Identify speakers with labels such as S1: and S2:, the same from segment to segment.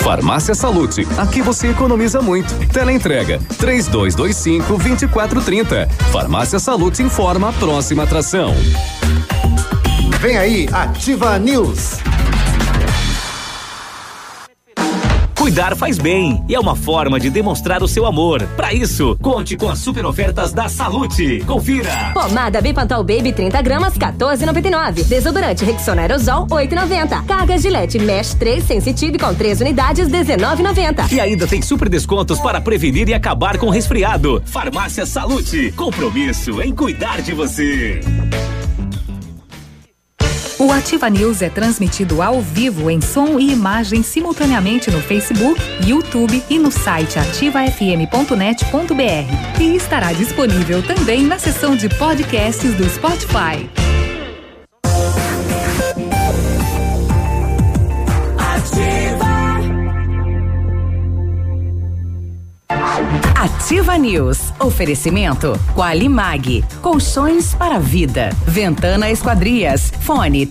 S1: Farmácia Salute, aqui você economiza muito. Teleentrega 3225-2430. Farmácia Salute informa a próxima atração.
S2: Vem aí, Ativa News.
S3: Cuidar faz bem e é uma forma de demonstrar o seu amor. Para isso, conte com as super ofertas da Salute. Confira.
S4: Pomada Bepantol Baby 30 gramas, 14,99. Desodorante Rexona Aerosol, 8,90. Carga Gillette Mesh 3 Sensitive com 3 unidades, 19,90.
S3: E ainda tem super descontos para prevenir e acabar com resfriado. Farmácia Salute. Compromisso em cuidar de você.
S5: O Ativa News é transmitido ao vivo em som e imagem simultaneamente no Facebook, YouTube e no site ativafm.net.br. E estará disponível também na seção de podcasts do Spotify. Ativa News. Oferecimento Qualimag. Colchões para a vida. Ventana Esquadrias. Fone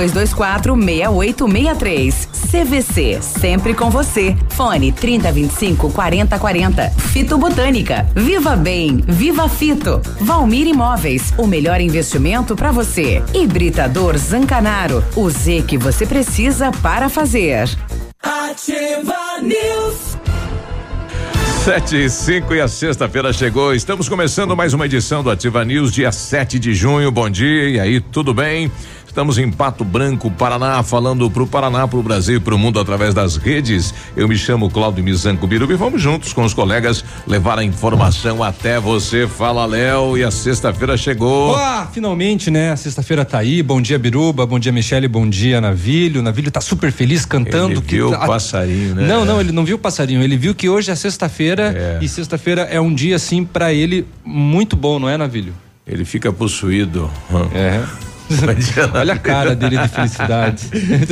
S5: 3224-6863. CVC. Sempre com você. Fone 3025-4040. Fito Botânica. Viva Bem. Viva Fito. Valmir Imóveis. O melhor investimento para você. Hibridador Zancanaro. O Z que você precisa para fazer.
S6: Ativa News.
S7: 7:05 e a sexta-feira chegou. Estamos começando mais uma edição do Ativa News, dia 7 de junho. Bom dia, e aí, tudo bem? Estamos em Pato Branco, Paraná, falando pro Paraná, pro Brasil e pro mundo através das redes. Eu me chamo Cláudio Mizanco Biruba e vamos juntos com os colegas levar a informação até você. Fala, Léo, e a sexta-feira chegou.
S8: Finalmente, né? A sexta-feira tá aí. Bom dia, Biruba. Bom dia, Michele. Bom dia, Navilho. Navilho tá super feliz cantando.
S7: Ele viu o passarinho, né?
S8: Não, ele não viu o passarinho. Ele viu que hoje é sexta-feira e sexta-feira é um dia, assim, pra ele muito bom, não é, Navilho?
S7: Ele fica possuído.
S8: É. Olha a cara dele de felicidade.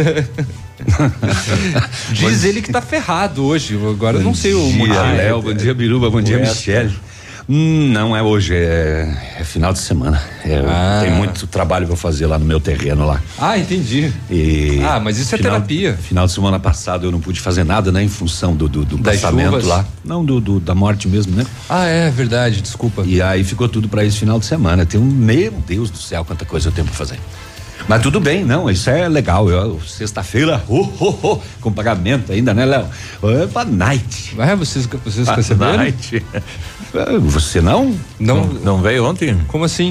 S8: Diz ele que tá ferrado hoje. Agora eu não sei o motivo.
S9: Léo, bom dia, Biruba, bom dia, Michele. Não é hoje, é final de semana. Tem muito trabalho pra fazer lá no meu terreno lá.
S8: Entendi. Mas isso é terapia.
S9: Final de semana passado eu não pude fazer nada, né? Em função do
S8: das
S9: passamento
S8: chuvas.
S9: lá. Não, da morte mesmo, né?
S8: É verdade, desculpa.
S9: E aí ficou tudo pra esse final de semana. Meu Deus do céu, quanta coisa eu tenho pra fazer. Mas tudo bem, não, isso é legal. Sexta-feira, com pagamento ainda, né, Léo? Pra night.
S8: Vocês receberam?
S9: Night. Você não?
S7: Não veio ontem?
S8: Como assim?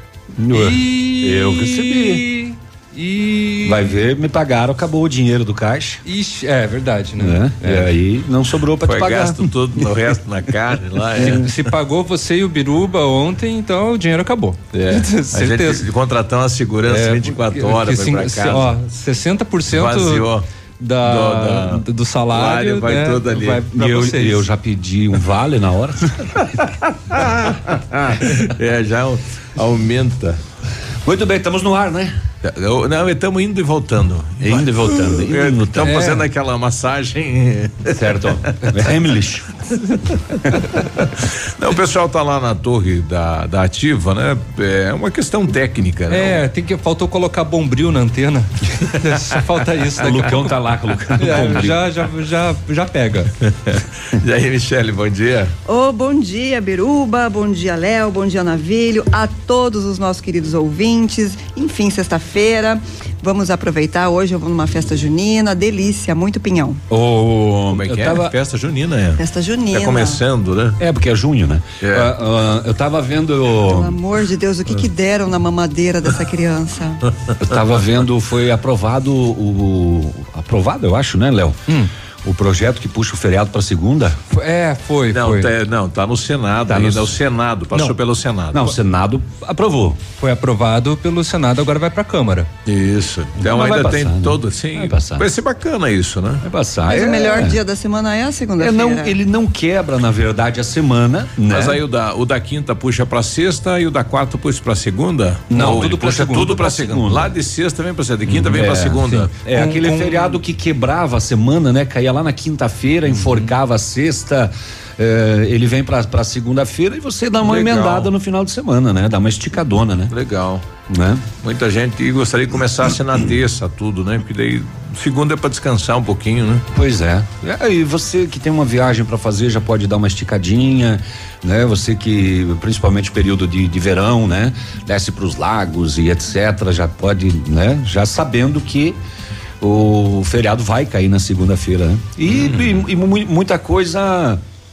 S9: Eu recebi. Vai ver, me pagaram, acabou o dinheiro do caixa.
S8: Ixi, é verdade, né?
S9: E aí não sobrou pra te pagar.
S7: Gasto tudo no resto na carne lá.
S8: Se pagou você e o Biruba ontem, então o dinheiro acabou.
S7: Certeza. A gente contratou uma segurança 24 horas pra ir pra casa.
S8: 60%
S7: vaziou.
S8: Do salário
S7: vai todo ali.
S8: Vai pra vocês.
S9: Eu já pedi um vale na hora.
S7: Já aumenta.
S9: Muito bem, estamos no ar, né?
S7: Não, estamos indo e voltando. Estamos fazendo aquela massagem.
S9: Certo. Heimlich.
S7: Não, o pessoal tá lá na torre da Ativa, né? É uma questão técnica, né?
S8: Faltou colocar bombril na antena. Só falta isso.
S9: O Lucão tá lá colocando bombril.
S8: Já pega.
S7: E aí, Michele, bom dia.
S10: Bom dia, Biruba, bom dia, Léo, bom dia, Navilho, a todos os nossos queridos ouvintes. Enfim, sexta-feira, vamos aproveitar. Hoje eu vou numa festa junina, delícia, muito pinhão.
S7: Como é que é? Festa junina,
S10: Festa junina.
S7: Tá começando, né?
S9: Porque é junho, né? Eu tava vendo.
S10: Pelo amor de Deus, o que deram na mamadeira dessa criança?
S9: Eu tava vendo, foi aprovado aprovado, eu acho, né, Léo? O projeto que puxa o feriado para segunda?
S8: Foi.
S7: Tá no Senado ainda. O Senado passou pelo Senado.
S9: Não, o Senado aprovou.
S8: Foi aprovado pelo Senado, agora vai pra Câmara.
S7: Isso. Então ainda passar, tem todo, sim. Vai ser bacana isso, né?
S9: Vai passar.
S10: Mas o melhor dia da semana é a segunda-feira.
S9: Ele não quebra, na verdade, a semana, né?
S7: Mas aí o da quinta puxa pra sexta e o da quarta puxa pra segunda?
S9: Não,
S7: tudo
S9: puxa
S7: tudo pra segunda. Lá de sexta vem pra sexta, de quinta vem pra segunda.
S9: Aquele feriado que quebrava a semana, né? Caía lá lá na quinta-feira, enforcava a sexta, ele vem pra segunda-feira e você dá uma emendada no final de semana, né? Dá uma esticadona, né?
S7: Legal.
S9: Né?
S7: Muita gente gostaria que começasse na terça tudo, né? Porque daí segunda é pra descansar um pouquinho, né?
S9: Pois é. E você que tem uma viagem pra fazer já pode dar uma esticadinha, né? Você que, principalmente período de verão, né? Desce pros lagos e etc, já pode, né? Já sabendo que o feriado vai cair na segunda-feira, né? E muita coisa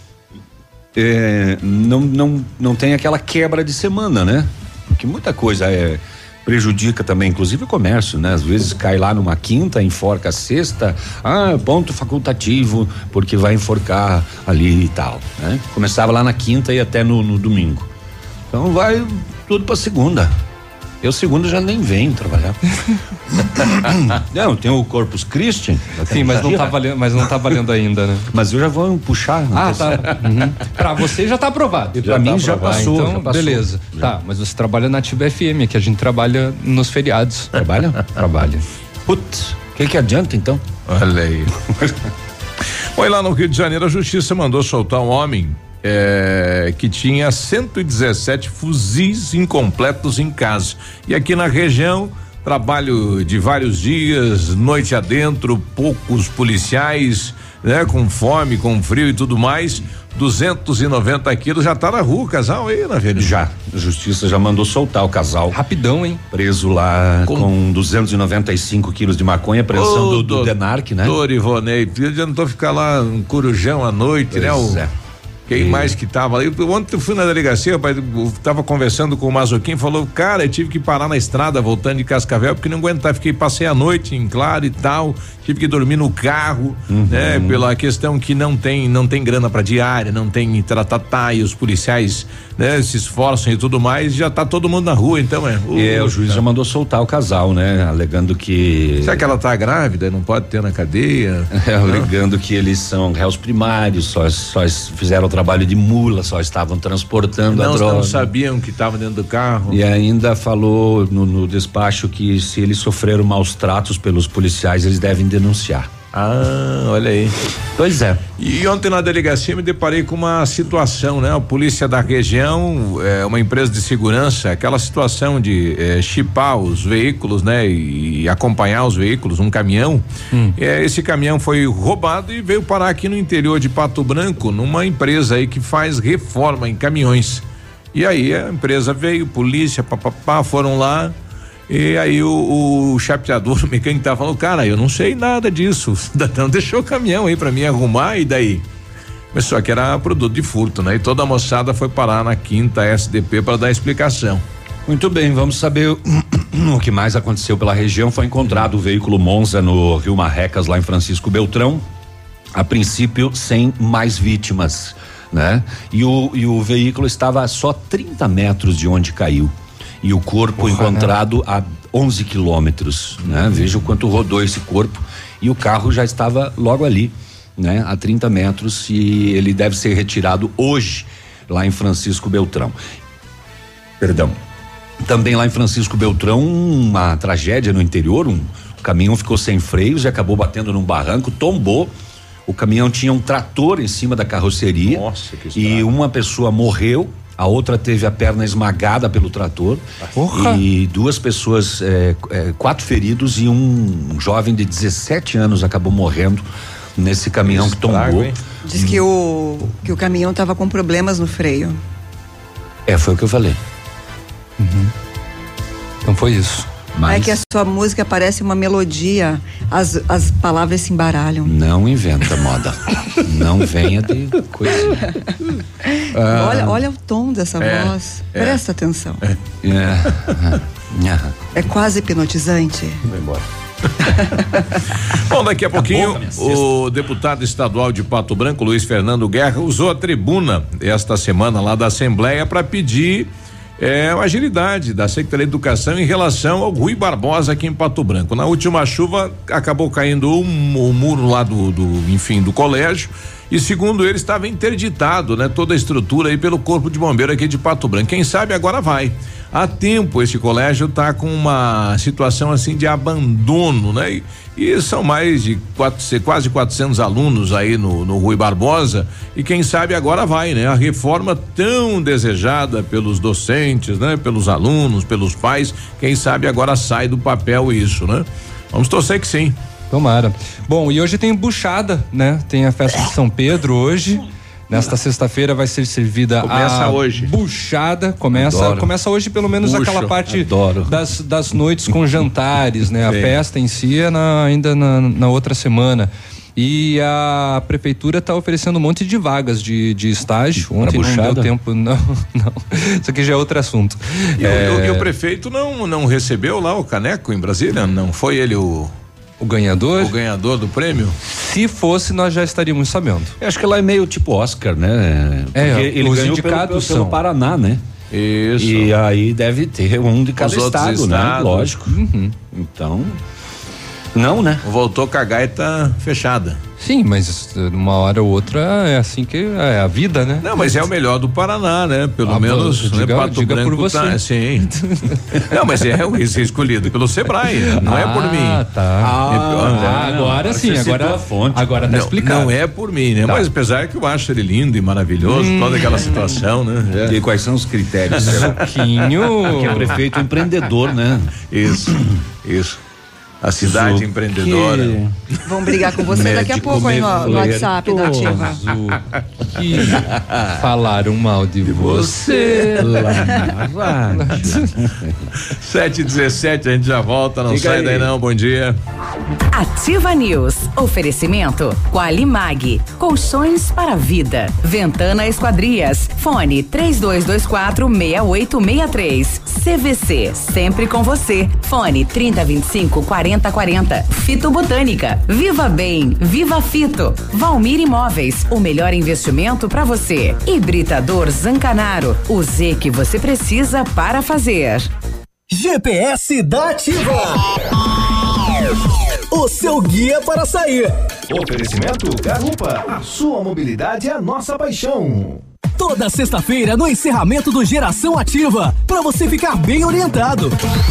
S9: não tem aquela quebra de semana, né? Porque muita coisa prejudica também, inclusive o comércio, né? Às vezes cai lá numa quinta, enforca a sexta, ponto facultativo, porque vai enforcar ali e tal, né? Começava lá na quinta e até no domingo. Então vai tudo pra segunda. Eu segunda já nem venho trabalhar. Não, tem o Corpus Christi.
S8: Sim, mas não tá valendo ainda, né?
S9: Mas eu já vou puxar.
S8: Tá. Uhum. Pra você já tá aprovado.
S9: E pra mim já passou.
S8: Então,
S9: já passou.
S8: Beleza. Já. Tá, mas você trabalha na Ativa FM, que a gente trabalha nos feriados.
S9: Trabalha? Trabalha. Putz, o que adianta então?
S7: Olha aí. Oi, lá no Rio de Janeiro, a justiça mandou soltar um homem que tinha 117 fuzis incompletos em casa. E aqui na região, trabalho de vários dias, noite adentro, poucos policiais, né? Com fome, com frio e tudo mais. 290 quilos, já tá na rua o casal aí, na verdade.
S9: Já, a justiça já mandou soltar o casal.
S8: Rapidão, hein?
S9: Preso lá com 295 quilos de maconha, pressão do DENARC, né?
S7: Doutor Ivonei, adiantou ficar lá um corujão à noite, né? Quem mais que tava ali? Ontem eu fui na delegacia, rapaz, eu tava conversando com o Mazoquim, falou, cara, eu tive que parar na estrada voltando de Cascavel porque não aguentava, passei a noite em claro e tal, tive que dormir no carro, né? Pela questão que não tem grana pra diária, não tem tratatá e os policiais, né? Se esforçam e tudo mais, já tá todo mundo na rua, então
S9: o juiz já mandou soltar o casal, né? Alegando que...
S7: Será que ela tá grávida, não pode ter na cadeia?
S9: Alegando que eles são réus primários, só fizeram o trabalho de mula, só estavam transportando a droga.
S7: Não sabiam que estava dentro do carro.
S9: E ainda falou no despacho que se eles sofreram maus tratos pelos policiais, eles devem denunciar.
S7: Olha aí.
S9: Pois é.
S7: E ontem na delegacia me deparei com uma situação, né? A polícia da região, uma empresa de segurança, aquela situação de chipar os veículos, né? E acompanhar os veículos, um caminhão. Esse caminhão foi roubado e veio parar aqui no interior de Pato Branco, numa empresa aí que faz reforma em caminhões. E aí a empresa veio, polícia, foram lá. E aí o chapeador, o mecânico tava falando, cara, eu não sei nada disso, o cidadão deixou o caminhão aí pra mim arrumar, e daí? Mas só que era produto de furto, né? E toda a moçada foi parar na 5ª SDP para dar explicação.
S9: Muito bem, vamos saber o que mais aconteceu pela região. Foi encontrado o veículo Monza no Rio Marrecas, lá em Francisco Beltrão, a princípio sem mais vítimas, né? E o veículo estava a só 30 metros de onde caiu. E o corpo encontrado a 11 quilômetros, né? Veja o quanto rodou esse corpo, e o carro já estava logo ali, né? A 30 metros, e ele deve ser retirado hoje lá em Francisco Beltrão. Perdão. Também lá em Francisco Beltrão, uma tragédia no interior, o caminhão ficou sem freios e acabou batendo num barranco, tombou. O caminhão tinha um trator em cima da carroceria.
S7: Nossa, que
S9: e uma pessoa morreu. A outra teve a perna esmagada pelo trator. E 2 pessoas, 4 feridos, e um jovem de 17 anos acabou morrendo nesse caminhão que tombou.
S10: Diz que o caminhão estava com problemas no freio.
S9: Foi o que eu falei.
S8: Então foi isso.
S10: É que a sua música parece uma melodia, as palavras se embaralham.
S9: Não inventa moda. Não venha de coisa.
S10: Olha o tom dessa voz. Presta atenção. É quase hipnotizante.
S9: Vai embora.
S7: Bom, daqui a pouquinho o deputado estadual de Pato Branco, Luiz Fernando Guerra, usou a tribuna esta semana lá da Assembleia para pedir uma agilidade da Secretaria de Educação em relação ao Rui Barbosa aqui em Pato Branco. Na última chuva acabou caindo o muro lá do colégio, e segundo ele estava interditado, né? Toda a estrutura aí pelo Corpo de Bombeiro aqui de Pato Branco. Quem sabe agora vai. Há tempo esse colégio tá com uma situação assim de abandono, né? E são mais de quase 400 alunos aí no Rui Barbosa, e quem sabe agora vai, né? A reforma tão desejada pelos docentes, né? Pelos alunos, pelos pais, quem sabe agora sai do papel isso, né? Vamos torcer que sim.
S8: Tomara. Bom, e hoje tem buchada, né? Tem a festa de São Pedro hoje. Nesta sexta-feira vai ser servida a
S7: hoje.
S8: Buchada, começa hoje pelo menos aquela parte das noites com jantares, né? A festa em si é ainda na outra semana. E a prefeitura está oferecendo um monte de vagas de estágio. Ontem não deu tempo, não. Isso aqui já é outro assunto.
S7: E o prefeito não recebeu lá o caneco em Brasília? Não foi ele o
S8: ganhador?
S7: O ganhador do prêmio?
S8: Se fosse, nós já estaríamos sabendo.
S9: Eu acho que lá é meio tipo Oscar, né? Porque ele ganhou pelo Paraná, né?
S7: Isso.
S9: E aí deve ter um de cada estado, né? Lógico.
S8: Uhum.
S9: Então, não, né?
S7: Voltou com a gaita fechada.
S8: Sim, mas uma hora ou outra é assim que é a vida, né?
S7: Não, mas é o melhor do Paraná, né? Pelo menos, né? Pato
S8: diga
S7: Branco
S8: por você.
S7: tá, sim. Não, mas é escolhido pelo Sebrae, não é por mim.
S8: Tá. Agora sim, agora tá explicado.
S7: Não é por mim, né? Tá. Mas apesar que eu acho ele lindo e maravilhoso, toda aquela situação, né?
S9: E quais são os critérios?
S8: Pouquinho.
S9: Que é prefeito empreendedor, né?
S7: Isso. A cidade empreendedora.
S10: Vão brigar com você daqui a pouco aí no WhatsApp da Ativa.
S8: Que falaram mal de você.
S7: 7h17, a gente já volta, não sai daí não, bom dia.
S5: Ativa News. Oferecimento Qualimag. Colchões para a vida. Ventana Esquadrias. Fone 3224-6863. CVC. Sempre com você. Fone 3025-4040. Fito Botânica. Viva Bem. Viva Fito. Valmir Imóveis. O melhor investimento para você. Hibridador Zancanaro. O Z que você precisa para fazer.
S11: GPS da Ativa. O seu guia para sair.
S2: Oferecimento Garupa. A sua mobilidade é a nossa paixão.
S11: Toda sexta-feira no encerramento do Geração Ativa, para você ficar bem orientado.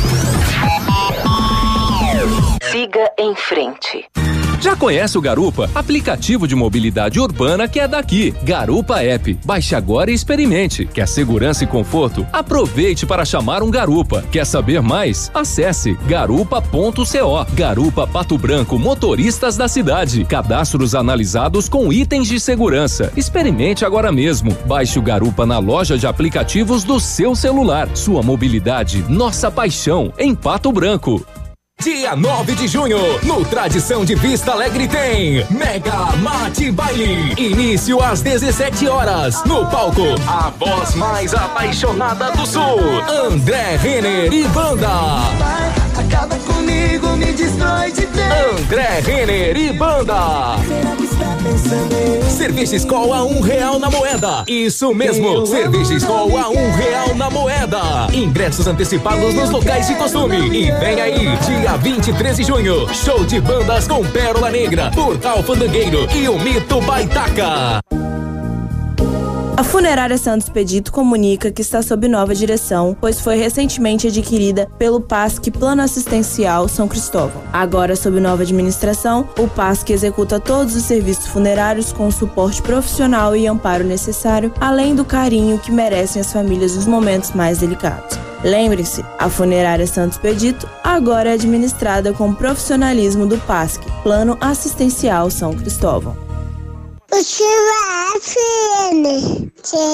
S5: Siga em frente.
S12: Já conhece o Garupa? Aplicativo de mobilidade urbana que é daqui. Garupa App. Baixe agora e experimente. Quer segurança e conforto? Aproveite para chamar um Garupa. Quer saber mais? Acesse garupa.co. Garupa Pato Branco, motoristas da cidade. Cadastros analisados com itens de segurança. Experimente agora mesmo. Baixe o Garupa na loja de aplicativos do seu celular. Sua mobilidade, nossa paixão, em Pato Branco.
S11: Dia 9 de junho, no Tradição de Vista Alegre tem Mega Mate Baile. Início às 17 horas. No palco, a voz mais apaixonada do Sul, André Renner e banda.
S6: Acaba comigo, me destrói de vez.
S11: André Renner e banda.
S6: Será que está pensando em...
S11: Cerveja Skol a R$1 na moeda. Isso mesmo, Cerveja Skol a R$1 na moeda. Ingressos antecipados nos locais de costume. E vem aí, dia 23 de junho, show de bandas com Pérola Negra, Portal Fandangueiro e o Mito Baitaca.
S13: A Funerária Santos Expedito comunica que está sob nova direção, pois foi recentemente adquirida pelo PASC Plano Assistencial São Cristóvão. Agora, sob nova administração, o PASC executa todos os serviços funerários com o suporte profissional e amparo necessário, além do carinho que merecem as famílias nos momentos mais delicados. Lembre-se, a Funerária Santos Expedito agora é administrada com o profissionalismo do PASC Plano Assistencial São Cristóvão.
S14: Ativa FM,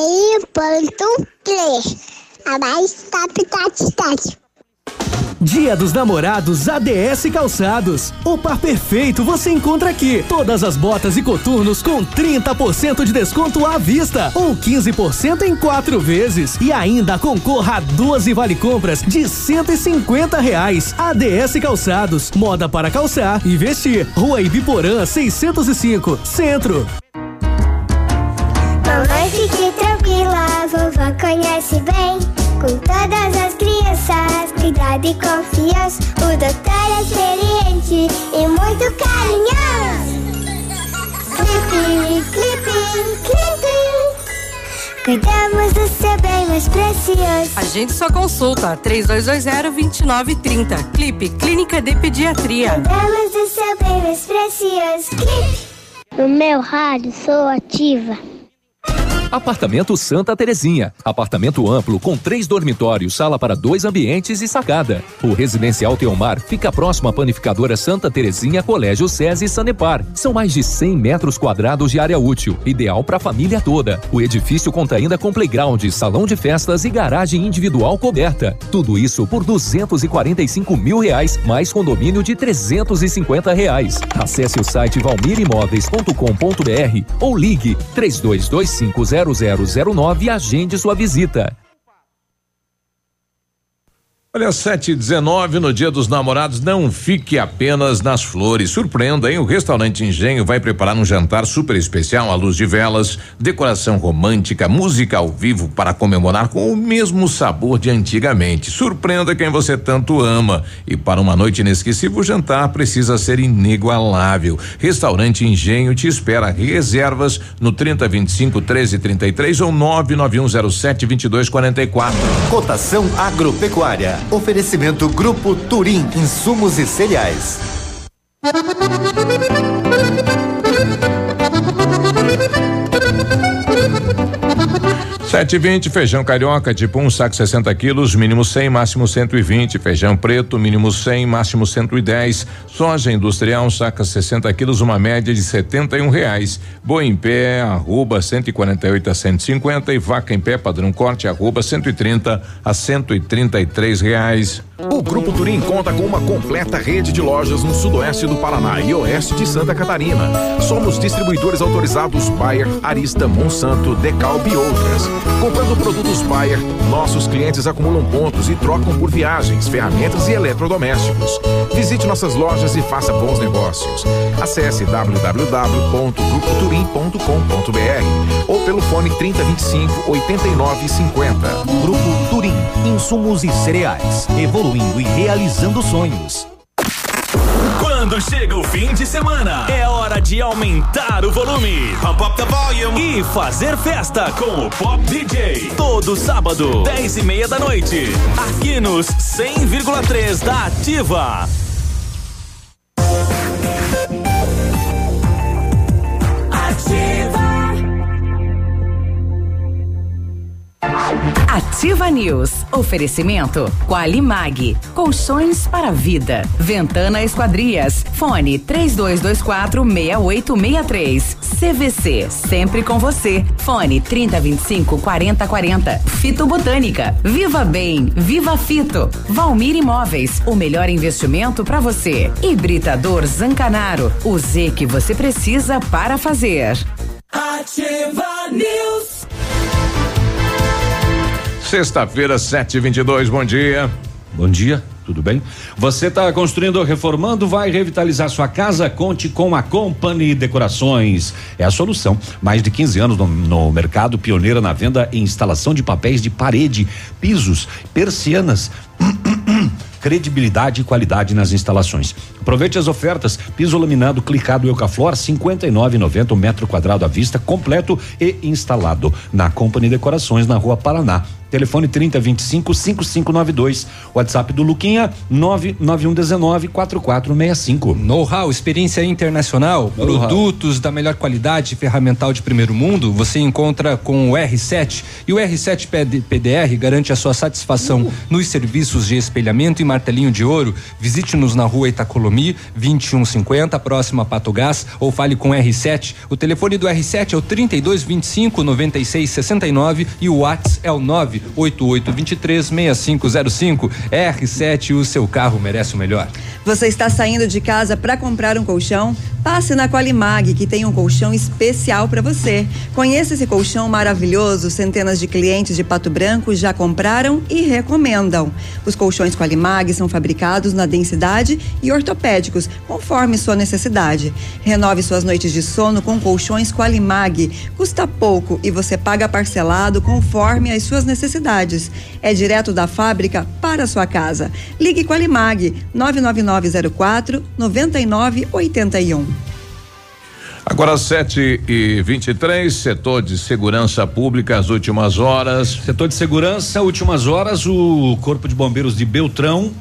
S14: TI.3, a mais top da cidade.
S11: Dia dos Namorados ADS Calçados. O par perfeito você encontra aqui. Todas as botas e coturnos com 30% de desconto à vista ou 15% em 4 vezes. E ainda concorra a 12 vale-compras de R$150. ADS Calçados, moda para calçar e vestir. Rua Ibiporã 605, Centro.
S14: Mamãe, fique tranquila, vovó conhece bem. Com todas as crianças, cuidado e confiança. O doutor é experiente e muito carinhoso. Clipe, clipe, clipe. Cuidamos do seu bem mais precioso.
S15: Agende sua consulta, 3220-2930. Clipe, Clínica de Pediatria.
S14: Cuidamos do seu bem mais precioso. Clipe. No meu rádio, sou ativa.
S12: Apartamento Santa Terezinha. Apartamento amplo com 3 dormitórios, sala para 2 ambientes e sacada. O Residencial Teomar fica próximo à panificadora Santa Terezinha, Colégio SESI e Sanepar. São mais de 100 metros quadrados de área útil, ideal para a família toda. O edifício conta ainda com playground, salão de festas e garagem individual coberta. Tudo isso por R$245 mil, mais condomínio de R$350. Acesse o site valmirimóveis.com.br ou ligue 32250009 e agende sua visita.
S7: Olha, 7h19 no Dia dos Namorados, não fique apenas nas flores. Surpreenda, hein? O Restaurante Engenho vai preparar um jantar super especial à luz de velas, decoração romântica, música ao vivo para comemorar com o mesmo sabor de antigamente. Surpreenda quem você tanto ama. E para uma noite inesquecível, o jantar precisa ser inigualável. Restaurante Engenho te espera. Reservas no 3025-1333 ou 99107-2244.
S16: Cotação agropecuária. Oferecimento Grupo Turim, insumos e cereais.
S7: 7,20, feijão carioca, tipo 1 saco 60 quilos, mínimo 100, máximo 120. Feijão preto, mínimo 100, máximo 110. Soja industrial, 1 saco 60 quilos, uma média de R$71. Boi em pé, arroba 148 a 150 e vaca em pé padrão corte, arroba 130 a R$133.
S17: O Grupo Turim conta com uma completa rede de lojas no sudoeste do Paraná e oeste de Santa Catarina. Somos distribuidores autorizados Bayer, Arista, Monsanto, Decalb e outras. Comprando produtos Bayer, nossos clientes acumulam pontos e trocam por viagens, ferramentas e eletrodomésticos. Visite nossas lojas e faça bons negócios. Acesse www.grupoturim.com.br ou pelo fone 3025-8950.
S16: Grupo Turim, insumos e cereais, evoluindo e realizando sonhos.
S18: Quando chega o fim de semana, é hora de aumentar o volume, pump up the volume e fazer festa com o Pop DJ. Todo sábado, 10:30 da noite, aqui nos 100,3 da Ativa.
S5: Ativa News. Oferecimento Qualimag. Colchões para a vida. Ventana Esquadrias. Fone 3224-6863. CVC. Sempre com você. Fone 3025-4040. Fito Botânica. Viva Bem. Viva Fito. Valmir Imóveis. O melhor investimento para você. Hibridador Zancanaro. O Z que você precisa para fazer.
S18: Ativa News.
S7: Sexta-feira, 7h22, bom dia.
S9: Bom dia, tudo bem? Você está construindo ou reformando, vai revitalizar sua casa? Conte com a Company Decorações. É a solução. Mais de 15 anos no mercado, pioneira na venda e instalação de papéis de parede, pisos, persianas. Credibilidade e qualidade nas instalações. Aproveite as ofertas. Piso laminado clicado Eucaflor, 59,90 metro quadrado à vista, completo e instalado. Na Company Decorações, na Rua Paraná. Telefone 3025-5592. WhatsApp do Luquinha 99119-4465.
S8: Know-how, experiência internacional, produtos da melhor qualidade, ferramental de primeiro mundo, você encontra com o R7. E o R7 PDR garante a sua satisfação nos serviços de espelhamento e martelinho de ouro. Visite-nos na Rua Itacolomi, 2150, próximo a Pato Gás, ou fale com o R7. O telefone do R7 é o 3225-9669 e o WhatsApp é o 988236505. R7, o seu carro merece o melhor.
S10: Você está saindo de casa para comprar um colchão? Passe na Qualimag, que tem um colchão especial para você. Conheça esse colchão maravilhoso. Centenas de clientes de Pato Branco já compraram e recomendam. Os colchões Qualimag são fabricados na densidade e ortopédicos, conforme sua necessidade. Renove suas noites de sono com colchões Qualimag. Custa pouco e você paga parcelado conforme as suas necessidades. É direto da fábrica para a sua casa. Ligue Qualimag 99904-9981.
S7: Agora 7h23, setor de segurança pública, as últimas horas.
S9: Setor de segurança, últimas horas, o Corpo de Bombeiros de Beltrão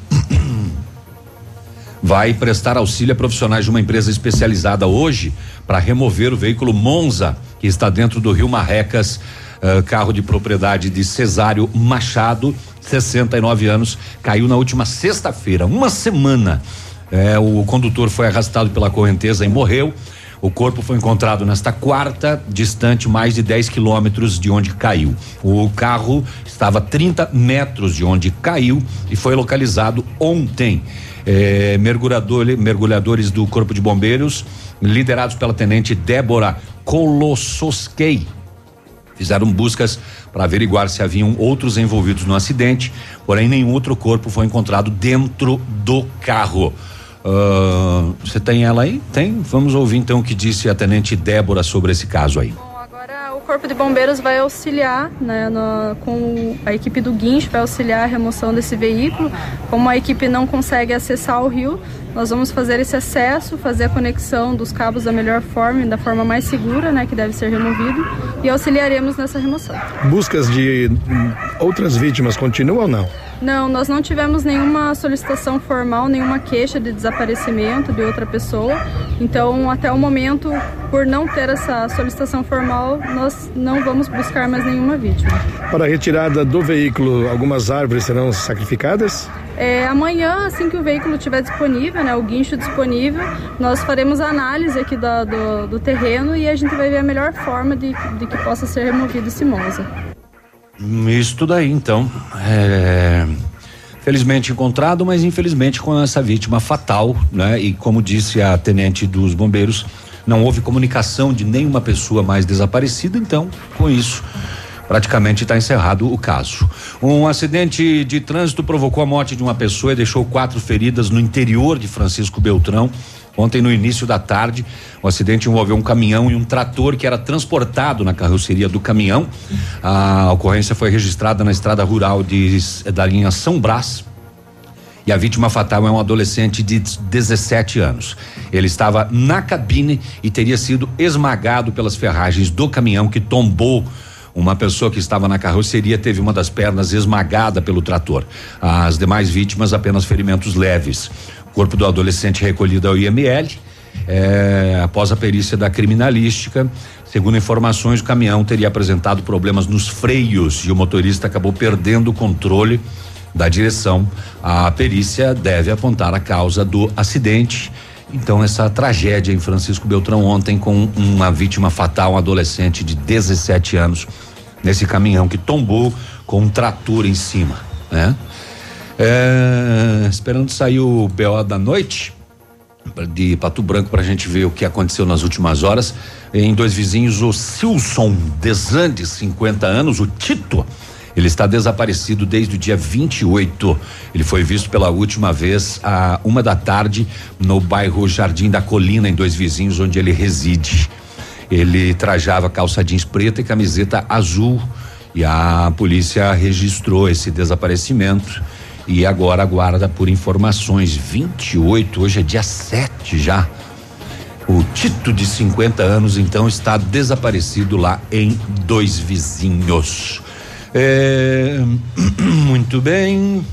S9: vai prestar auxílio a profissionais de uma empresa especializada hoje para remover o veículo Monza, que está dentro do Rio Marrecas, carro de propriedade de Cesário Machado, 69 anos, caiu na última sexta-feira, uma semana. O condutor foi arrastado pela correnteza e morreu. O corpo foi encontrado nesta quarta, distante mais de 10 quilômetros de onde caiu. O carro estava a 30 metros de onde caiu e foi localizado ontem. Mergulhadores do Corpo de Bombeiros, liderados pela tenente Débora Kolossoskei, fizeram buscas para averiguar se haviam outros envolvidos no acidente, porém nenhum outro corpo foi encontrado dentro do carro. Você tem ela aí? Tem? Vamos ouvir então o que disse a tenente Débora sobre esse caso aí.
S19: Bom, agora o Corpo de Bombeiros vai auxiliar, né, com a equipe do guincho, vai auxiliar a remoção desse veículo. Como a equipe não consegue acessar o rio, nós vamos fazer esse acesso, fazer a conexão dos cabos da melhor forma e da forma mais segura, né, que deve ser removido, e auxiliaremos nessa remoção.
S20: Buscas de outras vítimas continuam ou não?
S19: Não, nós não tivemos nenhuma solicitação formal, nenhuma queixa de desaparecimento de outra pessoa. Então, até o momento, por não ter essa solicitação formal, nós não vamos buscar mais nenhuma vítima.
S20: Para a retirada do veículo, algumas árvores serão sacrificadas?
S19: Amanhã, assim que o veículo estiver disponível, né, o guincho disponível, nós faremos a análise aqui do terreno e a gente vai ver a melhor forma de que possa ser removido esse Monza.
S9: Isso daí, então, felizmente encontrado, mas infelizmente com essa vítima fatal, né? E como disse a tenente dos bombeiros, não houve comunicação de nenhuma pessoa mais desaparecida, então, com isso, praticamente está encerrado o caso. Um acidente de trânsito provocou a morte de uma pessoa e deixou 4 feridas no interior de Francisco Beltrão. Ontem, no início da tarde, o acidente envolveu um caminhão e um trator que era transportado na carroceria do caminhão. A ocorrência foi registrada na estrada rural da linha São Brás. E a vítima fatal é um adolescente de 17 anos. Ele estava na cabine e teria sido esmagado pelas ferragens do caminhão que tombou. Uma pessoa que estava na carroceria teve uma das pernas esmagada pelo trator. As demais vítimas apenas ferimentos leves. O corpo do adolescente recolhido ao IML, após a perícia da criminalística. Segundo informações, o caminhão teria apresentado problemas nos freios e o motorista acabou perdendo o controle da direção. A perícia deve apontar a causa do acidente. Então, essa tragédia em Francisco Beltrão ontem, com uma vítima fatal, um adolescente de 17 anos, nesse caminhão que tombou com um trator em cima, né? Esperando sair o BO da noite de Pato Branco pra gente ver o que aconteceu nas últimas horas. Em Dois Vizinhos, o Silson Desandes, 50 anos, o Tito, ele está desaparecido desde o dia 28. Ele foi visto pela última vez à 1h no bairro Jardim da Colina, em Dois Vizinhos, onde ele reside. Ele trajava calça jeans preta e camiseta azul, e a polícia registrou esse desaparecimento e agora aguarda por informações. 28, hoje é dia 7 já. O Tito, de 50 anos, então, está desaparecido lá em Dois Vizinhos. Muito bem.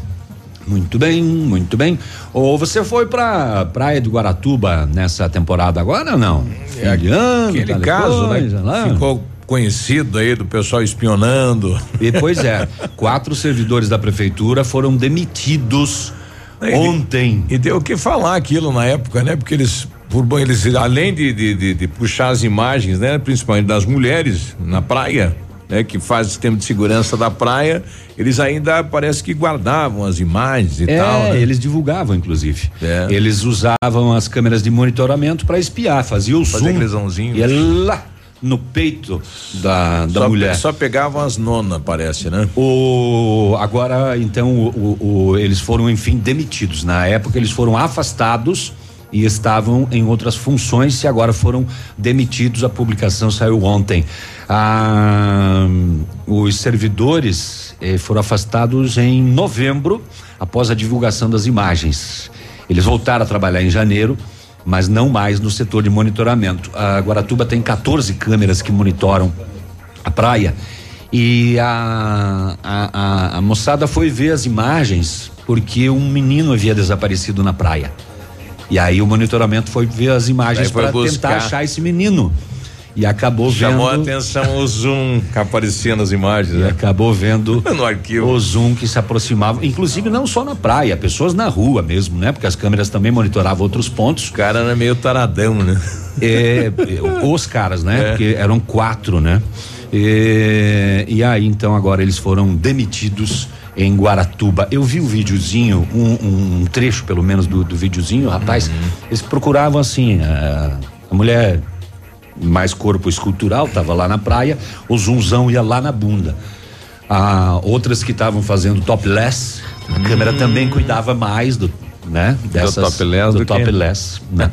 S9: Ou você foi pra Praia de Guaratuba nessa temporada agora ou não?
S7: Aquele caso, né? Ficou conhecido aí do pessoal espionando.
S9: E pois 4 servidores da prefeitura foram demitidos ontem.
S7: E deu o que falar aquilo na época, né? Porque eles além de puxar as imagens, né? Principalmente das mulheres na praia, né? Que faz o sistema de segurança da praia, eles ainda parece que guardavam as imagens e tal, né?
S9: Eles divulgavam, inclusive. Eles usavam as câmeras de monitoramento para espiar, faziam o zoom.
S7: E
S9: lá no peito da mulher.
S7: Só pegavam as nonas, parece, né?
S9: Agora, então, eles foram, enfim, demitidos. Na época, eles foram afastados e estavam em outras funções e agora foram demitidos. A publicação saiu ontem. Os servidores foram afastados em novembro, após a divulgação das imagens. Eles voltaram a trabalhar em janeiro, mas não mais no setor de monitoramento. A Guaratuba tem 14 câmeras que monitoram a praia e a moçada foi ver as imagens porque um menino havia desaparecido na praia. E aí o monitoramento foi ver as imagens para tentar achar esse menino. E acabou
S7: Chamou
S9: vendo.
S7: a atenção o zoom que aparecia nas imagens, né?
S9: Acabou vendo
S7: no arquivo.
S9: O zoom que se aproximava, inclusive não só na praia, pessoas na rua mesmo, né? Porque as câmeras também monitoravam outros pontos.
S7: O cara era meio taradão, né?
S9: Os caras, né? Porque eram 4, né? E aí então agora eles foram demitidos em Guaratuba. Eu vi o videozinho, um trecho pelo menos do videozinho, rapaz. Eles procuravam assim, a mulher mais corpo escultural tava lá na praia, o zoomzão ia lá na bunda. Outras que estavam fazendo topless, a câmera também cuidava mais do, né? Dessas, do topless, né?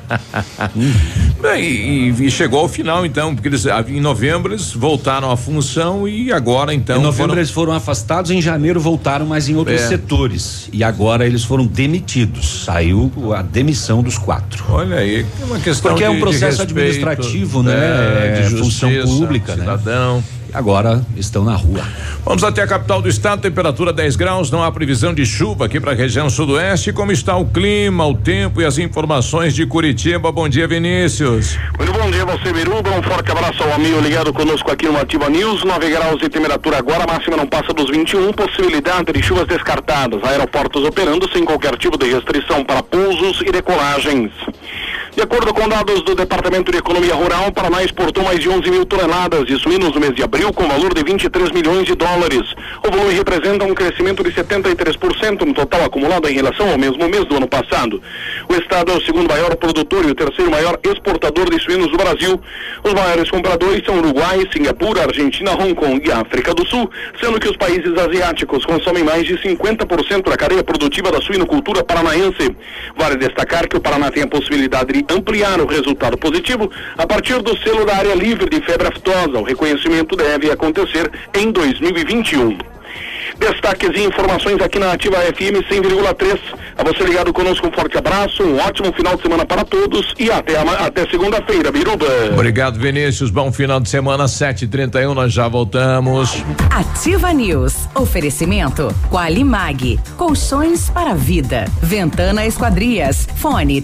S7: Bem, e chegou ao final então, porque eles em novembro eles voltaram à função e agora então.
S9: Em novembro eles foram afastados, em janeiro voltaram, mas em outros setores. E agora eles foram demitidos. Saiu a demissão dos 4.
S7: Olha aí, é uma questão
S9: porque é um processo
S7: respeito,
S9: administrativo, né?
S7: De
S9: função
S7: justiça,
S9: pública,
S7: cidadão.
S9: né? Agora estão na rua.
S7: Vamos até a capital do estado, temperatura 10 graus, não há previsão de chuva aqui para a região sudoeste. Como está o clima, o tempo e as informações de Curitiba? Bom dia, Vinícius.
S21: Muito bom dia, você, Biruba. Um forte abraço ao amigo ligado conosco aqui no Ativa News. 9 graus de temperatura agora, a máxima não passa dos 21. Possibilidade de chuvas descartadas. Aeroportos operando sem qualquer tipo de restrição para pousos e decolagens. De acordo com dados do Departamento de Economia Rural, o Paraná exportou mais de 11 mil toneladas de suínos no mês de abril, com valor de 23 milhões de dólares. O volume representa um crescimento de 73% no total acumulado em relação ao mesmo mês do ano passado. O estado é o segundo maior produtor e o terceiro maior exportador de suínos do Brasil. Os maiores compradores são Uruguai, Singapura, Argentina, Hong Kong e África do Sul, sendo que os países asiáticos consomem mais de 50% da cadeia produtiva da suinocultura paranaense. Vale destacar que o Paraná tem a possibilidade de ampliar o resultado positivo a partir do selo da área livre de febre aftosa. O reconhecimento deve acontecer em 2021. Destaques e informações aqui na Ativa FM 100,3. A você ligado conosco, um forte abraço, um ótimo final de semana para todos e até segunda-feira, Biruba.
S7: Obrigado, Vinícius. Bom final de semana, 7h31, nós já voltamos.
S5: Ativa News. Oferecimento Qualimag. Colchões para a vida. Ventana Esquadrias. Fone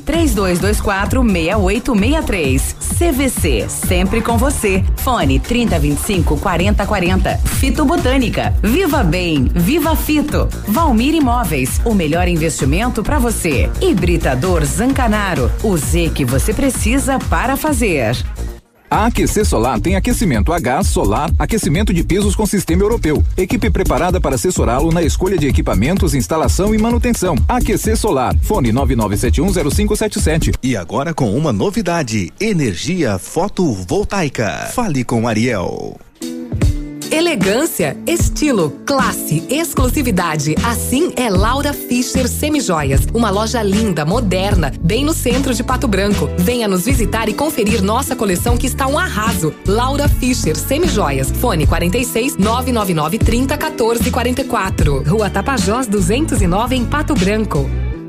S5: 3224-6863. CVC. Sempre com você. Fone 3025-4040. Fito Botânica. Viva Bem. Viva Fito. Valmir Imóveis. O melhor investimento para você. Hibridador Zancanaro. O Z que você precisa para fazer.
S22: A AQC Solar tem aquecimento a gás, solar, aquecimento de pisos com sistema europeu. Equipe preparada para assessorá-lo na escolha de equipamentos, instalação e manutenção. AQC Solar. Fone 99710577.
S23: E agora com uma novidade: energia fotovoltaica. Fale com Ariel.
S24: Elegância, estilo, classe, exclusividade. Assim é Laura Fischer Semijoias. Uma loja linda, moderna, bem no centro de Pato Branco. Venha nos visitar e conferir nossa coleção que está um arraso. Laura Fischer Semijoias. Fone 46 999 30 14 44. Rua Tapajós 209 em Pato Branco.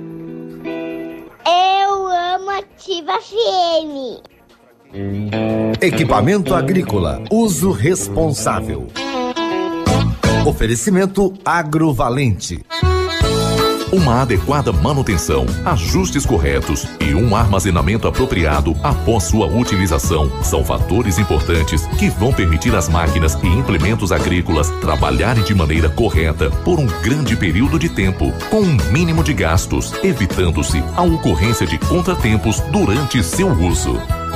S14: Eu amo Ativa FM.
S25: Equipamento agrícola, uso responsável. Oferecimento Agrovalente.
S26: Uma adequada manutenção, ajustes corretos e um armazenamento apropriado após sua utilização são fatores importantes que vão permitir às máquinas e implementos agrícolas trabalharem de maneira correta por um grande período de tempo, com um mínimo de gastos, evitando-se a ocorrência de contratempos durante seu uso.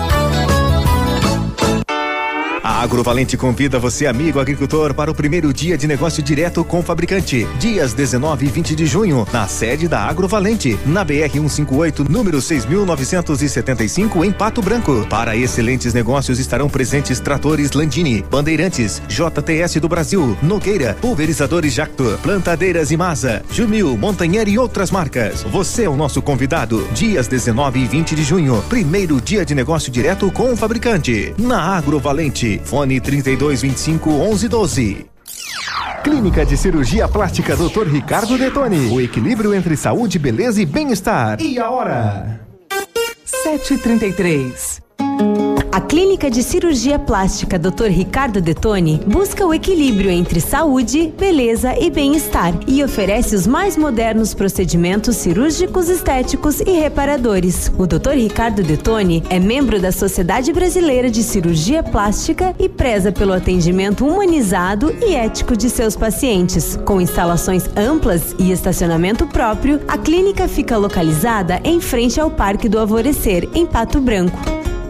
S23: A Agrovalente convida você, amigo agricultor, para o primeiro dia de negócio direto com o fabricante. Dias 19 e 20 de junho, na sede da Agrovalente, na BR-158, número 6.975, em Pato Branco. Para excelentes negócios estarão presentes tratores Landini, Bandeirantes, JTS do Brasil, Nogueira, Pulverizadores Jacto, Plantadeiras Imasa, Jumil, Montanher e outras marcas. Você é o nosso convidado. Dias 19 e 20 de junho, primeiro dia de negócio direto com o fabricante. Na Agrovalente. Fone 3225-1112.
S2: Clínica de Cirurgia Plástica Dr. Ricardo Detoni. O equilíbrio entre saúde, beleza e bem-estar. E a hora?
S1: 7h33.
S3: A Clínica de Cirurgia Plástica Dr. Ricardo Detoni busca o equilíbrio entre saúde, beleza e bem-estar e oferece os mais modernos procedimentos cirúrgicos, estéticos e reparadores. O Dr. Ricardo Detoni é membro da Sociedade Brasileira de Cirurgia Plástica e preza pelo atendimento humanizado e ético de seus pacientes. Com instalações amplas e estacionamento próprio, a clínica fica localizada em frente ao Parque do Alvorecer, em Pato Branco.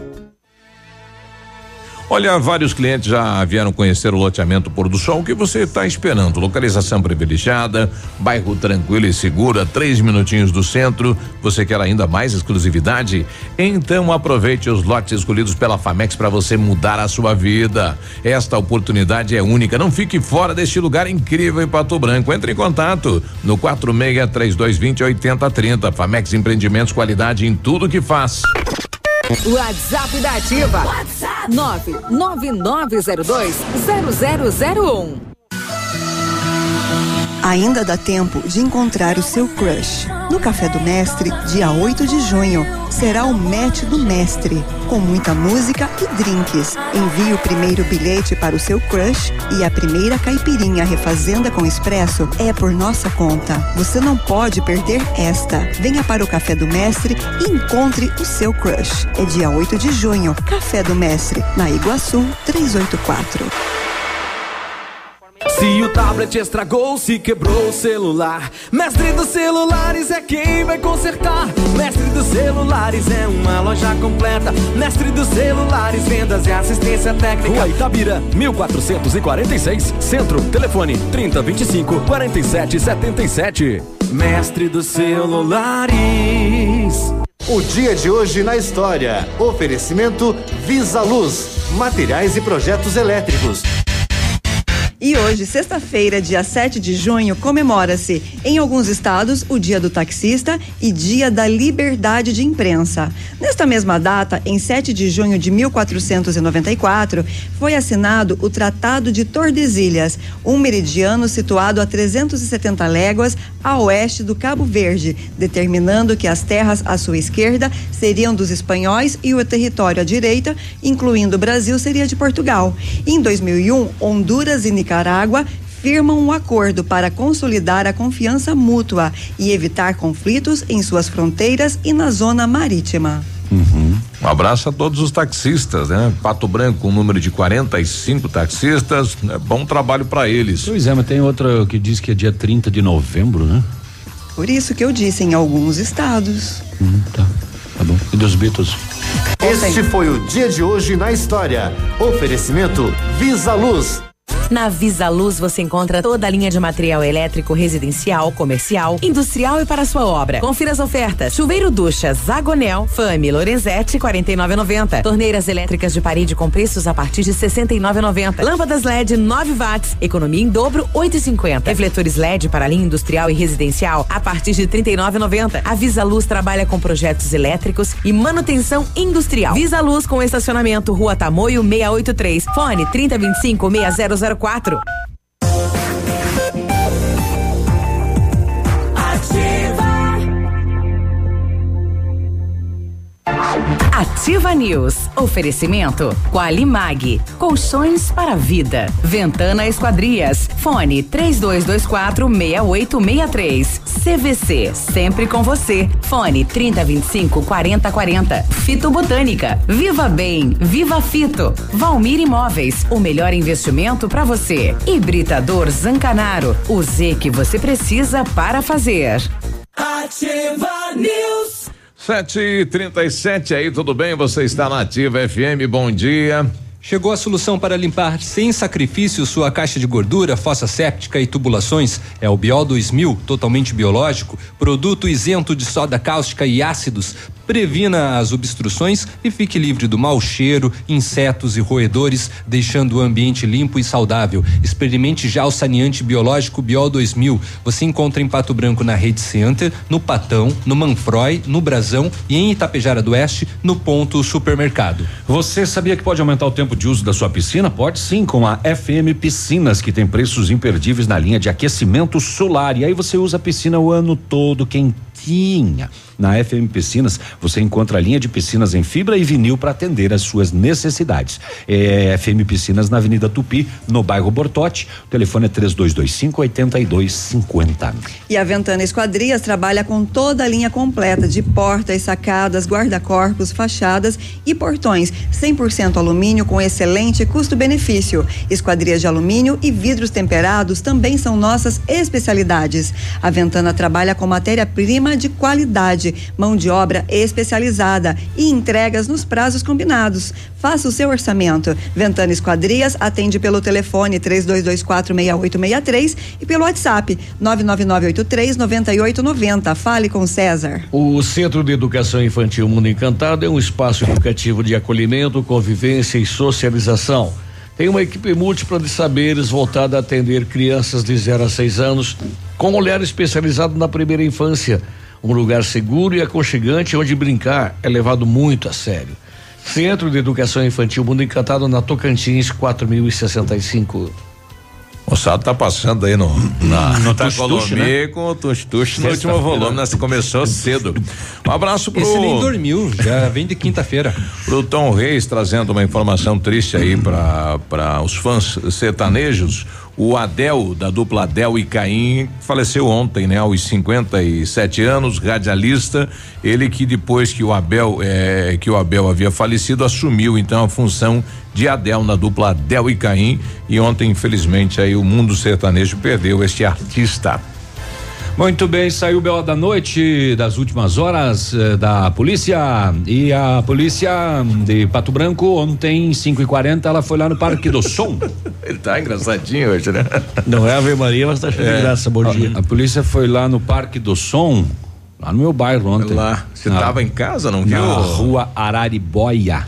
S7: Olha, vários clientes já vieram conhecer o loteamento Pôr do Sol. O que você está esperando? Localização privilegiada, bairro tranquilo e seguro, a 3 minutinhos do centro. Você quer ainda mais exclusividade? Então aproveite os lotes escolhidos pela Famex para você mudar a sua vida. Esta oportunidade é única. Não fique fora deste lugar incrível em Pato Branco. Entre em contato no 463220-8030. Famex Empreendimentos, qualidade em tudo que faz.
S24: WhatsApp da Ativa. WhatsApp 999020001.
S10: Ainda dá tempo de encontrar o seu crush. No Café do Mestre, dia 8 de junho, será o Match do Mestre, com muita música e drinks. Envie o primeiro bilhete para o seu crush e a primeira caipirinha refazenda com expresso é por nossa conta. Você não pode perder esta. Venha para o Café do Mestre e encontre o seu crush. É dia 8 de junho, Café do Mestre, na Iguaçu 384.
S4: Se o tablet estragou, se quebrou o celular, Mestre dos Celulares é quem vai consertar. Mestre dos Celulares é uma loja completa. Mestre dos Celulares, vendas e assistência técnica.
S6: Rua Itabira, 1446, Centro. Telefone 3025-4777.
S4: Mestre dos Celulares.
S25: O dia de hoje na história. Oferecimento Visa Luz, materiais e projetos elétricos.
S10: E hoje, sexta-feira, dia 7 de junho, comemora-se, em alguns estados, o Dia do Taxista e Dia da Liberdade de Imprensa. Nesta mesma data, em 7 de junho de 1494, foi assinado o Tratado de Tordesilhas, um meridiano situado a 370 léguas a oeste do Cabo Verde, determinando que as terras à sua esquerda seriam dos espanhóis e o território à direita, incluindo o Brasil, seria de Portugal. Em 2001, Honduras e Nicarágua firmam um acordo para consolidar a confiança mútua e evitar conflitos em suas fronteiras e na zona marítima.
S7: Um abraço a todos os taxistas, né? Pato Branco, um número de 45 taxistas, bom trabalho para eles.
S9: Pois é, mas tem outra que diz que é dia 30 de novembro, né?
S10: Por isso que eu disse, em alguns estados.
S9: Tá bom. E dos Beatles?
S25: Este foi o dia de hoje na história. Oferecimento Visa Luz.
S5: Na Visa Luz você encontra toda a linha de material elétrico residencial, comercial, industrial e para sua obra. Confira as ofertas: chuveiro ducha Zagonel, Fami, Lorenzetti, 49,90. Torneiras elétricas de parede com preços a partir de 69,90. Lâmpadas LED 9 watts, economia em dobro 8,50. Refletores LED para linha industrial e residencial a partir de 39,90. A Visa Luz trabalha com projetos elétricos e manutenção industrial. Visa Luz com estacionamento Rua Tamoio 683. Fone 3025-6004. Ativa News. Oferecimento Qualimag. Colchões para a vida. Ventana Esquadrias. Fone 3224-6863. CVC. Sempre com você. Fone 3025-4040. Fito Botânica. Viva Bem. Viva Fito. Valmir Imóveis. O melhor investimento para você. Hibridador Zancanaro. O Z que você precisa para fazer.
S4: Ativa News.
S7: 7h37 aí, tudo bem? Você está na Ativa FM, bom dia.
S8: Chegou a solução para limpar sem sacrifício sua caixa de gordura, fossa séptica e tubulações. É o Biol 2000, totalmente biológico, produto isento de soda cáustica e ácidos. Previna as obstruções e fique livre do mau cheiro, insetos e roedores, deixando o ambiente limpo e saudável. Experimente já o saneante biológico Biol 2000. Você encontra em Pato Branco na Rede Center, no Patão, no Manfroy, no Brasão e em Itapejara do Oeste, no Ponto Supermercado.
S9: Você sabia que pode aumentar o tempo de uso da sua piscina? Pode sim, com a FM Piscinas, que tem preços imperdíveis na linha de aquecimento solar. E aí você usa a piscina o ano todo quentinha. Na FM Piscinas, você encontra a linha de piscinas em fibra e vinil para atender às suas necessidades. FM Piscinas na Avenida Tupi, no bairro Bortote. O telefone é 3225-8250.
S10: E a Ventana Esquadrias trabalha com toda a linha completa de portas, sacadas, guarda-corpos, fachadas e portões 100% alumínio com excelente custo-benefício. Esquadrias de alumínio e vidros temperados também são nossas especialidades. A Ventana trabalha com matéria-prima de qualidade, mão de obra especializada e entregas nos prazos combinados. Faça o seu orçamento. Ventana Esquadrias atende pelo telefone 3224-6863 e pelo WhatsApp 99983-9890. Fale com César.
S1: O Centro de Educação Infantil Mundo Encantado é um espaço educativo de acolhimento, convivência e socialização. Tem uma equipe múltipla de saberes voltada a atender crianças de 0 a 6 anos, com olhar especializado na primeira infância. Um lugar seguro e aconchegante onde brincar é levado muito a sério. Centro de Educação Infantil Mundo Encantado, na Tocantins, 4065.
S7: O Moçada tá passando aí no Tacolomê, né? Com o Tuxtuxo no último volume, né? Começou cedo. Um abraço pro...
S8: Esse nem dormiu, já vem de quinta-feira.
S7: Pro Tom Reis, trazendo uma informação triste aí para os fãs sertanejos. O Adel, da dupla Adel e Caim, faleceu ontem, né? Aos 57 anos, radialista. Ele que depois que o Abel havia falecido, assumiu então a função de Adel na dupla Adel e Caim. E ontem, infelizmente, aí o mundo sertanejo perdeu este artista.
S9: Muito bem, saiu o BO da noite das últimas horas da polícia, e a polícia de Pato Branco ontem 5h40 ela foi lá no Parque do Som.
S7: Ele tá engraçadinho hoje, né?
S1: Não é Ave Maria, mas tá cheio de graça, bom dia.
S9: A polícia foi lá no Parque do Som, lá no meu bairro ontem.
S7: Lá, você tava em casa, não viu?
S9: Na rua Araribóia.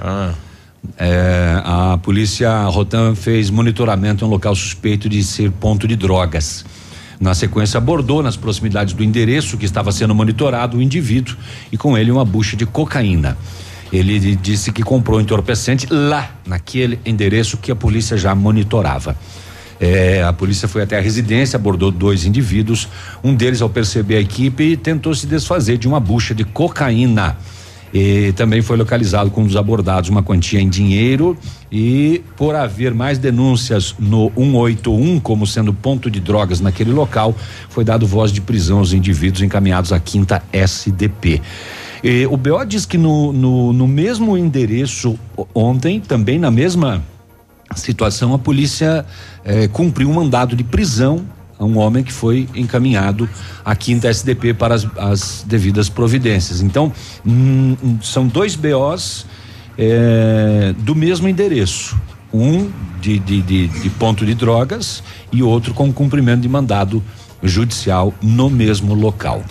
S9: A polícia Rotan fez monitoramento em um local suspeito de ser ponto de drogas. Na sequência, abordou nas proximidades do endereço que estava sendo monitorado o indivíduo e com ele uma bucha de cocaína. Ele disse que comprou entorpecente lá, naquele endereço que a polícia já monitorava. A polícia foi até a residência, abordou 2 indivíduos. Um deles, ao perceber a equipe, tentou se desfazer de uma bucha de cocaína. E também foi localizado com um dos abordados uma quantia em dinheiro, e por haver mais denúncias no 181 como sendo ponto de drogas naquele local, foi dado voz de prisão aos indivíduos encaminhados à 5ª SDP. O BO diz que no mesmo endereço ontem, também na mesma situação, a polícia cumpriu um mandado de prisão a um homem que foi encaminhado à 5ª SDP para as devidas providências. Então, são 2 BOs do mesmo endereço, um de ponto de drogas e outro com cumprimento de mandado judicial no mesmo local.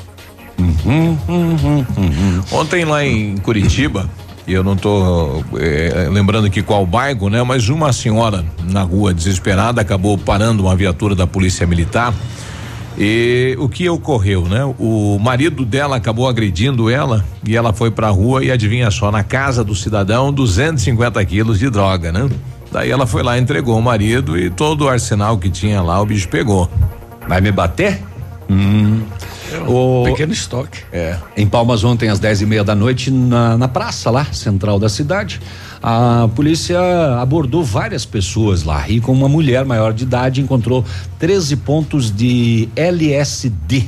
S7: Ontem lá em Curitiba, e eu não tô lembrando aqui qual bairro, né? Mas uma senhora na rua desesperada acabou parando uma viatura da polícia militar. E o que ocorreu, né? O marido dela acabou agredindo ela e ela foi pra rua e adivinha só, na casa do cidadão, 250 quilos de droga, né? Daí ela foi lá, entregou o marido e todo o arsenal que tinha lá, o bicho pegou.
S9: Vai me bater?
S1: Pequeno estoque.
S9: Em Palmas ontem às 10h30 da noite na praça lá, central da cidade, a polícia abordou várias pessoas lá e com uma mulher maior de idade encontrou 13 pontos de LSD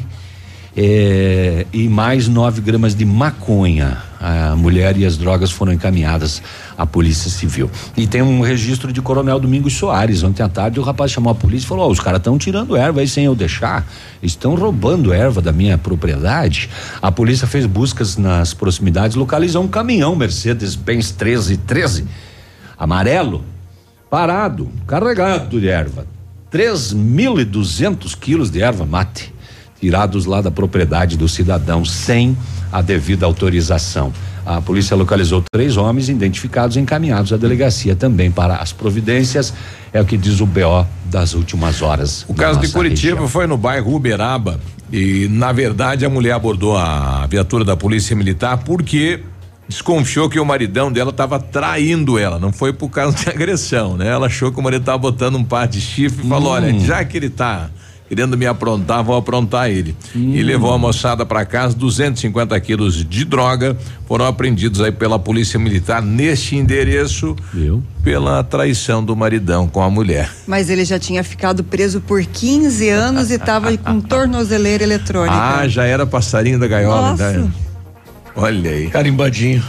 S9: e mais 9 gramas de maconha. A mulher e as drogas foram encaminhadas à Polícia Civil. E tem um registro de Coronel Domingos Soares. Ontem à tarde o rapaz chamou a polícia e falou: os caras estão tirando erva aí sem eu deixar, estão roubando erva da minha propriedade. A polícia fez buscas nas proximidades, localizou um caminhão Mercedes-Benz 1313 amarelo, parado, carregado de erva, 3.200 quilos de erva mate, tirados lá da propriedade do cidadão sem a devida autorização. A polícia localizou 3 homens identificados e encaminhados à delegacia também para as providências. É o que diz o BO das últimas horas.
S7: O caso de Curitiba região. Foi no bairro Uberaba e, na verdade, a mulher abordou a viatura da polícia militar porque desconfiou que o maridão dela estava traindo ela. Não foi por causa de agressão, né? Ela achou que o marido estava botando um par de chifre e falou: olha, já que ele tá querendo me aprontar, vou aprontar ele. E levou a moçada para casa, 250 quilos de droga foram apreendidos aí pela Polícia Militar neste endereço, pela traição do maridão com a mulher.
S10: Mas ele já tinha ficado preso por 15 anos e estava com tornozeleira eletrônica.
S7: Ah, já era passarinho da gaiola, né? Olha aí.
S1: Carimbadinho.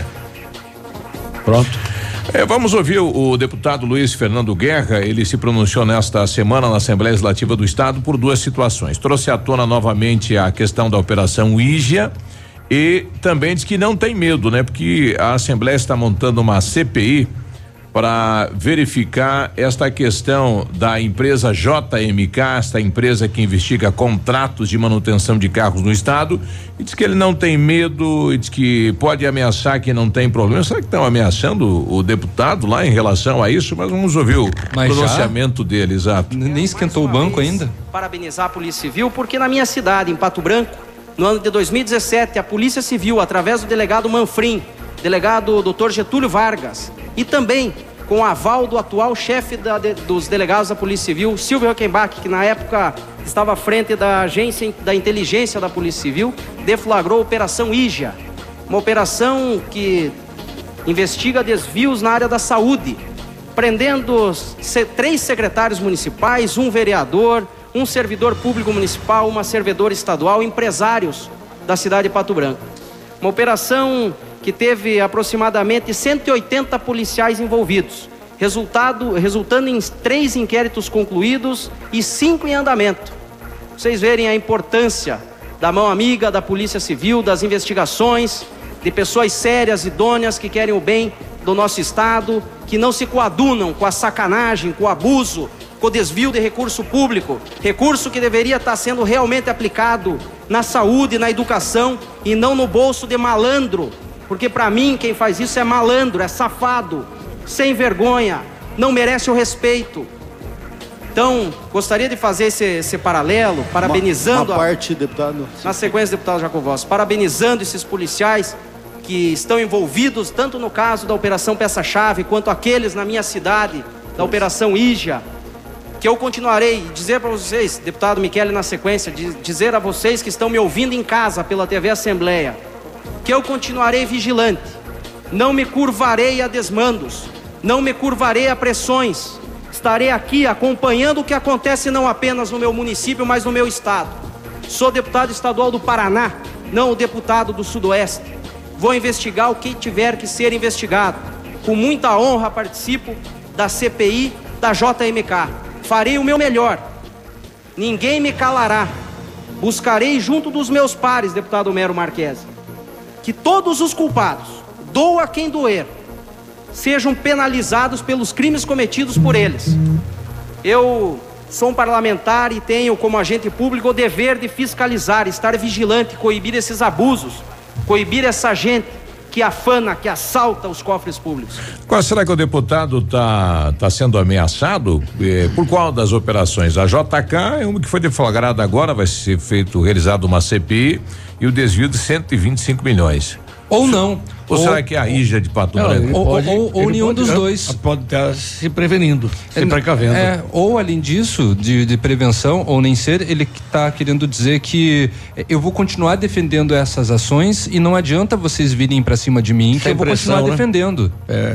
S1: Pronto.
S7: Vamos ouvir o deputado Luiz Fernando Guerra. Ele se pronunciou nesta semana na Assembleia Legislativa do Estado por duas situações. Trouxe à tona novamente a questão da Operação Ígia e também diz que não tem medo, né? Porque a Assembleia está montando uma CPI para verificar esta questão da empresa JMK, esta empresa que investiga contratos de manutenção de carros no estado, e diz que ele não tem medo, e diz que pode ameaçar que não tem problema. Será que estão ameaçando o deputado lá em relação a isso? Mas vamos ouvir o pronunciamento dele, exato.
S8: Nem esquentou o banco ainda?
S11: Parabenizar a Polícia Civil, porque na minha cidade, em Pato Branco, no ano de 2017, a Polícia Civil, através do delegado Manfrim, delegado Dr. Getúlio Vargas, e também com o aval do atual chefe dos delegados da Polícia Civil, Silvio Hockenbach, que na época estava à frente da agência da inteligência da Polícia Civil, deflagrou a Operação Ígia, uma operação que investiga desvios na área da saúde, prendendo 3 secretários municipais, um vereador, um servidor público municipal, uma servidora estadual, empresários da cidade de Pato Branco. Uma operação que teve aproximadamente 180 policiais envolvidos, resultando em 3 inquéritos concluídos e 5 em andamento. Vocês verem a importância da mão amiga da Polícia Civil, das investigações, de pessoas sérias, idôneas, que querem o bem do nosso estado, que não se coadunam com a sacanagem, com o abuso, com o desvio de recurso público, recurso que deveria estar sendo realmente aplicado na saúde, na educação e não no bolso de malandro. Porque para mim quem faz isso é malandro, é safado, sem vergonha, não merece o respeito. Então, gostaria de fazer esse paralelo, parabenizando
S12: deputado.
S11: Na sequência, deputado Jacovós, parabenizando esses policiais que estão envolvidos tanto no caso da Operação Peça-Chave, quanto aqueles na minha cidade, da Operação Ígia, que eu continuarei dizer para vocês, deputado Michele, na sequência, dizer a vocês que estão me ouvindo em casa pela TV Assembleia, que eu continuarei vigilante, não me curvarei a desmandos, não me curvarei a pressões, estarei aqui acompanhando o que acontece não apenas no meu município, mas no meu estado. Sou deputado estadual do Paraná, não o deputado do Sudoeste. Vou investigar o que tiver que ser investigado. Com muita honra participo da CPI da JMK. Farei o meu melhor. Ninguém me calará. Buscarei junto dos meus pares, deputado Homero Marques, que todos os culpados, doa quem doer, sejam penalizados pelos crimes cometidos por eles. Eu sou um parlamentar e tenho como agente público o dever de fiscalizar, estar vigilante, coibir esses abusos, coibir essa gente que afana, que assalta os cofres públicos.
S7: Qual será que o deputado tá sendo ameaçado? Por qual das operações? A JK é uma que foi deflagrada agora, vai ser realizado uma CPI e o desvio de 125 milhões.
S8: Ou não.
S7: Ou será que é a Ígia de Pato Branco?
S8: Ou nenhum dos dois.
S1: Pode estar se prevenindo, se precavendo.
S8: Ou além disso, de prevenção, ou nem ser, ele está querendo dizer que eu vou continuar defendendo essas ações e não adianta vocês virem para cima de mim, que eu vou continuar defendendo.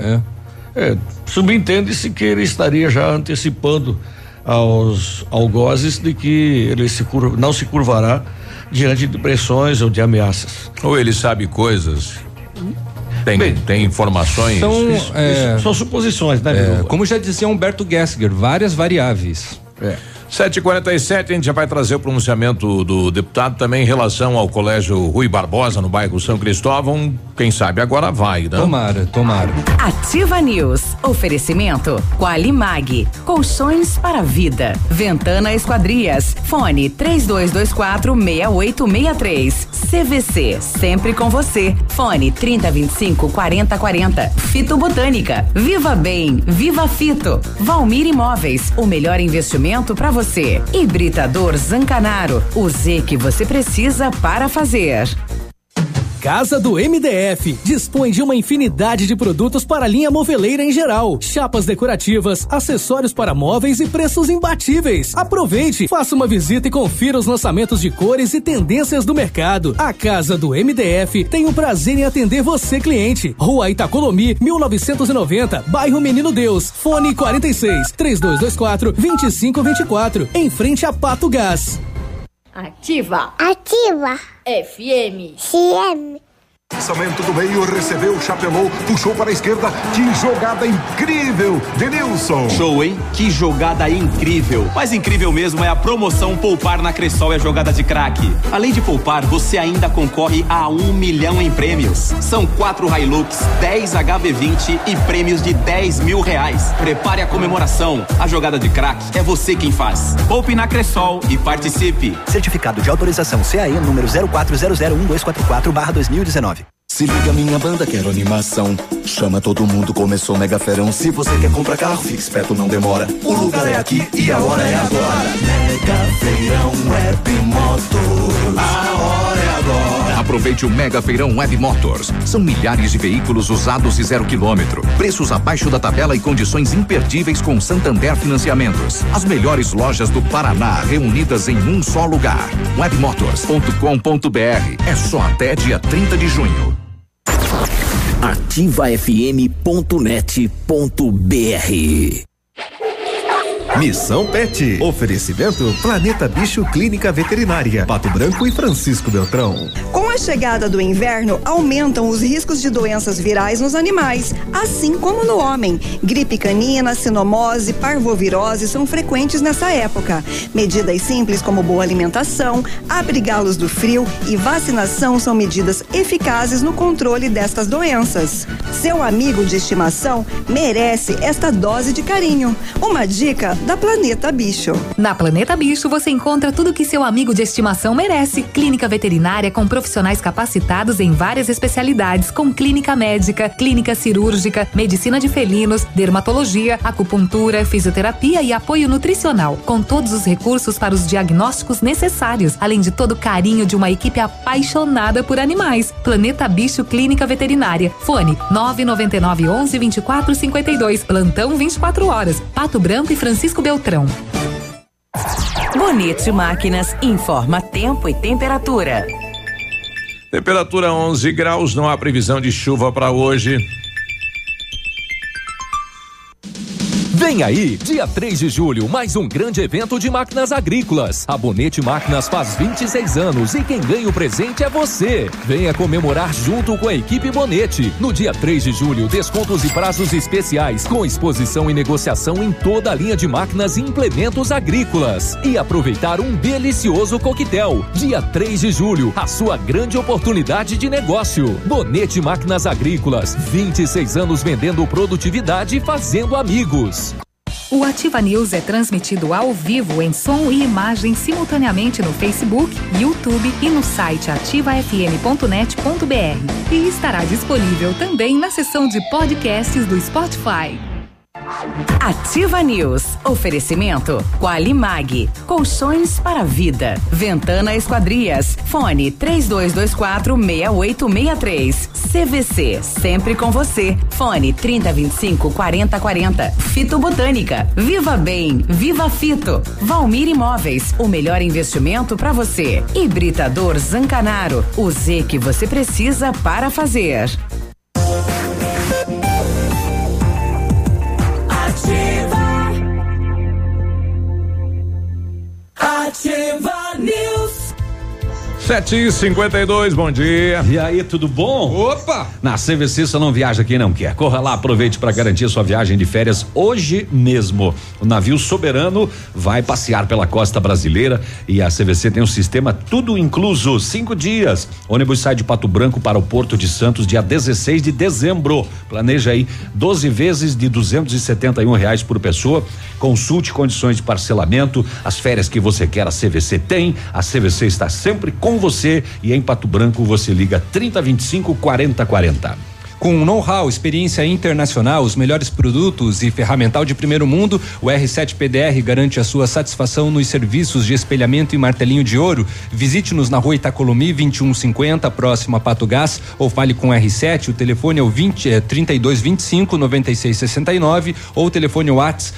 S1: Subentende-se que ele estaria já antecipando aos algozes de que ele não se curvará diante de pressões ou de ameaças.
S7: Ou ele sabe coisas, tem informações.
S1: São suposições, né?
S8: Como já dizia Humberto Gessinger, várias variáveis.
S7: 7h47, a gente já vai trazer o pronunciamento do deputado também em relação ao Colégio Rui Barbosa, no bairro São Cristóvão. Quem sabe agora vai, né?
S8: Tomara.
S5: Ativa News. Oferecimento Qualimag. Colchões para a vida. Ventana Esquadrias. Fone 3224-6863. CVC. Sempre com você. Fone 3025-4040. Fito Botânica. Viva Bem. Viva Fito. Valmir Imóveis. O melhor investimento para você. Hibridador Zancanaro. O Z que você precisa para fazer.
S12: Casa do MDF dispõe de uma infinidade de produtos para a linha moveleira em geral, chapas decorativas, acessórios para móveis e preços imbatíveis. Aproveite, faça uma visita e confira os lançamentos de cores e tendências do mercado. A Casa do MDF tem o prazer em atender você, cliente. Rua Itacolomi, 1990, bairro Menino Deus. Fone 46 3224 2524, em frente a Pato Gás.
S13: Ativa.
S14: Ativa.
S13: FM.
S14: CM.
S15: Lançamento do meio, recebeu, chapelou, puxou para a esquerda, que jogada incrível, Denilson.
S16: Show, hein? Que jogada incrível. Mais incrível mesmo é a promoção Poupar na Cressol é jogada de craque. Além de poupar, você ainda concorre a 1 milhão em prêmios. São 4 Hilux, 10 HB20 e prêmios de R$10 mil. Prepare a comemoração. A jogada de craque é você quem faz. Poupe na Cressol e participe.
S17: Certificado de autorização CAE número 04001244/2019.
S18: Se liga, minha banda, quero animação. Chama todo mundo, começou Mega Feirão. Se você quer comprar carro, fique esperto, não demora. O lugar é aqui e a hora é agora. Mega Feirão Web Motors. A hora é agora.
S26: Aproveite o Mega Feirão Web Motors. São milhares de veículos usados e 0 quilômetro. Preços abaixo da tabela e condições imperdíveis com Santander Financiamentos. As melhores lojas do Paraná reunidas em um só lugar. webmotors.com.br. É só até dia 30 de junho.
S25: ativafm.net.br. Missão Pet. Oferecimento Planeta Bicho Clínica Veterinária, Pato Branco e Francisco Beltrão.
S10: Com a chegada do inverno, aumentam os riscos de doenças virais nos animais, assim como no homem. Gripe canina, sinomose, parvovirose são frequentes nessa época. Medidas simples como boa alimentação, abrigá-los do frio e vacinação são medidas eficazes no controle destas doenças. Seu amigo de estimação merece esta dose de carinho. Uma dica da Planeta Bicho.
S24: Na Planeta Bicho você encontra tudo que seu amigo de estimação merece. Clínica veterinária com profissionais capacitados em várias especialidades, com clínica médica, clínica cirúrgica, medicina de felinos, dermatologia, acupuntura, fisioterapia e apoio nutricional, com todos os recursos para os diagnósticos necessários, além de todo o carinho de uma equipe apaixonada por animais. Planeta Bicho Clínica Veterinária. Fone 999 11 24 52. Plantão 24 horas. Pato Branco e Francisco Beltrão.
S5: Bonito Máquinas informa tempo e temperatura.
S7: Temperatura 11 graus, não há previsão de chuva para hoje.
S6: Vem aí, dia 3 de julho, mais um grande evento de máquinas agrícolas. A Bonete Máquinas faz 26 anos e quem ganha o presente é você. Venha comemorar junto com a equipe Bonete. No dia 3 de julho, descontos e prazos especiais, com exposição e negociação em toda a linha de máquinas e implementos agrícolas. E aproveitar um delicioso coquetel. Dia 3 de julho, a sua grande oportunidade de negócio. Bonete Máquinas Agrícolas, 26 anos vendendo produtividade e fazendo amigos.
S24: O Ativa News é transmitido ao vivo em som e imagem simultaneamente no Facebook, YouTube e no site ativafm.net.br. E estará disponível também na seção de podcasts do Spotify.
S5: Ativa News. Oferecimento Qualimag. Colchões para a vida. Ventana Esquadrias. Fone 3224-6863. CVC. Sempre com você. Fone 3025-4040. Fito Botânica. Viva Bem. Viva Fito. Valmir Imóveis. O melhor investimento para você. Hibridador Zancanaro. O Z que você precisa para fazer.
S25: Ativa News.
S7: 7h52, bom dia.
S9: E aí, tudo bom?
S7: Opa!
S9: Na CVC você não viaja quem não quer. Corra lá, aproveite para garantir sua viagem de férias hoje mesmo. O navio Soberano vai passear pela costa brasileira e a CVC tem um sistema tudo incluso, 5 dias. Ônibus sai de Pato Branco para o Porto de Santos dia 16 de dezembro. Planeja aí 12 vezes de R$271 por pessoa. Consulte condições de parcelamento, as férias que você quer a CVC tem. A CVC está sempre com você e em Pato Branco você liga 3025-4040.
S8: Com know-how, experiência internacional, os melhores produtos e ferramental de primeiro mundo, o R7 PDR garante a sua satisfação nos serviços de espelhamento e martelinho de ouro. Visite-nos na Rua Itacolomi 2150, próximo a Pato Gás, ou fale com o R7. O telefone é o 3225 9669 ou o telefone WhatsApp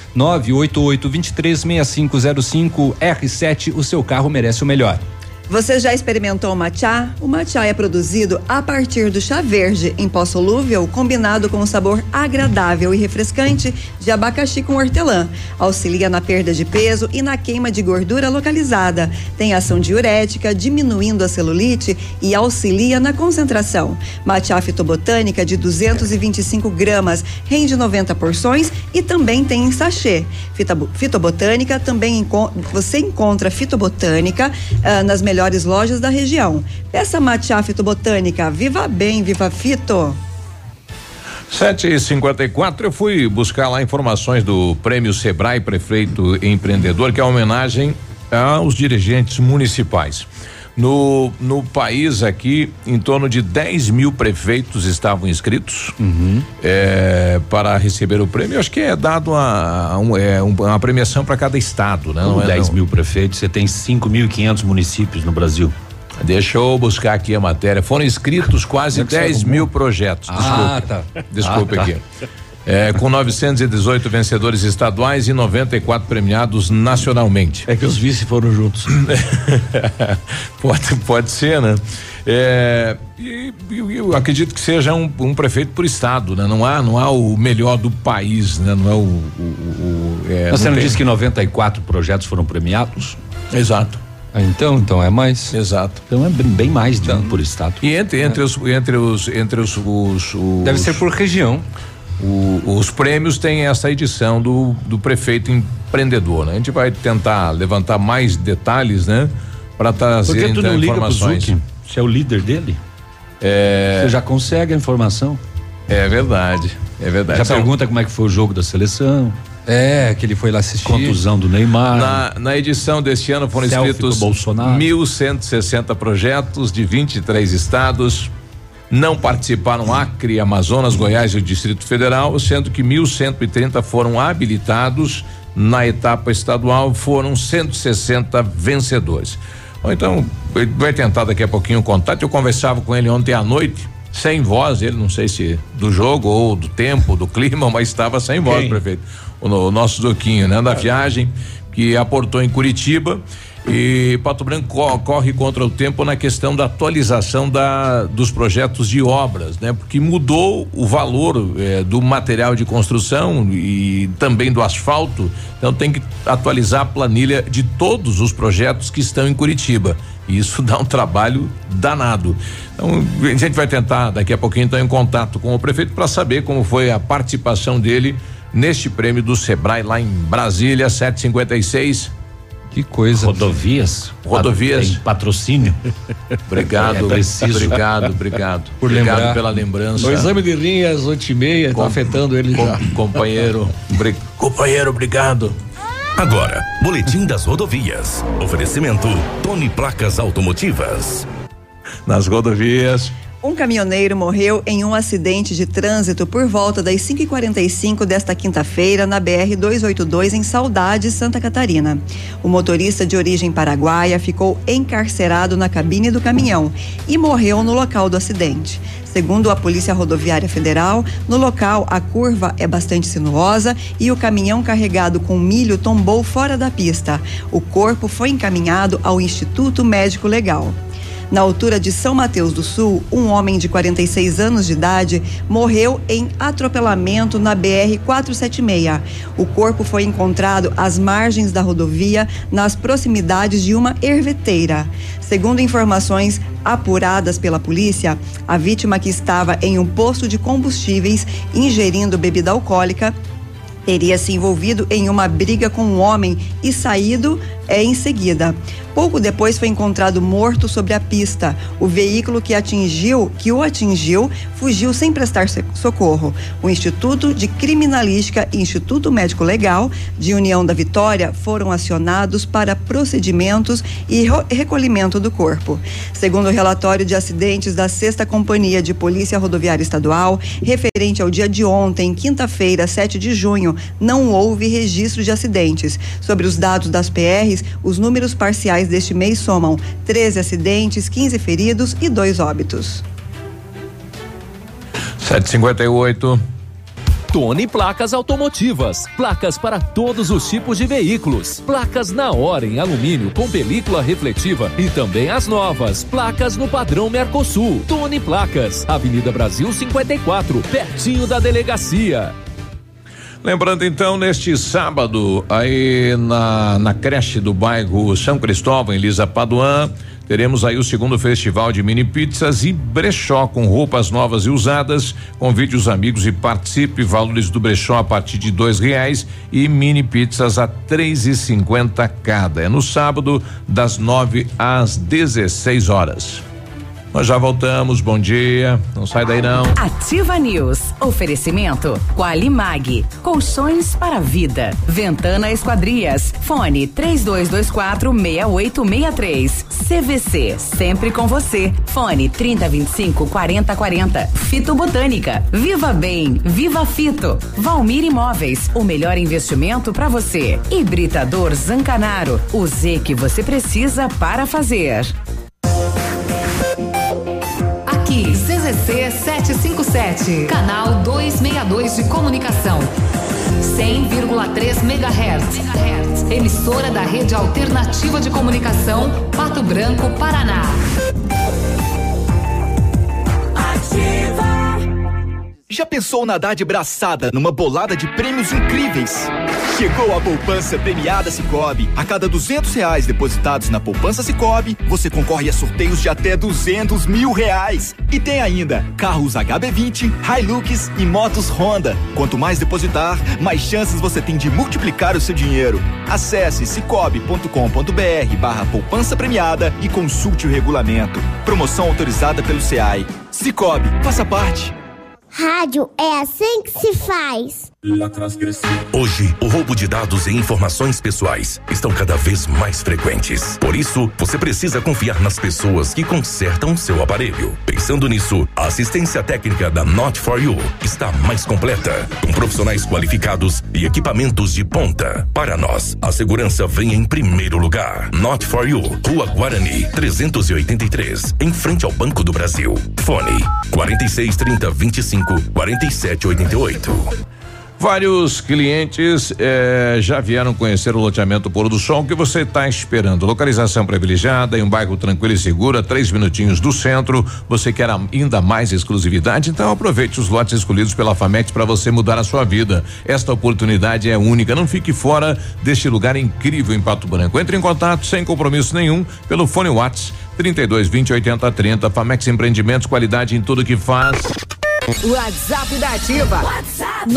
S8: 988236505. R7, o seu carro merece o melhor.
S10: Você já experimentou o matcha? O matcha é produzido a partir do chá verde em pó solúvel, combinado com um sabor agradável e refrescante de abacaxi com hortelã. Auxilia na perda de peso e na queima de gordura localizada. Tem ação diurética, diminuindo a celulite e auxilia na concentração. Matcha fitobotânica de 225 gramas, rende 90 porções e também tem em sachê. Fitobotânica também você encontra fitobotânica nas melhores lojas da região. Peça matcha fitobotânica. Viva bem, viva fito.
S7: 7h54, eu fui buscar lá informações do Prêmio Sebrae Prefeito Empreendedor, que é uma homenagem aos dirigentes municipais. No país aqui, em torno de 10 mil prefeitos estavam inscritos para receber o prêmio. Eu acho que é dado uma premiação para cada estado, né?
S9: Com 10 mil prefeitos, você tem 5.500 municípios no Brasil.
S7: Deixa eu buscar aqui a matéria. Foram inscritos quase 10 mil projetos. Desculpa aqui. Com 918 vencedores estaduais e 94 premiados nacionalmente.
S1: É que os vice foram juntos.
S7: Pode ser, né? Eu acredito que seja um prefeito por estado, né? Não há o melhor do país, né? Não é
S9: Você não disse que 94 projetos foram premiados?
S7: Exato.
S8: Então é mais.
S7: Exato.
S9: Então é bem mais de um por estado.
S7: E entre os
S8: deve ser por região.
S7: Os prêmios têm essa edição do prefeito empreendedor, né? A gente vai tentar levantar mais detalhes, né? Para trazer então informações.
S9: Você é o líder dele? Você já consegue a informação?
S7: É verdade.
S9: Já pergunta como é que foi o jogo da seleção.
S8: Que ele foi lá assistir.
S9: Contusão do Neymar.
S7: Na edição deste ano foram inscritos 1.160 projetos de 23 estados. Não participaram Acre, Amazonas, Goiás e o Distrito Federal, sendo que 1.130 foram habilitados. Na etapa estadual foram 160 vencedores. Então, ele vai tentar daqui a pouquinho o contato. Eu conversava com ele ontem à noite, sem voz, ele não sei se do jogo ou do tempo, do clima, mas estava sem voz, prefeito. O nosso Zuquinho, né? Da viagem que aportou em Curitiba. E Pato Branco corre contra o tempo na questão da atualização dos projetos de obras, né? Porque mudou o valor do material de construção e também do asfalto, então tem que atualizar a planilha de todos os projetos que estão em Curitiba. E isso dá um trabalho danado. Então a gente vai tentar daqui a pouquinho estar em contato com o prefeito para saber como foi a participação dele neste prêmio do Sebrae lá em Brasília. 7h56.
S8: Que coisa.
S9: Rodovias.
S7: Tem
S9: patrocínio.
S7: Obrigado. Obrigado.
S8: Por lembrar.
S7: Pela lembrança.
S1: O exame de linha às 8h30 tá afetando ele já.
S7: Companheiro, obrigado.
S26: Agora, Boletim das Rodovias. Oferecimento Tony Placas Automotivas.
S7: Nas rodovias.
S10: Um caminhoneiro morreu em um acidente de trânsito por volta das 5h45 desta quinta-feira na BR-282 em Saudade, Santa Catarina. O motorista de origem paraguaia ficou encarcerado na cabine do caminhão e morreu no local do acidente. Segundo a Polícia Rodoviária Federal, no local a curva é bastante sinuosa e o caminhão carregado com milho tombou fora da pista. O corpo foi encaminhado ao Instituto Médico Legal. Na altura de São Mateus do Sul, um homem de 46 anos de idade morreu em atropelamento na BR-476. O corpo foi encontrado às margens da rodovia, nas proximidades de uma erveteira. Segundo informações apuradas pela polícia, a vítima, que estava em um posto de combustíveis ingerindo bebida alcoólica, teria se envolvido em uma briga com um homem e saído em seguida. Pouco depois foi encontrado morto sobre a pista. O veículo que o atingiu fugiu sem prestar socorro. O Instituto de Criminalística e Instituto Médico Legal de União da Vitória foram acionados para procedimentos e recolhimento do corpo. Segundo o relatório de acidentes da 6ª Companhia de Polícia Rodoviária Estadual, referente ao dia de ontem, quinta-feira, 7 de junho, não houve registro de acidentes. Sobre os dados das PRs, os números parciais deste mês somam 13 acidentes, 15 feridos e 2 óbitos.
S7: 7:58.
S6: Tony Placas Automotivas. Placas para todos os tipos de veículos. Placas na hora em alumínio com película refletiva e também as novas. Placas no padrão Mercosul. Tony Placas. Avenida Brasil 54, pertinho da delegacia.
S7: Lembrando então, neste sábado, aí na creche do bairro São Cristóvão, em Lisa Paduan, teremos aí o 2º festival de mini pizzas e brechó com roupas novas e usadas. Convide os amigos e participe. Valores do brechó a partir de R$2 e mini pizzas a R$3,50 cada. É no sábado, das 9 às 16 horas. Nós já voltamos, bom dia, não sai daí não.
S5: Ativa News, oferecimento Qualimag, colchões para a vida, Ventana Esquadrias, fone 3224-6863, CVC, sempre com você, fone 3025-4040, Fito Botânica, Viva Bem, Viva Fito, Valmir Imóveis, o melhor investimento para você, Hibridador Zancanaro, o Z que você precisa para fazer.
S24: CZC 757, canal 262 de comunicação, 100,3 MHz, emissora da Rede Alternativa de Comunicação, Pato Branco, Paraná.
S2: Ativa. Já pensou nadar de braçada numa bolada de prêmios incríveis? Chegou a poupança premiada Sicoob. A cada R$200 depositados na poupança Sicoob, você concorre a sorteios de até R$200 mil. E tem ainda carros HB20, Hilux e motos Honda. Quanto mais depositar, mais chances você tem de multiplicar o seu dinheiro. Acesse cicobi.com.br/poupança premiada e consulte o regulamento. Promoção autorizada pelo SEAI. Sicoob, faça parte.
S14: Rádio é assim que se faz.
S26: Hoje, o roubo de dados e informações pessoais estão cada vez mais frequentes. Por isso, você precisa confiar nas pessoas que consertam seu aparelho. Pensando nisso, a assistência técnica da Not4U está mais completa, com profissionais qualificados e equipamentos de ponta. Para nós, a segurança vem em primeiro lugar. Not4U, Rua Guarani, 383, em frente ao Banco do Brasil. Fone 4630254788.
S7: Vários clientes já vieram conhecer o loteamento Pôr do Sol. O que você está esperando? Localização privilegiada em um bairro tranquilo e seguro, a 3 minutinhos do centro. Você quer ainda mais exclusividade? Então aproveite os lotes escolhidos pela Famex para você mudar a sua vida. Esta oportunidade é única. Não fique fora deste lugar incrível em Pato Branco. Entre em contato sem compromisso nenhum pelo fone WhatsApp 3220-8030. Famex Empreendimentos, qualidade em tudo que faz.
S24: WhatsApp da Ativa. WhatsApp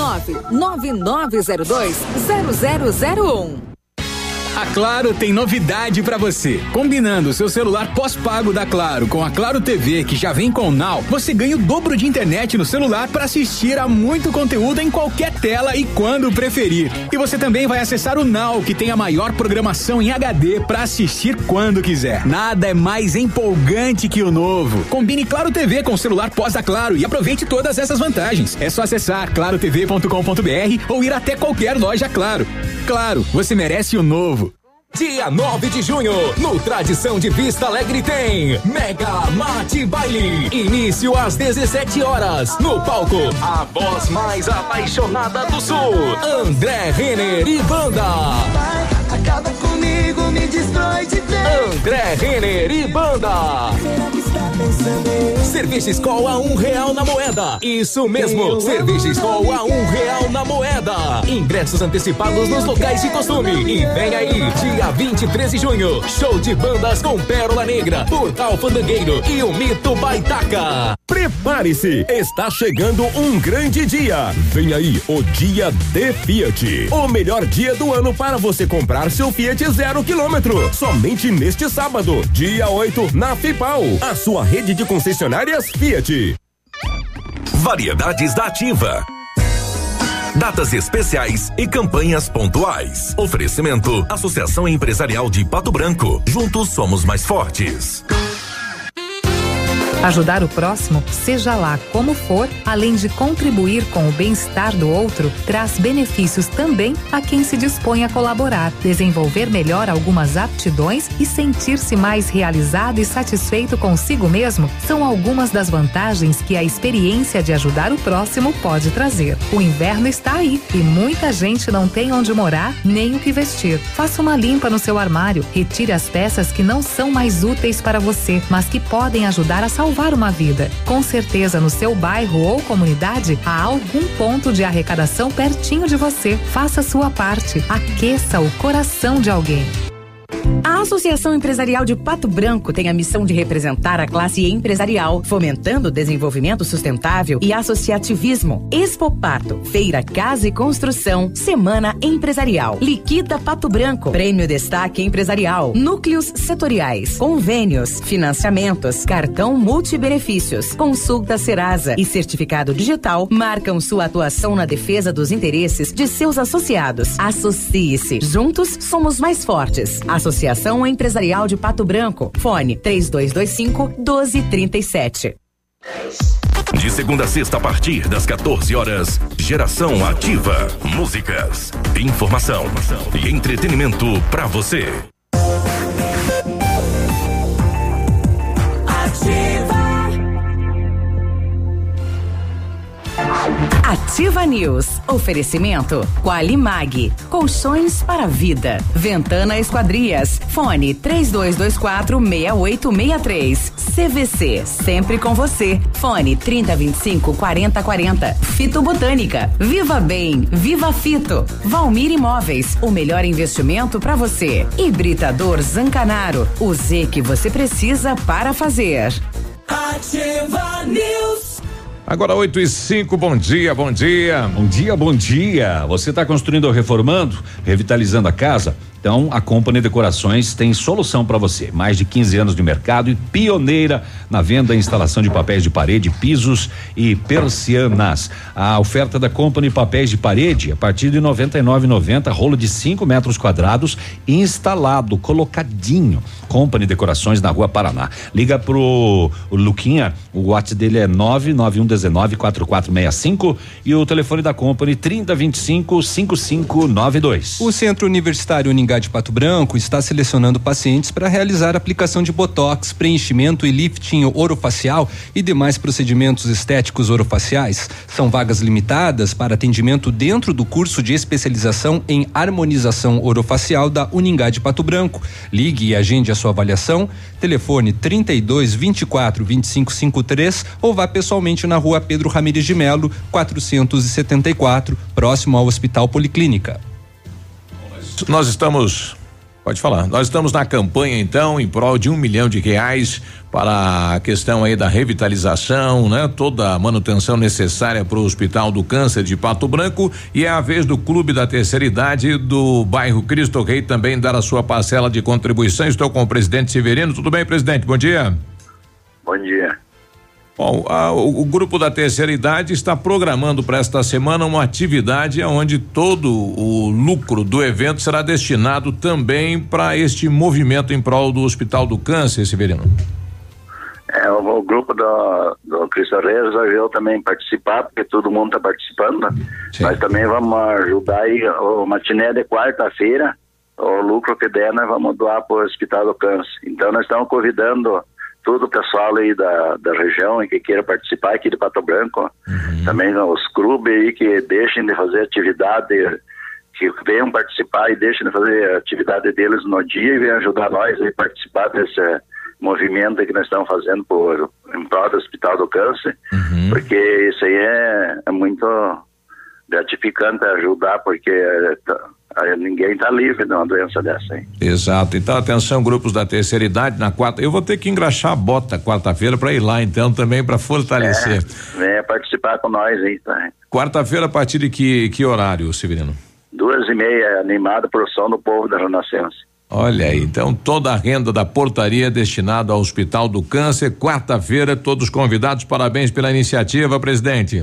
S24: 999020001.
S19: A Claro tem novidade pra você. Combinando o seu celular pós-pago da Claro com a Claro TV, que já vem com o Now, você ganha o dobro de internet no celular para assistir a muito conteúdo em qualquer tela e quando preferir. E você também vai acessar o Now, que tem a maior programação em HD para assistir quando quiser. Nada é mais empolgante que o novo. Combine Claro TV com o celular pós da Claro e aproveite todas essas vantagens. É só acessar clarotv.com.br ou ir até qualquer loja Claro. Claro, você merece o novo.
S6: Dia 9 de junho, no Tradição de Vista Alegre tem Mega Mate Baile. Início às 17 horas. No palco, a voz mais apaixonada do Sul, André Renner e banda.
S2: Acaba comigo, me destrói de vez.
S6: André Renner e banda.
S3: Cerveja Skol a R$1 na moeda. Isso mesmo, cerveja Skol a R$1 na moeda. Ingressos antecipados nos locais de costume. E vem aí, dia 23 de junho, show de bandas com Pérola Negra, Portal Fandangueiro e o Mito Baitaca.
S4: Prepare-se, está chegando um grande dia. Vem aí o Dia D Fiat. O melhor dia do ano para você comprar seu Fiat 0 km. Somente neste sábado, dia 8, na FIPAL, a sua rede de concessionárias Fiat.
S26: Variedades da Ativa. Datas especiais e campanhas pontuais. Oferecimento: Associação Empresarial de Pato Branco. Juntos somos mais fortes.
S24: Ajudar o próximo, seja lá como for, além de contribuir com o bem-estar do outro, traz benefícios também a quem se dispõe a colaborar, desenvolver melhor algumas aptidões e sentir-se mais realizado e satisfeito consigo mesmo são algumas das vantagens que a experiência de ajudar o próximo pode trazer. O inverno está aí e muita gente não tem onde morar nem o que vestir. Faça uma limpa no seu armário, retire as peças que não são mais úteis para você, mas que podem ajudar a salvar uma vida. Com certeza no seu bairro ou comunidade há algum ponto de arrecadação pertinho de você. Faça a sua parte. Aqueça o coração de alguém.
S5: A Associação Empresarial de Pato Branco tem a missão de representar a classe empresarial, fomentando o desenvolvimento sustentável e associativismo. Expo Pato, Feira Casa e Construção, Semana Empresarial, Liquida Pato Branco, Prêmio Destaque Empresarial, Núcleos Setoriais, Convênios, Financiamentos, Cartão Multibenefícios, Consulta Serasa e Certificado Digital marcam sua atuação na defesa dos interesses de seus associados. Associe-se. Juntos somos mais fortes. Associação Empresarial de Pato Branco. Fone 3225-1237.
S26: De segunda a sexta, a partir das 14 horas, Geração Ativa. Músicas, informação e entretenimento pra você.
S5: Ativa News. Oferecimento Qualimag. Colchões para a vida. Ventana Esquadrias. Fone 3224-6863. CVC. Sempre com você. Fone 3025-4040. Fito Botânica. Viva Bem. Viva Fito. Valmir Imóveis. O melhor investimento para você. Hibridador Zancanaro. O Z que você precisa para fazer.
S3: Ativa News.
S7: Agora 8:05, bom dia, bom dia.
S9: Bom dia, bom dia. Você está construindo ou reformando, revitalizando a casa? Então, a Company Decorações tem solução para você. Mais de 15 anos de mercado e pioneira na venda e instalação de papéis de parede, pisos e persianas. A oferta da Company Papéis de Parede, a partir de R$ 99,90, rolo de 5 metros quadrados, instalado, colocadinho. Company Decorações na Rua Paraná. Liga pro Luquinha, o WhatsApp dele é 991194465 e o telefone da Company 3025-5592.
S8: O Centro Universitário Uningá de Pato Branco está selecionando pacientes para realizar aplicação de botox, preenchimento e lifting orofacial e demais procedimentos estéticos orofaciais. São vagas limitadas para atendimento dentro do curso de especialização em harmonização orofacial da Uningá de Pato Branco. Ligue e agende a sua avaliação. Telefone 3224-2553 ou vá pessoalmente na Rua Pedro Ramires de Melo, 474, próximo ao Hospital Policlínica.
S7: Nós estamos na campanha então em prol de R$1 milhão para a questão aí da revitalização, né? Toda a manutenção necessária para o Hospital do Câncer de Pato Branco, e é a vez do Clube da Terceira Idade do bairro Cristo Rei também dar a sua parcela de contribuição. Estou com o presidente Severino. Tudo bem, presidente? Bom dia.
S20: Bom dia.
S7: Bom, o grupo da Terceira Idade está programando para esta semana uma atividade onde todo o lucro do evento será destinado também para este movimento em prol do Hospital do Câncer, Severino.
S20: O grupo do Cristo Rei resolveu também participar, porque todo mundo está participando, né? Nós também vamos ajudar aí o matiné de quarta-feira, o lucro que der nós vamos doar para o Hospital do Câncer. Então nós estamos convidando todo o pessoal aí da região e que queira participar aqui de Pato Branco, também os clubes aí que deixem de fazer atividade, que venham participar e deixem de fazer a atividade deles no dia e venham ajudar nós a participar movimento que nós estamos fazendo em prol do Hospital do Câncer, porque isso aí é muito gratificante ajudar, porque ninguém está livre de uma doença dessa aí.
S7: Exato. Então, atenção, grupos da terceira idade, na quarta. Eu vou ter que engraxar a bota quarta-feira para ir lá, então, também para fortalecer.
S20: Venha participar com nós aí, tá?
S7: Quarta-feira, a partir de que horário, Severino?
S20: 2:30, animada por som do povo da Renascença.
S7: Olha aí, então toda a renda da portaria é destinada ao Hospital do Câncer. Quarta-feira, todos convidados. Parabéns pela iniciativa, presidente.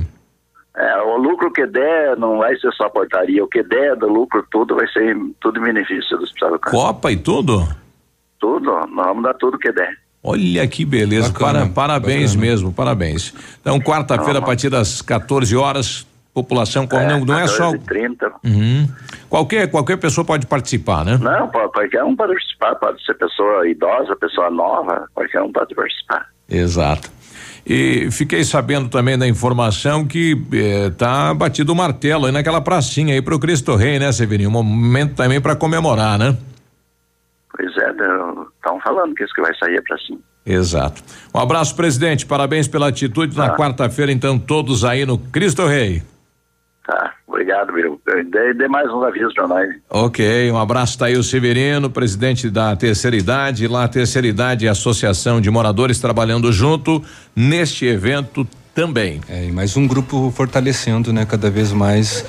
S20: O lucro que der não vai ser só portaria, o que der do lucro tudo vai ser tudo em benefício do Hospital do Câncer.
S7: Copa e tudo?
S20: Tudo, nós vamos dar tudo que der.
S7: Olha que beleza, parabéns mesmo, parabéns. Então, quarta-feira, a partir das 14 horas, população, não é só...
S20: 30.
S7: Qualquer pessoa pode participar, né?
S20: Não, qualquer um pode participar, pode ser pessoa idosa, pessoa nova, qualquer um pode participar.
S7: Exato. E fiquei sabendo também da informação que tá batido o martelo aí naquela pracinha aí pro Cristo Rei, né, Severino? Um momento também para comemorar, né?
S20: Pois é, estão falando que isso que vai sair pra cima.
S7: Exato. Um abraço, presidente, parabéns pela atitude. Na quarta-feira, então, todos aí no Cristo Rei.
S20: Tá, obrigado, viu? Dê mais uns avisos pra nós.
S7: Ok, um abraço, tá aí o Severino, presidente da Terceira Idade, lá a Terceira Idade e a Associação de Moradores trabalhando junto neste evento também.
S8: E mais um grupo fortalecendo, né, cada vez mais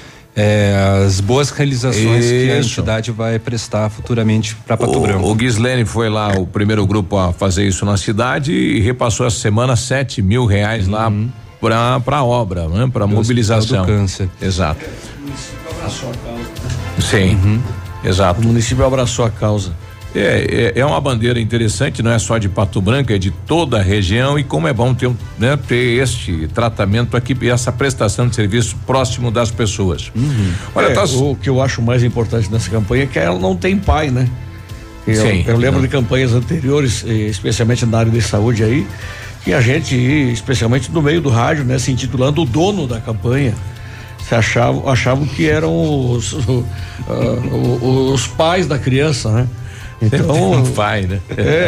S8: as boas realizações que a entidade vai prestar futuramente para Pato Branco.
S7: O Gislene foi lá, o primeiro grupo a fazer isso na cidade e repassou essa semana R$7 mil lá para obra, né? Para mobilização.
S8: Do câncer.
S7: Exato.
S1: O município abraçou a causa.
S7: Sim, exato.
S1: O município abraçou a causa.
S7: É uma bandeira interessante, não é só de Pato Branco, é de toda a região, e como é bom ter este tratamento aqui, essa prestação de serviço próximo das pessoas. Olha,
S1: o que eu acho mais importante nessa campanha é que ela não tem pai, né? Eu lembro de campanhas anteriores, especialmente na área de saúde aí, que a gente, especialmente no meio do rádio, né, se intitulando o dono da campanha, se achavam que eram os pais da criança, né? Então,
S7: pai, né?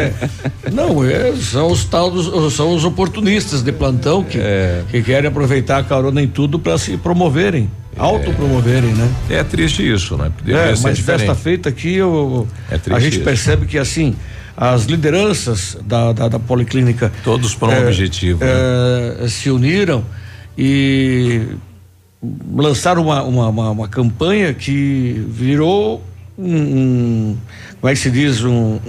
S1: São os oportunistas de plantão que querem aproveitar a carona em tudo para se promoverem, autopromoverem, né?
S7: É triste isso, né?
S1: Mas desta feita aqui a gente percebe que assim as lideranças da Policlínica
S7: todos para um objetivo,
S1: se uniram e lançaram uma campanha que virou como é que se diz,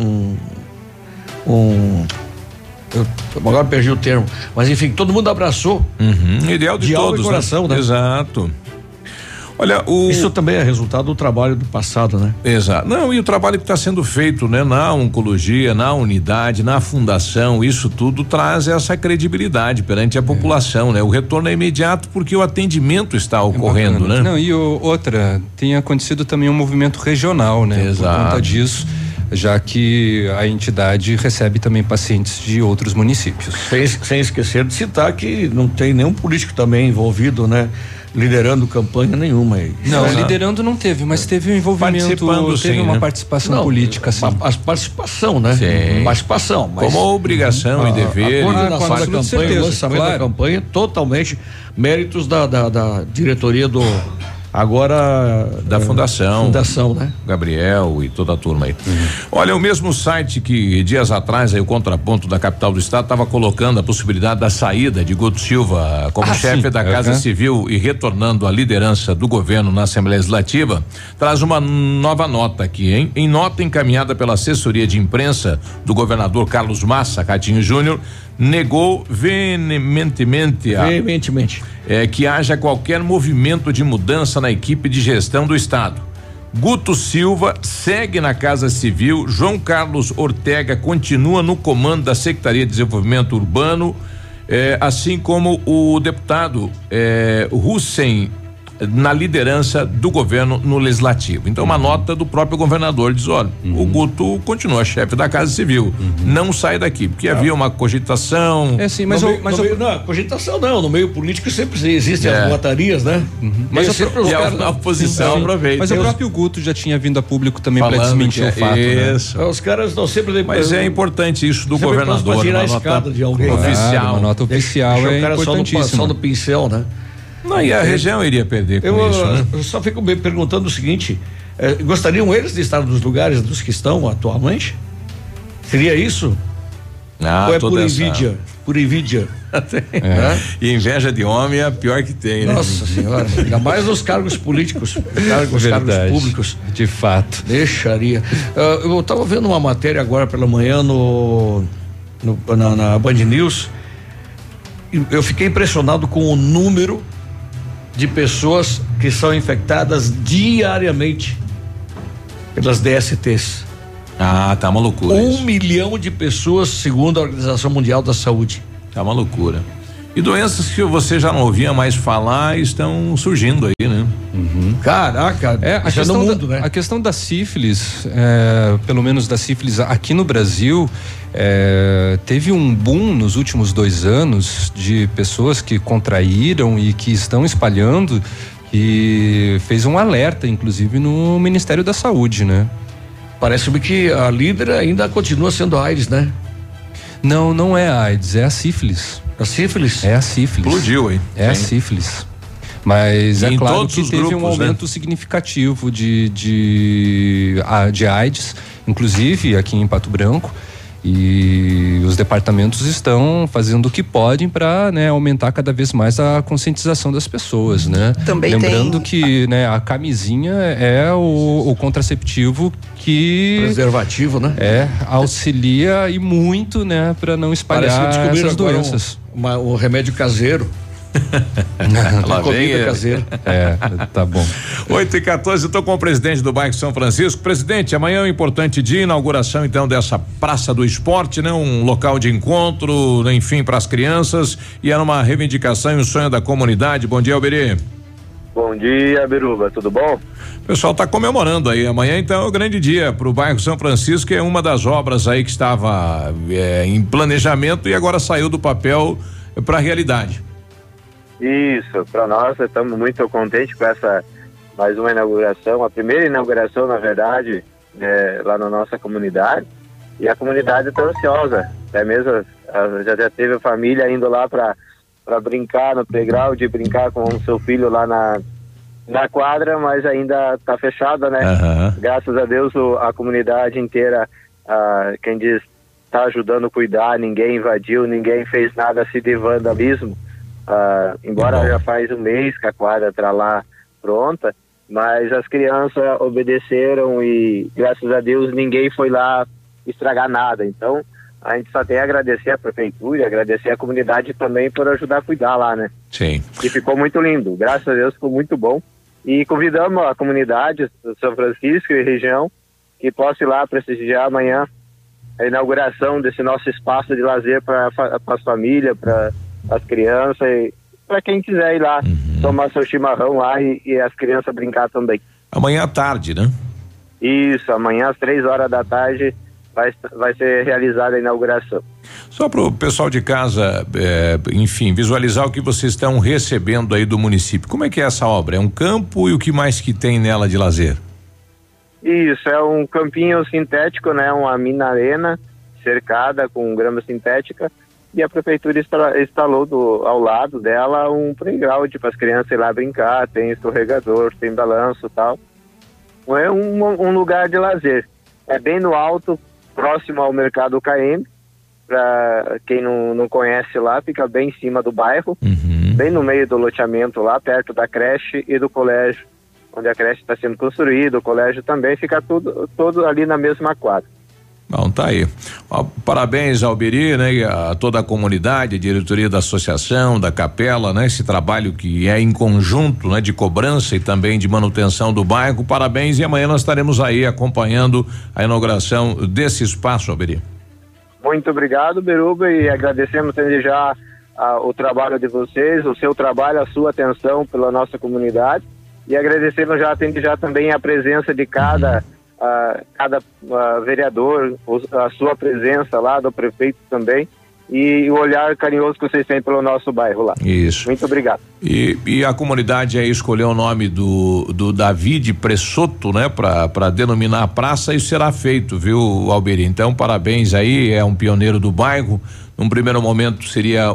S1: agora perdi o termo, mas enfim, todo mundo abraçou.
S7: Ideal de todos,
S1: alma e coração, né?
S7: Exato. Olha,
S1: isso também é resultado do trabalho do passado, né?
S7: Exato. Não, e o trabalho que está sendo feito, né? Na oncologia, na unidade, na fundação, isso tudo traz essa credibilidade perante a população, né? O retorno é imediato porque o atendimento está ocorrendo, né?
S8: Não, e outra, tem acontecido também um movimento regional, né?
S7: Exato.
S8: Por conta disso, já que a entidade recebe também pacientes de outros municípios.
S1: Sem esquecer de citar que não tem nenhum político também envolvido, né? Liderando campanha nenhuma aí.
S8: Não, liderando não teve, mas teve um envolvimento, teve uma participação política, sim.
S1: A participação, né?
S7: Sim.
S1: Participação, mas
S7: como obrigação e dever.
S1: A coordenação da campanha, o lançamento da campanha, totalmente méritos da diretoria da fundação, né?
S7: Gabriel e toda a turma aí. Olha, o mesmo site que dias atrás aí o Contraponto da capital do estado estava colocando a possibilidade da saída de Guto Silva como chefe da Casa Civil e retornando à liderança do governo na Assembleia Legislativa, traz uma nova nota aqui, hein? Em nota encaminhada pela assessoria de imprensa do governador Carlos Massa Catinho Júnior, negou veementemente que haja qualquer movimento de mudança na equipe de gestão do estado. Guto Silva segue na Casa Civil, João Carlos Ortega continua no comando da Secretaria de Desenvolvimento Urbano, assim como o deputado Hussein na liderança do governo no legislativo. Então, uma nota do próprio governador diz: olha, o Guto continua chefe da Casa Civil, não sai daqui, porque havia uma cogitação.
S1: Sim, mas não, cogitação não, no meio político sempre existem as boatarias, né?
S7: Mas a oposição aproveita.
S8: Mas o próprio Guto já tinha vindo a público também para desmentir o fato.
S7: Isso.
S1: Né? Os caras estão sempre.
S7: Mas é importante isso do governador.
S1: Tirar a escada de alguém.
S8: Oficial. Uma nota oficial é importantíssima.
S1: Só no pincel, né?
S7: Não, e a região iria perder com isso, né?
S1: Eu só fico me perguntando o seguinte: gostariam eles de estar nos lugares dos que estão atualmente? Seria isso? Ou é por inveja? Por inveja.
S7: E inveja de homem é a pior que tem, né?
S1: Nossa senhora, ainda mais nos cargos políticos, cargos públicos.
S8: De fato.
S1: Deixaria. Eu estava vendo uma matéria agora pela manhã na Band News. Eu fiquei impressionado com o número de pessoas que são infectadas diariamente pelas DSTs.
S7: Tá uma loucura.
S1: 1 milhão de pessoas, segundo a Organização Mundial da Saúde.
S7: Tá uma loucura. E doenças que você já não ouvia mais falar estão surgindo aí, né?
S1: Caraca,
S8: a questão da sífilis, pelo menos da sífilis aqui no Brasil, teve um boom nos últimos 2 anos de pessoas que contraíram e que estão espalhando, e fez um alerta, inclusive, no Ministério da Saúde, né?
S1: Parece-me que a líder ainda continua sendo a AIDS, né?
S8: Não é a AIDS, é a sífilis.
S1: A sífilis?
S8: É a sífilis.
S7: Explodiu, hein?
S8: É a sífilis. Mas é claro que teve
S7: grupos,
S8: um aumento significativo de AIDS, inclusive aqui em Pato Branco, e os departamentos estão fazendo o que podem para, né, aumentar cada vez mais a conscientização das pessoas, né?
S10: Também
S8: lembrando que, né, a camisinha é o contraceptivo que
S1: preservativo, né?
S8: Auxilia e muito, né, para não espalhar essas doenças.
S1: Um remédio caseiro.
S7: Comida
S1: caseira.
S8: Tá bom.
S7: 8h14, eu tô com o presidente do bairro São Francisco. Presidente, amanhã é um importante dia, inauguração então dessa Praça do Esporte, né? Um local de encontro, enfim, para as crianças, e era uma reivindicação e um sonho da comunidade. Bom dia, Alberi.
S11: Bom dia, Biruba, tudo bom?
S7: O pessoal tá comemorando aí, amanhã então é um grande dia pro bairro São Francisco, que é uma das obras aí que estava em planejamento e agora saiu do papel para a realidade.
S11: Isso, para nós estamos muito contentes com essa mais uma inauguração, a primeira inauguração, na verdade, lá na nossa comunidade, e a comunidade está ansiosa, até mesmo já teve a família indo lá para brincar no playground, brincar com o seu filho lá na quadra, mas ainda está fechada, né? Graças a Deus a comunidade inteira, quem diz, está ajudando a cuidar, ninguém invadiu, ninguém fez nada assim de vandalismo. Embora já faz um mês que a quadra está lá pronta, mas as crianças obedeceram e graças a Deus ninguém foi lá estragar nada. Então a gente só tem a agradecer a prefeitura, agradecer a comunidade também por ajudar a cuidar lá, né?
S7: Sim.
S11: E ficou muito lindo, graças a Deus ficou muito bom, e convidamos a comunidade do São Francisco e região que possa ir lá prestigiar amanhã a inauguração desse nosso espaço de lazer para as famílias, para as crianças, e para quem quiser ir lá tomar seu chimarrão lá e as crianças brincar também.
S7: Amanhã à tarde, né?
S11: Isso, amanhã às 3h da tarde vai ser realizada a inauguração.
S7: Só para o pessoal de casa, enfim, visualizar o que vocês estão recebendo aí do município. Como é que é essa obra? É um campo e o que mais que tem nela de lazer?
S11: Isso, é um campinho sintético, né? Uma mina arena cercada com grama sintética. E a prefeitura instalou ao lado dela um playground para as crianças ir lá brincar, tem escorregador, tem balanço e tal. É um lugar de lazer. É bem no alto, próximo ao mercado KM, para quem não conhece lá, fica bem em cima do bairro, bem no meio do loteamento lá, perto da creche e do colégio, onde a creche está sendo construída, o colégio também, fica todo ali na mesma quadra.
S7: Bom, tá aí. Parabéns ao Alberi, né? E a toda a comunidade, a diretoria da associação, da capela, né? Esse trabalho que é em conjunto, né? De cobrança e também de manutenção do bairro. Parabéns, e amanhã nós estaremos aí acompanhando a inauguração desse espaço, Alberi.
S11: Muito obrigado, Biruba, e agradecemos desde já o trabalho de vocês, o seu trabalho, a sua atenção pela nossa comunidade. E agradecendo já também a presença de cada vereador, a sua presença lá, do prefeito também, e o olhar carinhoso que vocês têm pelo nosso bairro lá.
S7: Isso.
S11: Muito obrigado.
S7: E a comunidade aí escolheu o nome do David Pressoto, né? Para denominar a praça, isso será feito, viu, Alberi? Então, parabéns aí, é um pioneiro do bairro. Num primeiro momento seria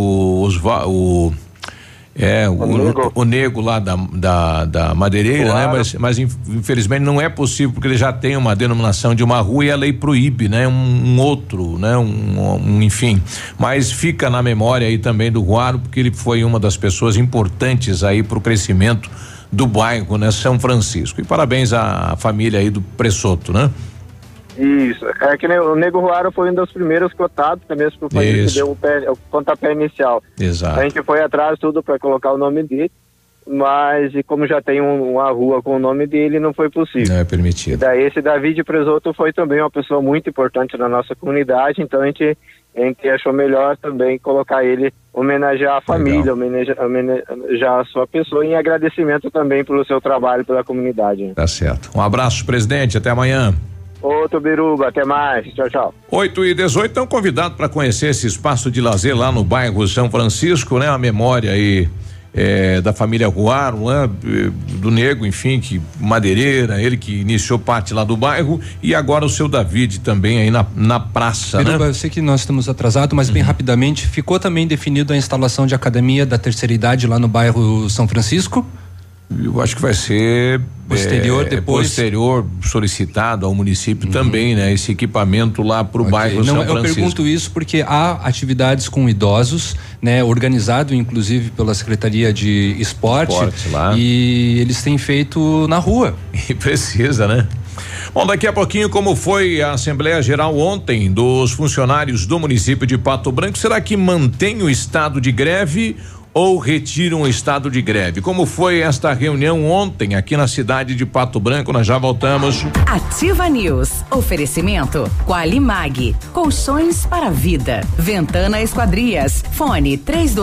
S7: o nego lá da madeireira, claro, né? Mas infelizmente não é possível, porque ele já tem uma denominação de uma rua e a lei proíbe, né? Um outro, né? Enfim, mas fica na memória aí também do Ruaro, porque ele foi uma das pessoas importantes aí pro crescimento do bairro, né? São Francisco. E parabéns à família aí do Pressoto, né?
S11: Isso, é que o Nego Ruaro foi um dos primeiros cotados, também pro país que deu o pontapé inicial.
S7: Exato.
S11: A gente foi atrás tudo para colocar o nome dele, mas como já tem uma rua com o nome dele, não foi possível.
S7: Não é permitido.
S11: E daí esse David Pressoto foi também uma pessoa muito importante na nossa comunidade, então a gente achou melhor também colocar ele, homenagear a família, homenagear a sua pessoa, em agradecimento também pelo seu trabalho pela comunidade.
S7: Tá certo. Um abraço, presidente, até amanhã.
S11: Outro Biruba, até mais, tchau, tchau.
S7: 8h18, estão convidados para conhecer esse espaço de lazer lá no bairro São Francisco, né? A memória aí da família Ruaro, né? Do Nego, enfim, que madeireira, ele que iniciou parte lá do bairro, e agora o seu David também aí na praça,
S8: Biruba,
S7: né?
S8: Eu sei que nós estamos atrasados, mas bem rapidamente, ficou também definido a instalação de academia da terceira idade lá no bairro São Francisco?
S7: Eu acho que vai ser posterior solicitado ao município também, né? Esse equipamento lá pro bairro São Francisco.
S8: Eu pergunto isso porque há atividades com idosos, né? Organizado inclusive pela Secretaria de Esporte
S7: lá.
S8: E eles têm feito na rua.
S7: E precisa, né? Bom, daqui a pouquinho, como foi a Assembleia Geral ontem dos funcionários do município de Pato Branco, será que mantém o estado de greve ou retiram o estado de greve? Como foi esta reunião ontem aqui na cidade de Pato Branco? Nós já voltamos.
S5: Ativa News. Oferecimento Qualimag. Colchões para a vida. Ventana Esquadrias. Fone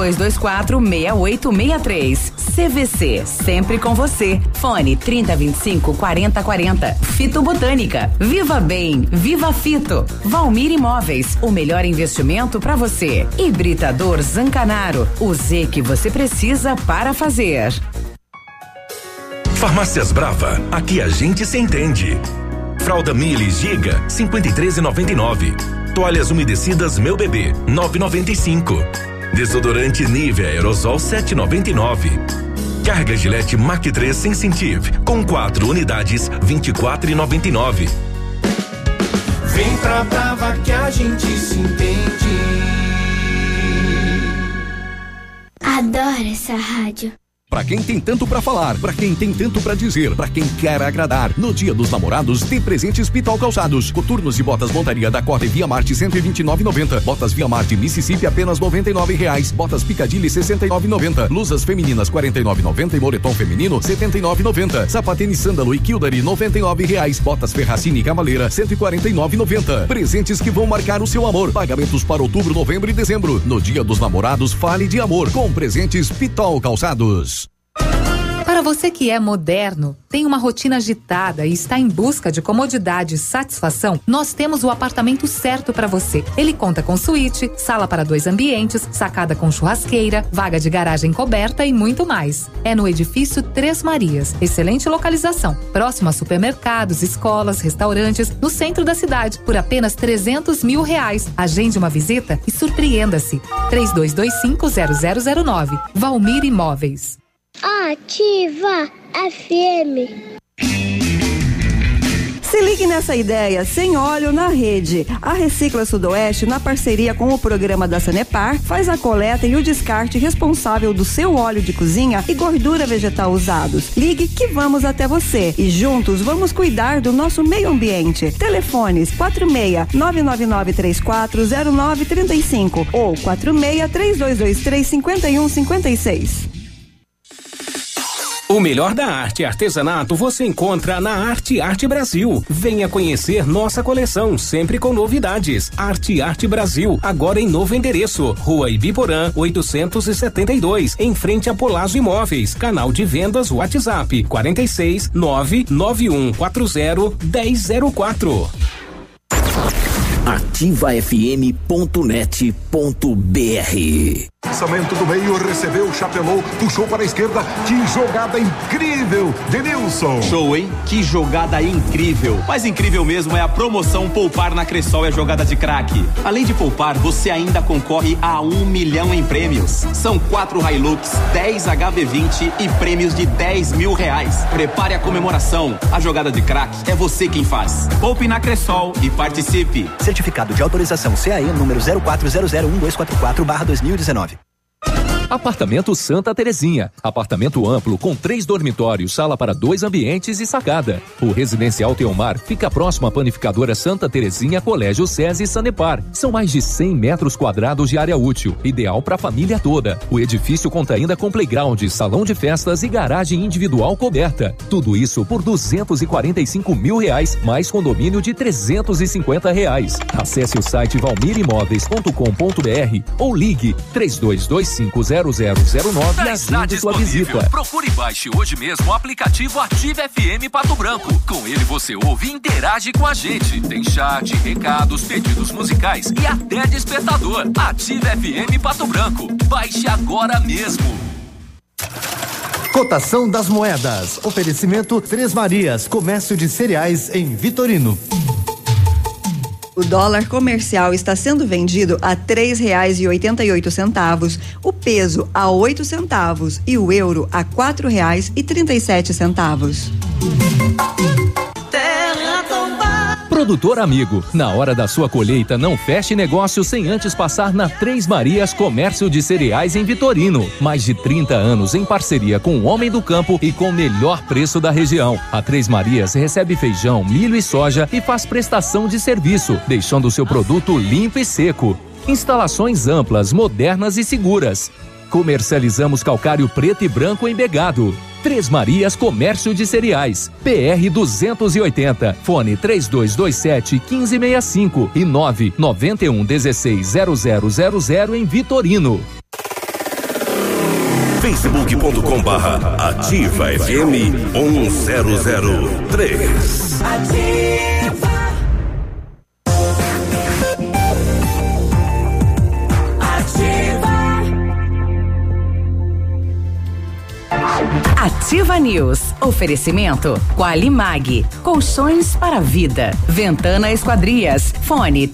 S5: 3224-6863. CVC. Sempre com você. Fone 3025-4040. Fito Botânica. Viva Bem. Viva Fito. Valmir Imóveis. O melhor investimento para você. Hibridador Zancanaro. O Z que você precisa para fazer.
S12: Farmácias Brava, aqui a gente se entende. Fralda Mili Giga, 53,99. Toalhas umedecidas Meu Bebê, 9,95. Desodorante Nivea Aerosol, 7,99. Carga Gillette Mach 3 Sensitive, com 4 unidades, 24,99.
S13: Vem pra Brava que a gente se entende.
S14: Adoro essa rádio.
S4: Pra quem tem tanto pra falar, pra quem tem tanto pra dizer, pra quem quer agradar, no Dia dos Namorados tem presentes Pitol Calçados. Coturnos e botas montaria da Corte Via Marte 129,90. Botas Via Marte Mississippi apenas R$99. Botas Piccadilly 69,90. Blusas femininas 49,90 e moletom feminino 79,90. Sapatênis Sândalo e Kildare R$99. Botas Ferracini Cavaleira 149,90. Presentes que vão marcar o seu amor. Pagamentos para outubro, novembro e dezembro. No Dia dos Namorados, fale de amor com presentes Pitol Calçados.
S24: Para você que é moderno, tem uma rotina agitada e está em busca de comodidade e satisfação, nós temos o apartamento certo para você. Ele conta com suíte, sala para 2 ambientes, sacada com churrasqueira, vaga de garagem coberta e muito mais. É no edifício Três Marias. Excelente localização, próximo a supermercados, escolas, restaurantes, no centro da cidade, por apenas R$300 mil. Agende uma visita e surpreenda-se. 3225-0009. Valmir Imóveis.
S14: Ativa FM.
S10: Se ligue nessa ideia, sem óleo na rede. A Recicla Sudoeste, na parceria com o programa da Sanepar, faz a coleta e o descarte responsável do seu óleo de cozinha e gordura vegetal usados. Ligue que vamos até você e juntos vamos cuidar do nosso meio ambiente. Telefones 46-999340935 ou 46-3223-5156.
S19: O melhor da arte e artesanato você encontra na Arte Brasil. Venha conhecer nossa coleção, sempre com novidades. Arte Brasil, agora em novo endereço. Rua Ibiporã, 872, em frente a Polazzo Imóveis. Canal de vendas WhatsApp 46 99140 1004.
S15: ativafm.net.br.
S16: Lançamento do meio, recebeu, chapelou, puxou para a esquerda, que jogada incrível, Denilson.
S17: Show, hein? Que jogada incrível. Mas incrível mesmo é a promoção Poupar na Cressol e a jogada de craque. Além de poupar, você ainda concorre a 1 milhão em prêmios. São 4 Hilux, 10 HB20 e prêmios de R$10.000. Prepare a comemoração. A jogada de craque é você quem faz. Poupe na Cressol e participe.
S21: Certificado de autorização CAE número 04001244/2019.
S6: Apartamento Santa Terezinha. Apartamento amplo com 3 dormitórios, sala para 2 ambientes e sacada. O Residencial Teomar fica próximo à Panificadora Santa Terezinha, Colégio SESI e Sanepar. São mais de 100 metros quadrados de área útil, ideal para a família toda. O edifício conta ainda com playground, salão de festas e garagem individual coberta. Tudo isso por R$245 mil, mais condomínio de R$350. Acesse o site valmirimóveis.com.br ou ligue 32250009 e agende sua visita. Procure e baixe hoje mesmo o aplicativo Ative FM Pato Branco. Com ele você ouve e interage com a gente. Tem chat, recados, pedidos musicais e até despertador. Ative FM Pato Branco. Baixe agora mesmo.
S25: Cotação das moedas. Oferecimento Três Marias, comércio de cereais em Vitorino.
S10: O dólar comercial está sendo vendido a R$3,88, o peso a 8 centavos e o euro a R$4,37.
S6: Produtor amigo, na hora da sua colheita não feche negócio sem antes passar na Três Marias Comércio de Cereais em Vitorino. Mais de 30 anos em parceria com o homem do campo e com o melhor preço da região. A Três Marias recebe feijão, milho e soja e faz prestação de serviço, deixando o seu produto limpo e seco. Instalações amplas, modernas e seguras. Comercializamos calcário preto e branco embegado. Três Marias Comércio de Cereais, PR 280, fone 3227-1565 e 991160000 em Vitorino.
S12: Facebook.com/Ativa FM 1003.
S5: Ativa News. Oferecimento Qualimag. Colchões para a vida. Ventana Esquadrias. Fone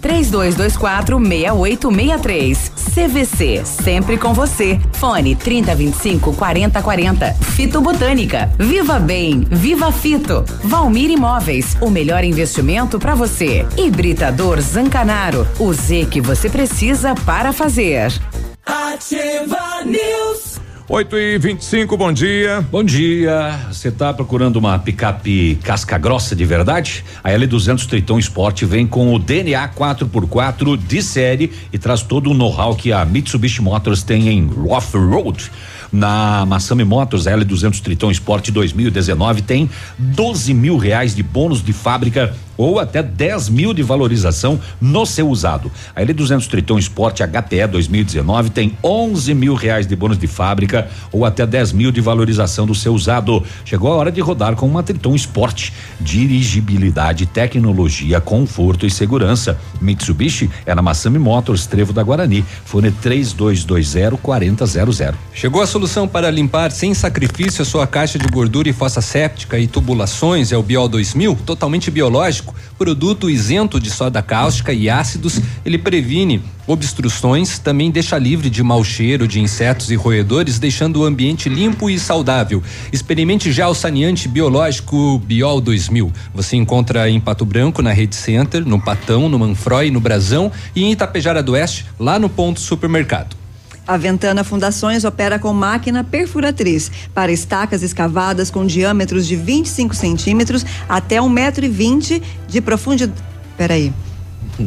S5: 3224-6863. CVC. Sempre com você. Fone 3025-4040. Fito Botânica. Viva Bem. Viva Fito. Valmir Imóveis. O melhor investimento para você. Hibridador Zancanaro. O Z que você precisa para fazer.
S13: Ativa News.
S7: 8h25, bom dia.
S9: Bom dia. Você está procurando uma picape casca grossa de verdade? A L200 Triton Sport vem com o DNA 4x4 de série e traz todo o know-how que a Mitsubishi Motors tem em off-road. Na Massami Motors, a L200 Triton Sport 2019 tem R$12 mil de bônus de fábrica ou até 10 mil de valorização no seu usado. A L200 Triton Sport HPE 2019 tem 11 mil de bônus de fábrica ou até 10 mil de valorização do seu usado. Chegou a hora de rodar com uma Triton Sport. Dirigibilidade, tecnologia, conforto e segurança. Mitsubishi é na Massami Motors, Trevo da Guarani. Fone 3220-4000.
S8: Chegou a solução para limpar sem sacrifício a sua caixa de gordura e fossa séptica e tubulações. É o Biol 2000, totalmente biológico, produto isento de soda cáustica e ácidos. Ele previne obstruções, também deixa livre de mau cheiro de insetos e roedores, deixando o ambiente limpo e saudável. Experimente já o saneante biológico Biol 2000. Você encontra em Pato Branco, na Rede Center, no Patão, no Manfroy, no Brasão e em Itapejara do Oeste, lá no Ponto Supermercado.
S10: A Ventana Fundações opera com máquina perfuratriz para estacas escavadas com diâmetros de 25 centímetros até 1,20 m de profundidade.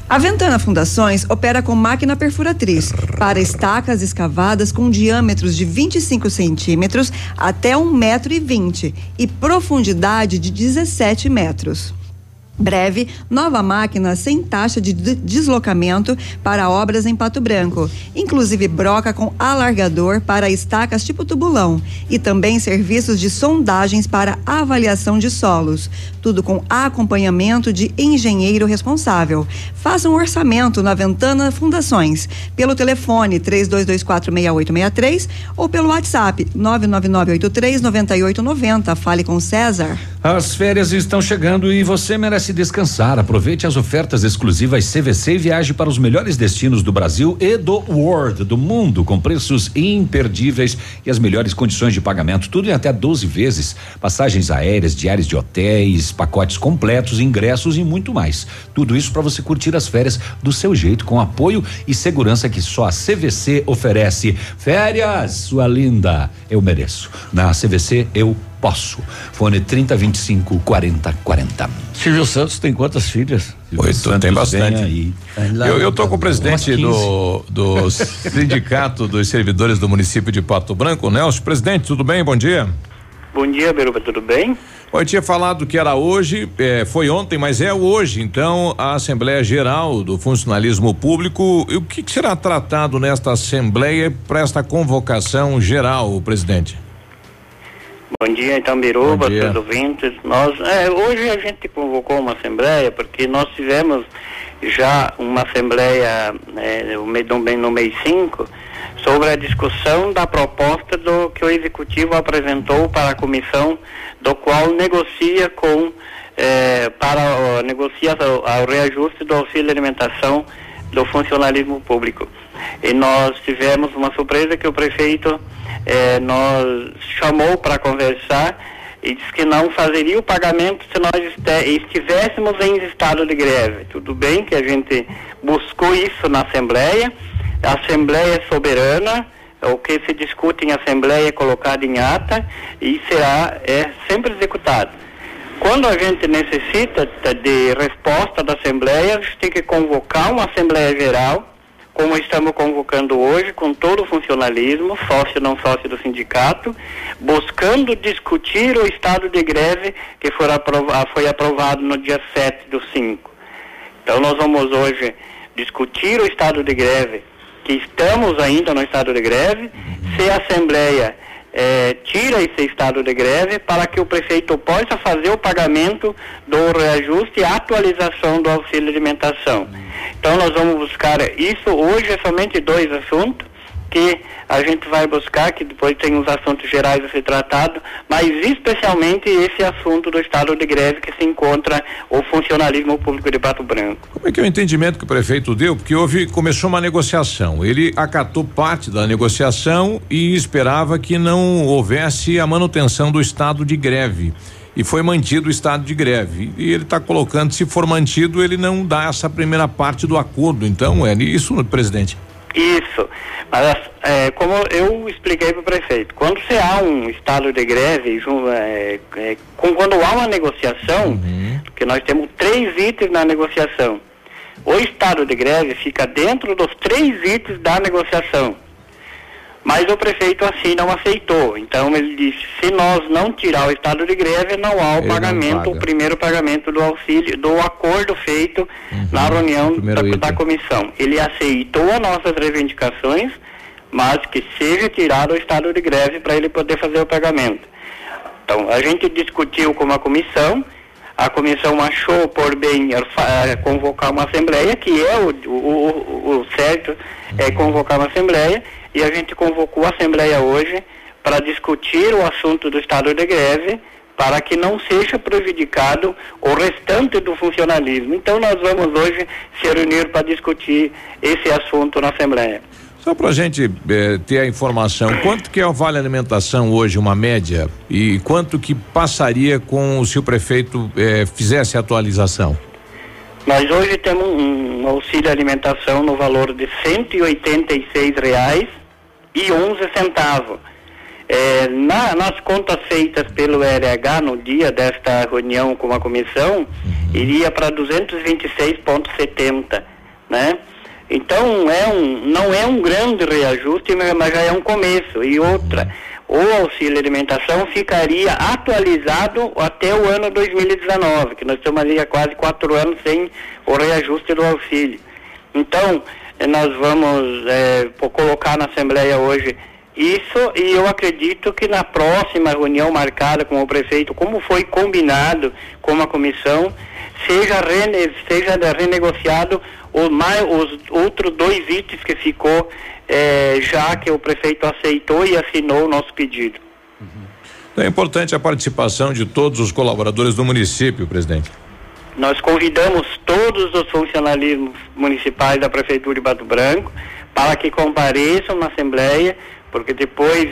S10: A Ventana Fundações opera com máquina perfuratriz para estacas escavadas com diâmetros de 25 centímetros até 1,20 m e profundidade de 17 metros. Breve, nova máquina sem taxa de deslocamento para obras em Pato Branco, inclusive broca com alargador para estacas tipo tubulão e também serviços de sondagens para avaliação de solos, tudo com acompanhamento de engenheiro responsável. Faça um orçamento na Ventana Fundações pelo telefone 32246863 ou pelo WhatsApp 999839890. Fale com César.
S9: As férias estão chegando e você merece descansar. Aproveite as ofertas exclusivas CVC e viaje para os melhores destinos do Brasil e do world, do mundo, com preços imperdíveis e as melhores condições de pagamento, tudo em até 12 vezes. Passagens aéreas, diárias de hotéis, pacotes completos, ingressos e muito mais. Tudo isso para você curtir as férias do seu jeito, com apoio e segurança que só a CVC oferece. Férias, sua linda, eu mereço. Na CVC eu posso. Fone 3025-4040.
S1: Silvio Santos tem quantas filhas?
S7: 8, tem bastante. Eu tô com o presidente do Sindicato dos Servidores do município de Pato Branco, Nelson. Presidente, tudo bem? Bom dia.
S2: Bom dia, Biruba, tudo bem?
S7: Eu tinha falado que era hoje, foi ontem, mas é hoje, então, a Assembleia Geral do Funcionalismo Público. E o que será tratado nesta Assembleia para esta convocação geral, presidente?
S2: Bom dia, então, Biruba, todos os ouvintes. Hoje a gente convocou uma assembleia porque nós tivemos já uma assembleia no mês 5 sobre a discussão da proposta que o Executivo apresentou para a comissão, do qual negocia negocia o reajuste do auxílio alimentação do funcionalismo público. E nós tivemos uma surpresa que o prefeito nos chamou para conversar e disse que não fazeria o pagamento se nós estivéssemos em estado de greve. Tudo bem que a gente buscou isso na Assembleia. A Assembleia é soberana, o que se discute em Assembleia é colocado em ata e será sempre executado. Quando a gente necessita de resposta da Assembleia, a gente tem que convocar uma Assembleia Geral, como estamos convocando hoje, com todo o funcionalismo, sócio e não sócio do sindicato, buscando discutir o estado de greve que foi aprovado no dia 7/5. Então nós vamos hoje discutir o estado de greve, que estamos ainda no estado de greve, se a Assembleia tira esse estado de greve para que o prefeito possa fazer o pagamento do reajuste e atualização do auxílio alimentação. Então nós vamos buscar isso. Hoje é somente 2 assuntos que a gente vai buscar, que depois tem os assuntos gerais a ser tratado, mas especialmente esse assunto do estado de greve que se encontra o funcionalismo público de Pato Branco.
S7: Como é que é o entendimento que o prefeito deu? Porque começou uma negociação, ele acatou parte da negociação e esperava que não houvesse a manutenção do estado de greve. E foi mantido o estado de greve. E ele está colocando, se for mantido, ele não dá essa primeira parte do acordo. Então, é isso, presidente?
S2: Isso, mas como eu expliquei para o prefeito, quando se há um estado de greve, quando há uma negociação, porque nós temos 3 itens na negociação, o estado de greve fica dentro dos 3 itens da negociação, mas o prefeito assim não aceitou. Então ele disse, se nós não tirar o estado de greve, não há o primeiro pagamento do auxílio, do acordo feito na reunião da comissão. Ele aceitou as nossas reivindicações, mas que seja tirado o estado de greve para ele poder fazer o pagamento. Então a gente discutiu com a comissão achou por bem convocar uma assembleia, que é o certo, é convocar uma assembleia, e a gente convocou a assembleia hoje para discutir o assunto do estado de greve, para que não seja prejudicado o restante do funcionalismo. Então nós vamos hoje se reunir para discutir esse assunto na assembleia.
S7: Só para a gente ter a informação, quanto que é o Vale Alimentação hoje, uma média, e quanto que passaria se o prefeito fizesse a atualização?
S2: Nós hoje temos um auxílio alimentação no valor de R$186,11. Nas contas feitas pelo RH no dia desta reunião com a comissão, iria para R$226,70 né? Então não é um grande reajuste, mas já é um começo. E outra, o auxílio alimentação ficaria atualizado até o ano 2019, que nós estamos ali há quase 4 anos sem o reajuste do auxílio. Então, nós vamos colocar na Assembleia hoje isso, e eu acredito que na próxima reunião marcada com o prefeito, como foi combinado com a comissão, seja renegociado os outros 2 itens que ficou, já que o prefeito aceitou e assinou o nosso pedido.
S7: É importante a participação de todos os colaboradores do município, presidente.
S2: Nós convidamos todos os funcionários municipais da Prefeitura de Pato Branco para que compareçam na Assembleia, porque depois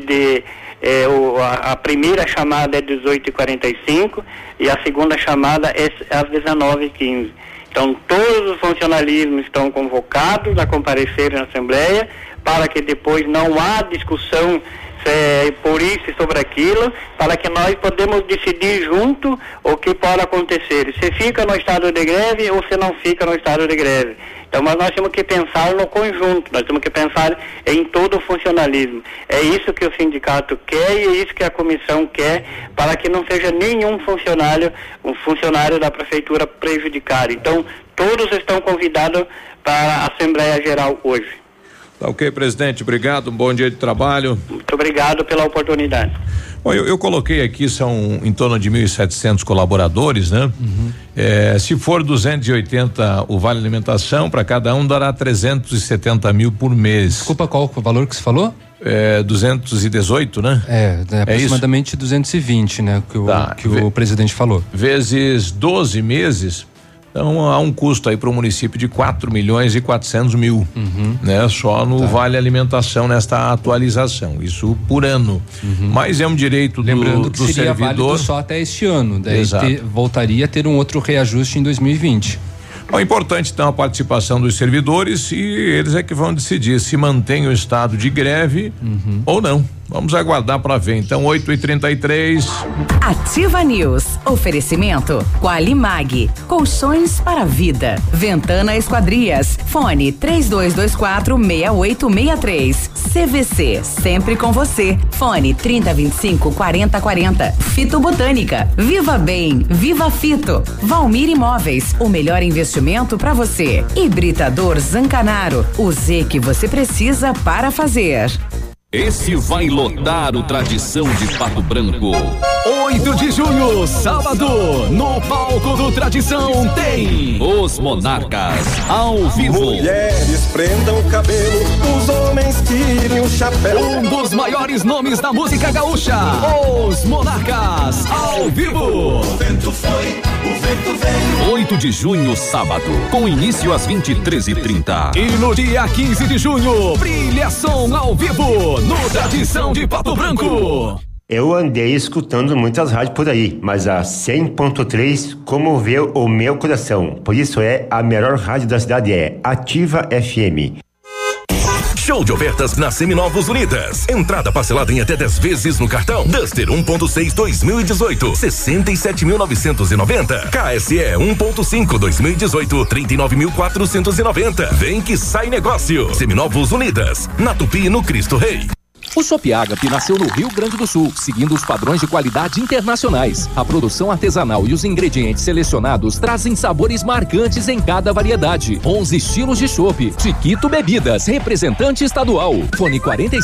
S2: a primeira chamada é 18h45 e a segunda chamada é às 19h15. Então, todos os funcionalismos estão convocados a comparecer na Assembleia para que depois não há discussão por isso e sobre aquilo, para que nós podemos decidir junto o que pode acontecer, se fica no estado de greve ou se não fica no estado de greve. Então, mas nós temos que pensar no conjunto, nós temos que pensar em todo o funcionalismo. É isso que o sindicato quer e é isso que a comissão quer, para que não seja nenhum funcionário da prefeitura prejudicado. Então, todos estão convidados para a Assembleia Geral hoje.
S7: Tá ok, presidente, obrigado, um bom dia de trabalho.
S2: Muito obrigado pela oportunidade.
S7: Bom, eu coloquei aqui, são em torno de 1.700 colaboradores, né? Se for 280 o vale alimentação, para cada um dará 370 mil por mês.
S8: Desculpa, qual o valor que você falou?
S7: 218, né?
S8: Aproximadamente isso? 220, né? Que o presidente falou.
S7: Vezes 12 meses. Então há um custo aí para o município de 4.400.000, né? Só no vale alimentação nesta atualização, isso por ano. Mas é um direito
S8: Lembrando que
S7: do
S8: seria
S7: servidor.
S8: Válido só até este ano, daí voltaria a ter um outro reajuste em 2020.
S7: O importante então a participação dos servidores, e eles é que vão decidir se mantém o estado de greve ou não. Vamos aguardar para ver. Então, 8h33.
S5: Ativa News. Oferecimento Qualimag. Colchões para a vida. Ventana Esquadrias. Fone 3224-6863. CVC. Sempre com você. Fone 3025-4040. Fito Botânica. Viva Bem. Viva Fito. Valmir Imóveis. O melhor investimento para você. Hibridador Zancanaro. O Z que você precisa para fazer.
S15: Esse vai lotar o Tradição de Pato Branco.
S19: 8 de junho, sábado, no palco do Tradição tem
S15: Os Monarcas, ao vivo.
S13: Mulheres prendam o cabelo, os homens tirem o chapéu.
S19: Um dos maiores nomes da música gaúcha, Os Monarcas, ao vivo.
S13: O vento foi, o vento veio.
S15: 8 de junho, sábado, com início às 23h30.
S19: E no dia 15 de junho, Brilhação ao vivo, no Tradição de Pato Branco.
S3: Eu andei escutando muitas rádios por aí, mas a 100.3 comoveu o meu coração. Por isso a melhor rádio da cidade é Ativa FM.
S12: Show de ofertas na Seminovos Unidas. Entrada parcelada em até 10 vezes no cartão. Duster 1.6 2018, 67.990. KSE 1.5 2018, 39.490. Vem que sai negócio. Seminovos Unidas, na Tupi, no Cristo Rei.
S6: O Chopp Agape nasceu no Rio Grande do Sul, seguindo os padrões de qualidade internacionais. A produção artesanal e os ingredientes selecionados trazem sabores marcantes em cada variedade. 11 estilos de chopp. Chiquito Bebidas, representante estadual. Fone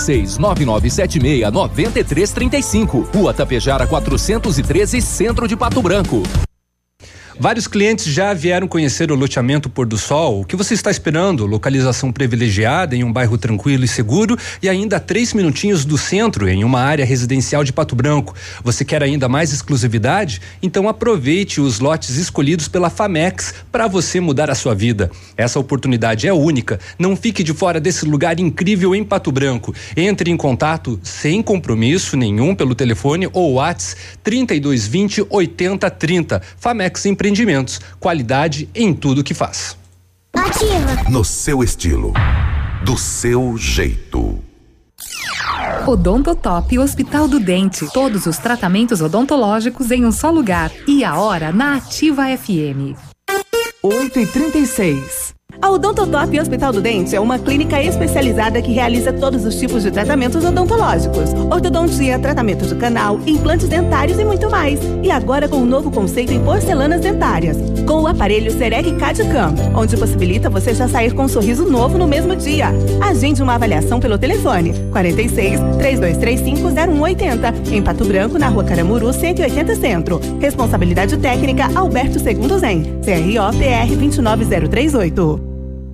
S6: 46-9976-9335. Rua Tapejara 413, Centro de Pato Branco.
S8: Vários clientes já vieram conhecer o loteamento Pôr do Sol. O que você está esperando? Localização privilegiada em um bairro tranquilo e seguro e ainda a 3 minutinhos do centro, em uma área residencial de Pato Branco. Você quer ainda mais exclusividade? Então aproveite os lotes escolhidos pela Famex para você mudar a sua vida. Essa oportunidade é única. Não fique de fora desse lugar incrível em Pato Branco. Entre em contato sem compromisso nenhum pelo telefone ou WhatsApp 3220-8030. Famex Empreendimentos, qualidade em tudo que faz.
S14: Ativa.
S12: No seu estilo, do seu jeito.
S24: Odontotop Hospital do Dente. Todos os tratamentos odontológicos em um só lugar. E a hora na Ativa FM.
S5: 8h36.
S11: A Odontotop Hospital do Dente é uma clínica especializada que realiza todos os tipos de tratamentos odontológicos. Ortodontia, tratamento de canal, implantes dentários e muito mais. E agora com um novo conceito em porcelanas dentárias, com o aparelho Serec CAD/CAM, onde possibilita você já sair com um sorriso novo no mesmo dia. Agende uma avaliação pelo telefone 46 3235 0180, em Pato Branco, na Rua Caramuru, 180 Centro. Responsabilidade técnica Alberto II Zen, CRO-PR 29038.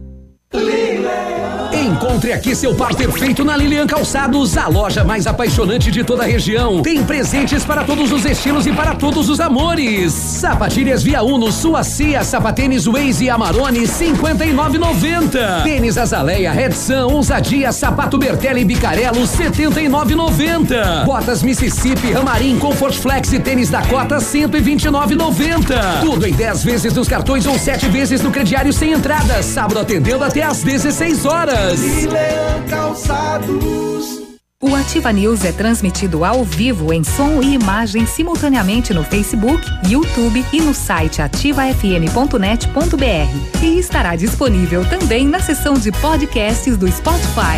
S18: Encontre aqui seu par perfeito na Lilian Calçados, a loja mais apaixonante de toda a região. Tem presentes para todos os estilos e para todos os amores. Sapatilhas Via Uno, Suacia, sapatênis Waze e Amarone, 59,90. Tênis Azaleia, Red Sun, Ousadia, sapato Bertelli e Bicarello, 79,90. Botas Mississippi, Ramarim, Comfort Flex e tênis Dakota, 129,90. Tudo em 10 vezes nos cartões ou 7 vezes no crediário sem entrada. Sábado atendendo até às 16 horas.
S13: Lilian Calçados.
S24: O Ativa News é transmitido ao vivo em som e imagem simultaneamente no Facebook, YouTube e no site ativafm.net.br. E estará disponível também na seção de podcasts do Spotify.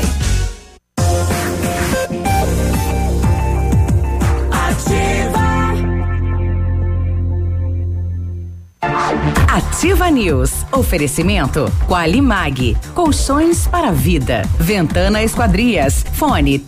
S5: Ativa News. Oferecimento Qualimag. Colchões para a vida. Ventana Esquadrias. Fone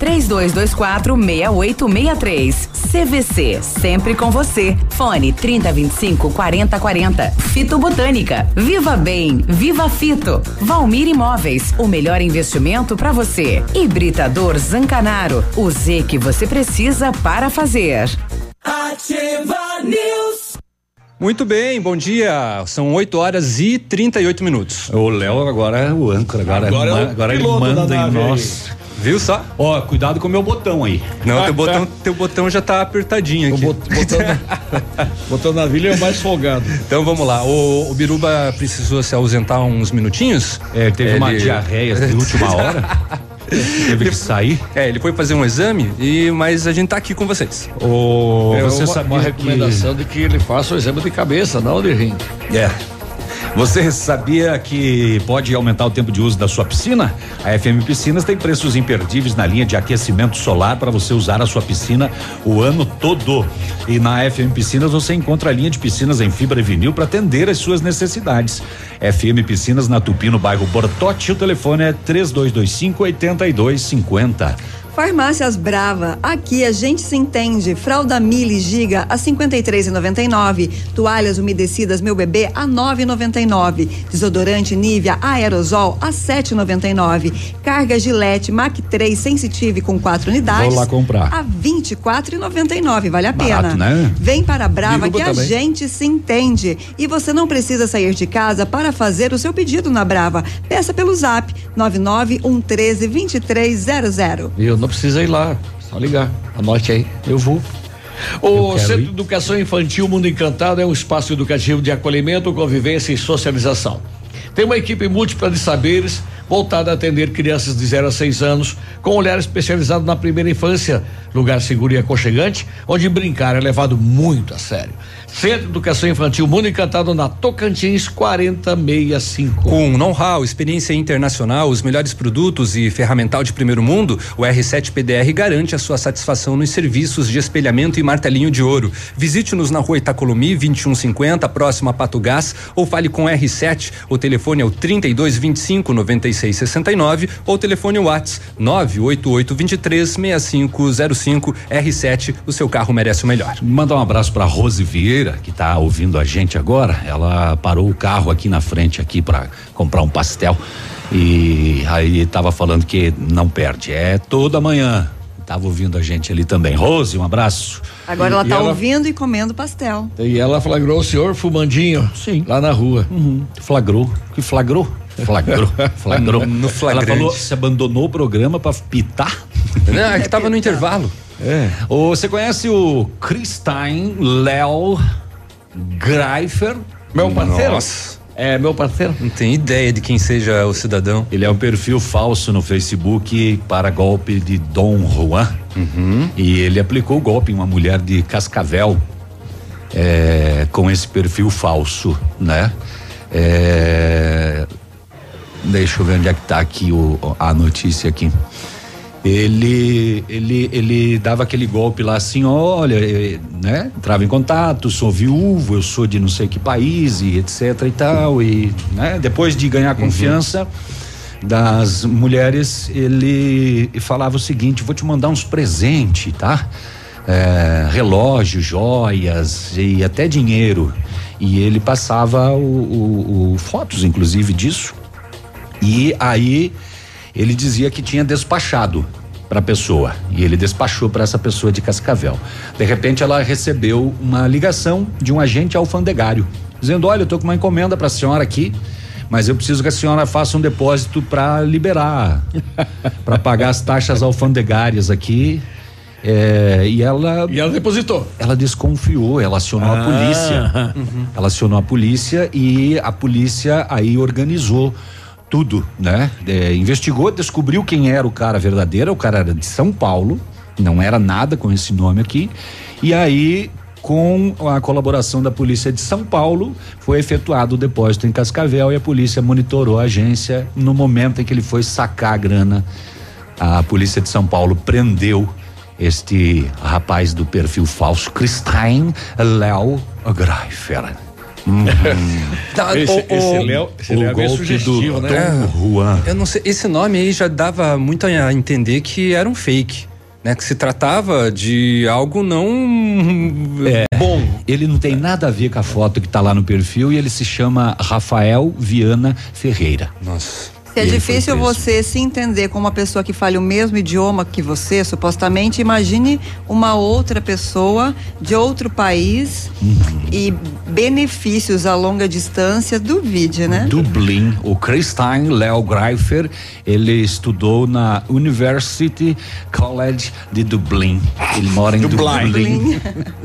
S5: 3224-6863. CVC. Sempre com você. Fone 3025-4040. Fito Botânica. Viva Bem. Viva Fito. Valmir Imóveis. O melhor investimento para você. Hibridador Zancanaro. O Z que você precisa para fazer.
S13: Ativa News.
S8: Muito bem, bom dia. São 8h38.
S9: O Léo agora é o âncora, agora ele manda em nós.
S8: Viu só?
S9: Ó, cuidado com o meu botão aí.
S8: Não, teu botão já tá apertadinho aqui.
S1: Botão na vilha é o mais folgado.
S8: Então vamos lá. O Biruba precisou se ausentar uns minutinhos.
S9: Ele teve uma diarreia de última hora. Teve que sair.
S8: Ele foi fazer um exame, mas a gente tá aqui com vocês.
S1: Você sabia uma recomendação de que ele faça o exame de cabeça, não de rim.
S9: Você sabia que pode aumentar o tempo de uso da sua piscina? A FM Piscinas tem preços imperdíveis na linha de aquecimento solar para você usar a sua piscina o ano todo. E na FM Piscinas você encontra a linha de piscinas em fibra e vinil para atender às suas necessidades. FM Piscinas na Tupi, no bairro Bortote. O telefone é 3225-8250.
S10: Farmácias Brava, aqui a gente se entende. Fralda Mili Giga a 53,99. Toalhas umedecidas Meu Bebê a 9,99. Desodorante Nivea Aerosol a 7,99. Carga Gillette Mac 3 Sensitive com 4 unidades.
S9: Vou lá comprar.
S10: A 24,99. Vale a
S9: Barato,
S10: pena.
S9: Né?
S10: Vem para a Brava
S9: Biruba
S10: que
S9: também.
S10: a gente se entende. E você não precisa sair de casa para fazer o seu pedido na Brava. Peça pelo Zap 991132300.
S1: Não precisa ir lá, só ligar. Anote aí, eu vou. O Centro de Educação Infantil Mundo Encantado é um espaço educativo de acolhimento, convivência e socialização. Tem uma equipe múltipla de saberes voltada a atender crianças de 0 a 6 anos, com olhar especializado na primeira infância, lugar seguro e aconchegante, onde brincar é levado muito a sério. Centro de Educação Infantil Mundo Encantado, na Tocantins 4065.
S8: Com know-how, experiência internacional, os melhores produtos e ferramental de primeiro mundo, o R7 PDR garante a sua satisfação nos serviços de espelhamento e martelinho de ouro. Visite-nos na Rua Itacolomi 2150, próximo a Pato Gás, ou fale com R7. O telefone é o 3225-9669 ou o telefone WhatsApp 988236505. R7, o seu carro merece o melhor.
S9: Mandar um abraço pra Rose Vieira, que tá ouvindo a gente agora. Ela parou o carro aqui na frente aqui para comprar um pastel e aí tava falando que não perde, é toda manhã. Tava ouvindo a gente ali também. Rose, um abraço.
S10: Agora ela tá ouvindo e comendo pastel.
S1: E ela flagrou o senhor fumandinho.
S9: Sim.
S1: Lá na rua.
S9: Flagrou. Que flagrou? Flagrou.
S8: No flagrante.
S9: Ela falou, se abandonou o programa pra pitar?
S8: Não, é que tava no intervalo.
S9: Você conhece o Christine Léo Greifer?
S1: Meu parceiro?
S8: Nossa.
S1: É meu parceiro?
S8: Não tem ideia de quem seja o cidadão.
S9: Ele é um perfil falso no Facebook para golpe de Dom Juan. E ele aplicou o golpe em uma mulher de Cascavel com esse perfil falso, né? Deixa eu ver onde é que tá aqui a notícia aqui. Ele dava aquele golpe lá assim, olha, né? Entrava em contato, sou viúvo, eu sou de não sei que país e etc e tal, e, né? Depois de ganhar confiança das mulheres, ele falava o seguinte: vou te mandar uns presentes, tá? Relógio, joias e até dinheiro. E ele passava fotos, inclusive, disso. E aí ele dizia que tinha despachado para a pessoa, e ele despachou para essa pessoa de Cascavel. De repente ela recebeu uma ligação de um agente alfandegário dizendo: olha, eu tô com uma encomenda para a senhora aqui, mas eu preciso que a senhora faça um depósito para liberar, para pagar as taxas alfandegárias aqui. E ela
S1: depositou.
S9: Ela desconfiou, ela acionou a polícia. Ela acionou a polícia e a polícia aí organizou tudo, né? Investigou, descobriu quem era o cara verdadeiro. O cara era de São Paulo, não era nada com esse nome aqui. E aí, com a colaboração da polícia de São Paulo, foi efetuado o depósito em Cascavel e a polícia monitorou a agência. No momento em que ele foi sacar a grana, a polícia de São Paulo prendeu este rapaz do perfil falso, Christine Léo Greifer.
S1: Esse Léo é bem sugestivo, né?
S8: Juan. Eu não sei, esse nome aí já dava muito a entender que era um fake, né? Que se tratava de algo não bom.
S9: Ele não tem nada a ver com a foto que tá lá no perfil, e ele se chama Rafael Viana Ferreira.
S8: Nossa.
S10: Se é difícil você se entender com uma pessoa que fale o mesmo idioma que você, supostamente, imagine uma outra pessoa de outro país e benefícios a longa distância, duvide, né?
S9: Dublin, o Christine Léo Greifer, ele estudou na University College de Dublin. Ele mora em Dublin.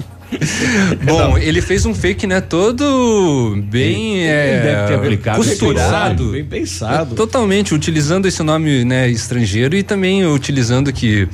S8: Bom, ele fez um fake, né? Todo bem
S9: deve ter aplicado,
S8: costurado,
S1: bem pensado,
S8: totalmente utilizando esse nome, né, estrangeiro, e também utilizando que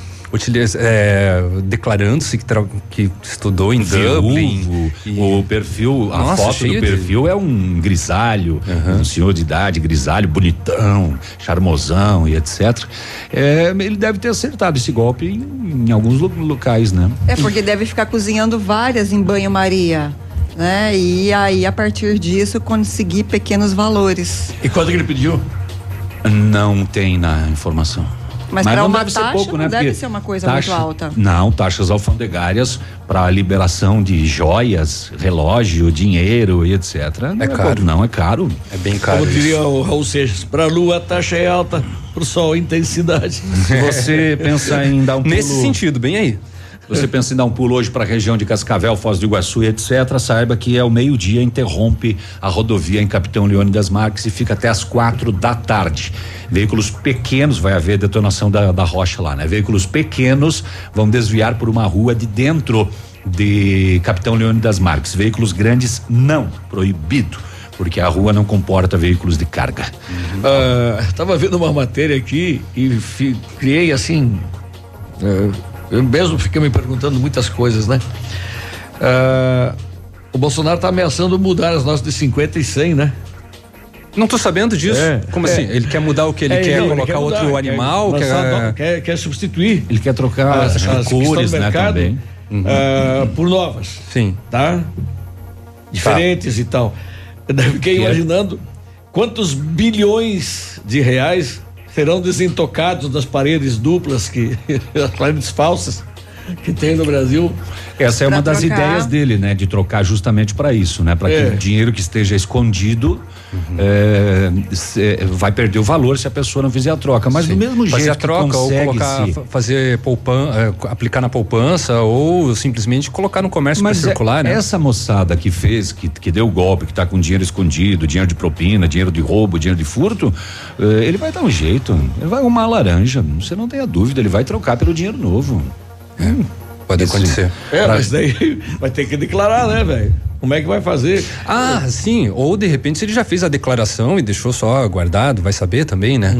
S8: declarando-se que estudou em Dublin.
S9: O perfil, a foto do perfil é um grisalho, um senhor de idade, grisalho, bonitão, charmosão e etc. Ele deve ter acertado esse golpe em alguns locais, né?
S10: Porque deve ficar cozinhando várias em banho-maria, né? E aí, a partir disso, conseguir pequenos valores.
S1: E quanto que ele pediu?
S9: Não tem na informação.
S10: Mas para uma
S9: deve
S10: taxa
S9: ser pouco,
S10: não
S9: né?
S10: deve
S9: Porque
S10: ser uma coisa muito alta.
S9: Não, taxas alfandegárias para liberação de joias, relógio, dinheiro e etc. Não é caro. Não, é caro.
S8: É bem caro.
S1: Como diria o Raul Seixas, para a lua a taxa é alta, para o sol intensidade.
S9: Se você pensa em dar um pulo...
S8: Nesse sentido, bem aí.
S9: Você pensa em dar um pulo hoje para a região de Cascavel, Foz do Iguaçu e etc., saiba que ao meio-dia interrompe a rodovia em Capitão Leônidas Marques e fica até às 4 da tarde. Veículos pequenos, vai haver detonação da rocha lá, né? Veículos pequenos vão desviar por uma rua de dentro de Capitão Leônidas Marques. Veículos grandes não, proibido, porque a rua não comporta veículos de carga.
S1: Tava vendo uma matéria aqui e criei assim... eu mesmo fiquei me perguntando muitas coisas, né? O Bolsonaro tá ameaçando mudar as notas de 50 e 100, né?
S8: Não tô sabendo disso. Como assim? Ele quer mudar o que? Ele quer colocar outro animal?
S1: Quer substituir.
S9: Ele quer trocar as cores, né, também.
S1: Por novas.
S8: Sim.
S1: Tá? Diferentes e tal. Eu fiquei imaginando quantos bilhões de reais serão desentocados das paredes duplas, as paredes falsas que tem no Brasil.
S9: Essa é uma das ideias dele, né? De trocar justamente para isso, né? Para que o dinheiro que esteja escondido vai perder o valor se a pessoa não fizer a troca. Mas do mesmo jeito
S8: fazer a troca, ou colocar, fazer aplicar na poupança, ou simplesmente colocar no comércio para circular, né?
S9: Essa moçada que fez, que deu o golpe, que tá com dinheiro escondido, dinheiro de propina, dinheiro de roubo, dinheiro de furto, ele vai dar um jeito, ele vai arrumar a laranja, você não tenha dúvida, ele vai trocar pelo dinheiro novo.
S8: Pode acontecer.
S1: Mas daí vai ter que declarar, né, velho? Como é que vai fazer?
S8: Sim, ou de repente ele já fez a declaração e deixou só guardado, vai saber também, né?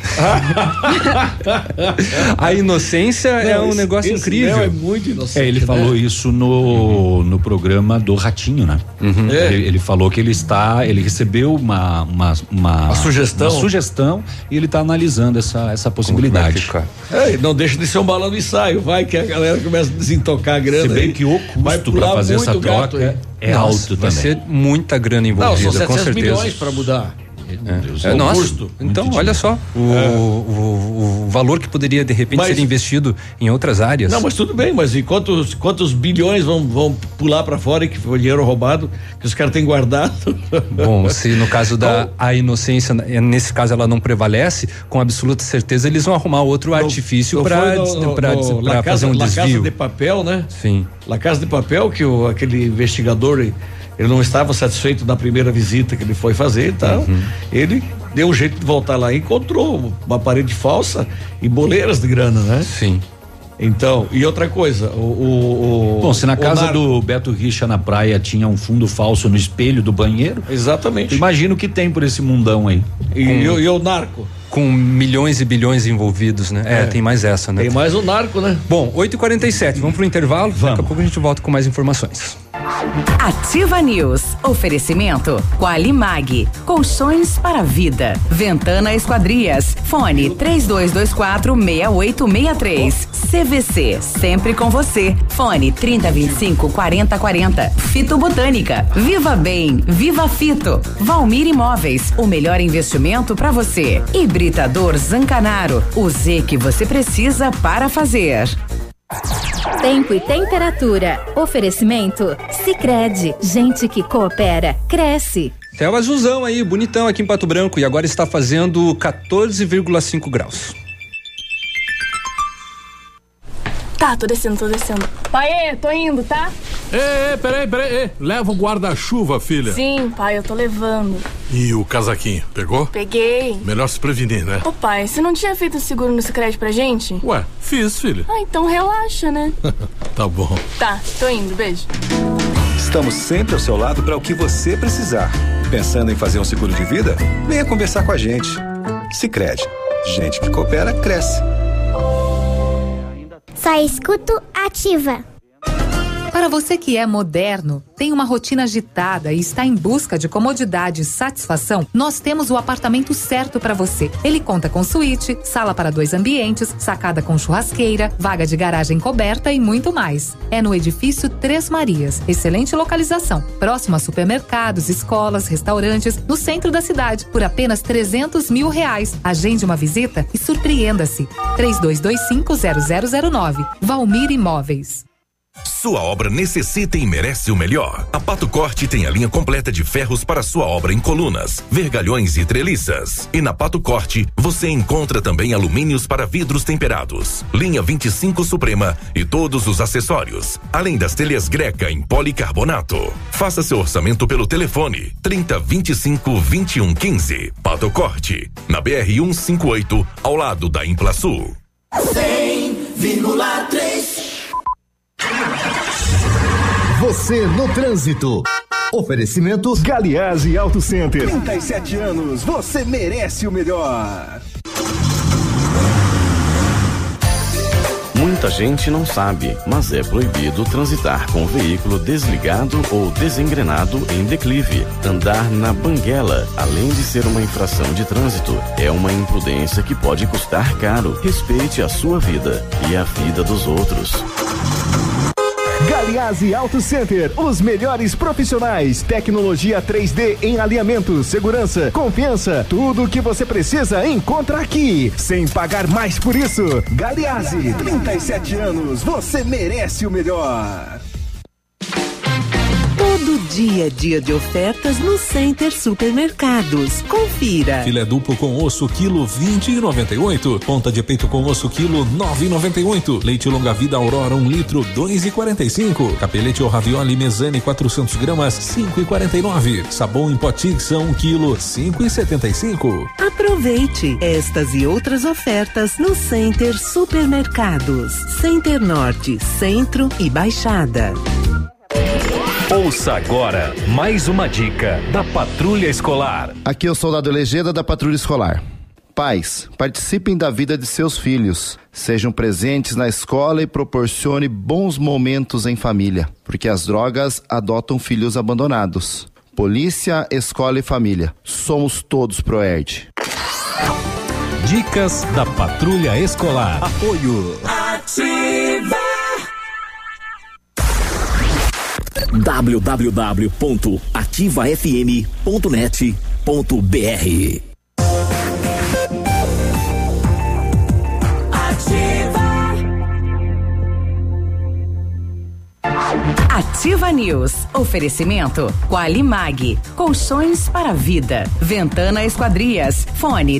S8: A inocência é um negócio incrível.
S1: É muito inocente.
S9: Ele falou isso no programa do Ratinho, né? Ele falou que ele recebeu uma sugestão e ele está analisando essa possibilidade.
S1: Não deixa de ser um balão de ensaio, vai que a galera começa a desentocar a grana.
S9: Se bem que o custo para fazer essa troca é alto também.
S8: Vai ser muita grana envolvida,
S1: são 700
S8: com certeza.
S1: milhões para mudar.
S8: Custo. Então, olha só, o valor que poderia de repente ser investido em outras áreas.
S1: Não, mas tudo bem, mas e quantos bilhões vão pular para fora e que foi dinheiro roubado que os caras têm guardado?
S8: Bom, se no caso a inocência, nesse caso ela não prevalece, com absoluta certeza eles vão arrumar outro artifício para fazer um desvio.
S1: La Casa de Papel, né?
S8: Sim.
S1: La Casa de Papel, que aquele investigador, ele não estava satisfeito na primeira visita que ele foi fazer, então ele deu um jeito de voltar lá e encontrou uma parede falsa e boleiras de grana, né?
S8: Sim.
S1: Então, e outra coisa,
S9: Bom, se na casa do Beto Richa na praia tinha um fundo falso no espelho do banheiro.
S1: Exatamente.
S9: Imagina o que tem por esse mundão aí.
S1: E o narco?
S8: Com milhões e bilhões envolvidos, né? Tem mais essa, né?
S1: Tem mais o narco, né?
S8: Bom, 8h47, vamos pro intervalo?
S9: Vamos.
S8: Daqui a pouco a gente volta com mais informações.
S5: Ativa News. Oferecimento Qualimag. Colchões para a vida. Ventana Esquadrias. Fone 3224-6863. CVC. Sempre com você. Fone 3025-4040. Fito Botânica. Viva Bem. Viva Fito. Valmir Imóveis. O melhor investimento para você. Hibridador Zancanaro. O Z que você precisa para fazer.
S4: Tempo e temperatura. Oferecimento Sicredi. Gente que coopera, cresce.
S8: Céu azulzão aí, bonitão aqui em Pato Branco, e agora está fazendo 14,5 graus.
S16: Tá, tô descendo. Pai, tô indo, tá?
S20: Peraí. Leva o guarda-chuva, filha.
S16: Sim, pai, eu tô levando.
S20: E o casaquinho, pegou?
S16: Peguei.
S20: Melhor se prevenir, né?
S16: Ô pai, você não tinha feito o seguro no Sicredi pra gente?
S20: Ué, fiz, filha.
S16: Então relaxa, né?
S20: Tá bom.
S16: Tá, tô indo, beijo.
S22: Estamos sempre ao seu lado para o que você precisar. Pensando em fazer um seguro de vida? Venha conversar com a gente. Sicredi. Gente que coopera, cresce.
S14: Só escuto Ativa.
S24: Para você que é moderno, tem uma rotina agitada e está em busca de comodidade e satisfação, nós temos o apartamento certo para você. Ele conta com suíte, sala para 2 ambientes, sacada com churrasqueira, vaga de garagem coberta e muito mais. É no edifício Três Marias. Excelente localização. Próximo a supermercados, escolas, restaurantes, no centro da cidade, por apenas R$300 mil. Agende uma visita e surpreenda-se. 3225-0009. Valmir Imóveis.
S12: Sua obra necessita e merece o melhor. A Pato Corte tem a linha completa de ferros para sua obra em colunas, vergalhões e treliças. E na Pato Corte você encontra também alumínios para vidros temperados, linha 25 Suprema e todos os acessórios, além das telhas Greca em policarbonato. Faça seu orçamento pelo telefone 3025-2115. Pato Corte, na BR 158, ao lado da Implasul.
S25: 100,3. Você no trânsito. Oferecimento Galiase Auto Center. 37 anos, você merece o melhor.
S23: Muita gente não sabe, mas é proibido transitar com o veículo desligado ou desengrenado em declive. Andar na banguela, além de ser uma infração de trânsito, é uma imprudência que pode custar caro. Respeite a sua vida e a vida dos outros.
S25: Galiase Auto Center, os melhores profissionais, tecnologia 3D em alinhamento, segurança, confiança, tudo o que você precisa encontra aqui, sem pagar mais por isso. Galiase, 37 anos, você merece o melhor.
S26: Todo dia é dia de ofertas no Center Supermercados. Confira.
S27: Filé duplo com osso, quilo 20,98. Ponta de peito com osso, quilo 9,98. Leite longa vida Aurora, 1 litro, 2,45. Capelete ou ravioli Mesane, 400 gramas, 5,49. Sabão em Potix, 1 quilo, 5,75.
S26: Aproveite estas e outras ofertas no Center Supermercados. Center Norte, Centro e Baixada.
S12: Ouça agora mais uma dica da Patrulha Escolar.
S2: Aqui é o soldado Legenda da Patrulha Escolar. Pais, participem da vida de seus filhos. Sejam presentes na escola e proporcione bons momentos em família, porque as drogas adotam filhos abandonados. Polícia, escola e família. Somos todos Proerd.
S12: Dicas da Patrulha Escolar.
S2: Apoio.
S13: Ativa
S3: www.ativafm.net.br.
S5: Ativa News. Oferecimento Qualimag. Colchões para a vida. Ventana Esquadrias. Fone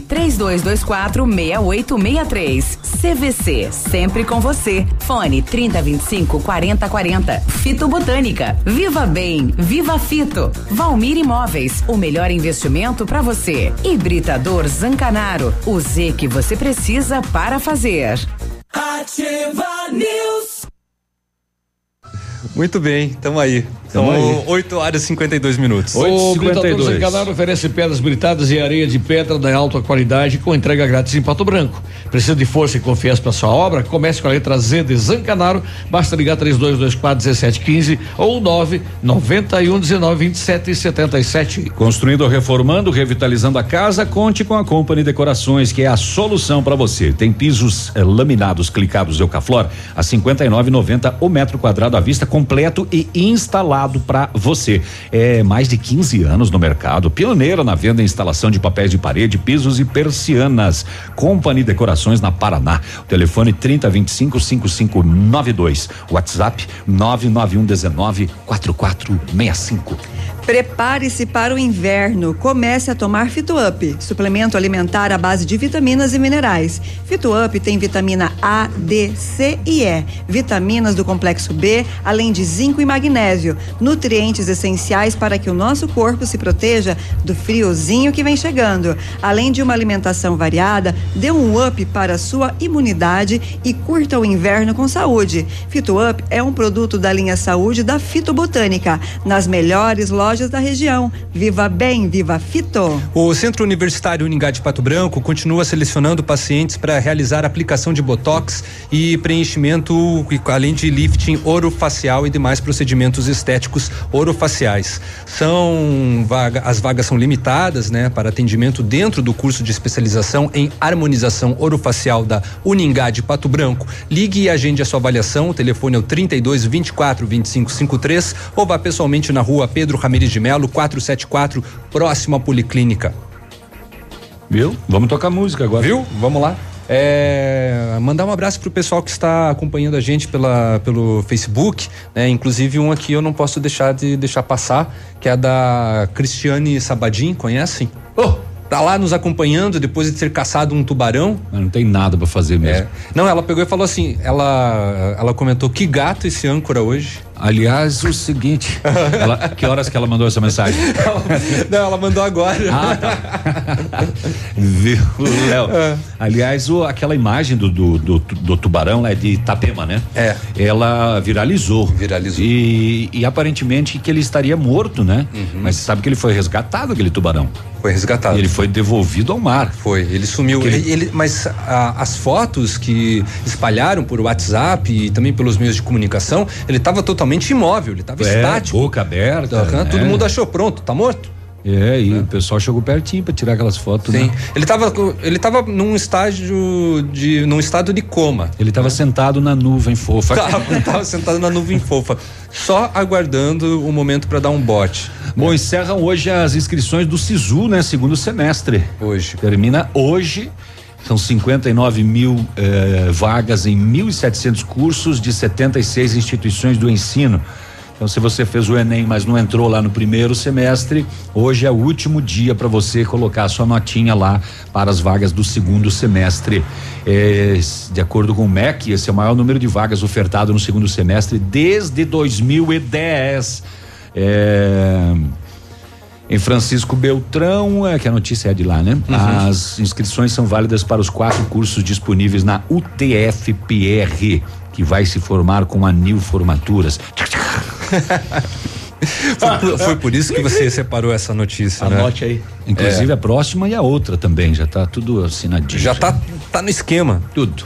S5: 3224-6863. CVC. Sempre com você. Fone 3025-4040. Fito Botânica. Viva Bem. Viva Fito. Valmir Imóveis. O melhor investimento para você. Hibridador Zancanaro. O Z que você precisa para fazer.
S13: Ativa News.
S8: Muito bem, tamo aí. São 8 horas e 52 minutos.
S1: O Britador Zancanaro oferece pedras britadas e areia de pedra de alta qualidade com entrega grátis em Pato Branco. Precisa de força e confiança para sua obra? Comece com a letra Z de Zancanaro. Basta ligar 3224-1715 ou 991192777.
S9: Construindo ou reformando, revitalizando a casa, conte com a Company Decorações, que é a solução para você. Tem pisos laminados clicados Eucaflor a 59,90 o metro quadrado à vista, completo e instalado para você. É mais de 15 anos no mercado, pioneira na venda e instalação de papéis de parede, pisos e persianas. Company Decorações na Paraná. O telefone 3025-5592. WhatsApp 991194465.
S10: Prepare-se para o inverno. Comece a tomar Fito-Up, suplemento alimentar à base de vitaminas e minerais. Fito-Up tem vitamina A, D, C e E, vitaminas do complexo B, além de zinco e magnésio, nutrientes essenciais para que o nosso corpo se proteja do friozinho que vem chegando. Além de uma alimentação variada, dê um up para a sua imunidade e curta o inverno com saúde. Fito-Up é um produto da linha Saúde da Fito Botânica, nas melhores lojas da região. Viva Bem, Viva Fito.
S8: O Centro Universitário Uningá de Pato Branco continua selecionando pacientes para realizar aplicação de botox e preenchimento, além de lifting orofacial e demais procedimentos estéticos orofaciais. As vagas são limitadas, né, para atendimento dentro do curso de especialização em harmonização orofacial da Uningá de Pato Branco. Ligue e agende a sua avaliação. O telefone é o 3224-2553 ou vá pessoalmente na rua Pedro Ramires de Melo, 474, próximo à Policlínica.
S9: Viu? Vamos tocar música agora.
S8: Viu? Vamos lá. Mandar um abraço pro pessoal que está acompanhando a gente pelo Facebook, né? Inclusive um aqui eu não posso deixar passar, que é da Cristiane Sabadim, conhecem? Tá lá nos acompanhando depois de ter caçado um tubarão.
S9: Mas não tem nada pra fazer mesmo.
S8: Não, ela pegou e falou assim, ela comentou: que gato esse âncora hoje.
S9: Aliás, o seguinte, que horas que ela mandou essa mensagem?
S8: Não, ela mandou agora.
S9: Tá. Viu, Léo? Aliás, aquela imagem do tubarão lá é de Itapema, né? Ela viralizou. E aparentemente que ele estaria morto, né? Uhum. Mas você sabe que ele foi resgatado, aquele tubarão.
S8: Foi resgatado.
S9: E ele foi devolvido ao mar.
S8: Foi, ele sumiu. Mas as fotos que espalharam por WhatsApp e também pelos meios de comunicação, ele estava totalmente imóvel, ele estava estático.
S9: Boca aberta.
S8: Todo mundo achou, pronto, tá morto.
S9: O pessoal chegou pertinho pra tirar aquelas fotos.
S8: Sim.
S9: Né?
S8: Ele tava num estado de coma.
S9: Ele tava sentado na nuvem fofa.
S8: Tava sentado na nuvem fofa, só aguardando o momento para dar um bote.
S9: Bom, encerram hoje as inscrições do SISU, né? Segundo semestre.
S8: Hoje.
S9: Termina hoje. São 59 mil vagas em 1.700 cursos de 76 instituições do ensino. Então, se você fez o Enem, mas não entrou lá no primeiro semestre, hoje é o último dia para você colocar a sua notinha lá para as vagas do segundo semestre. De acordo com o MEC, esse é o maior número de vagas ofertado no segundo semestre desde 2010. Em Francisco Beltrão, que a notícia é de lá, né? Uhum. As inscrições são válidas para os 4 cursos disponíveis na UTF-PR, que vai se formar com a Nil Formaturas.
S8: Foi por isso que você separou essa notícia,
S9: Anote aí. Inclusive a próxima e a outra também, já tá tudo assinadinho.
S8: Já tá no esquema.
S9: Tudo.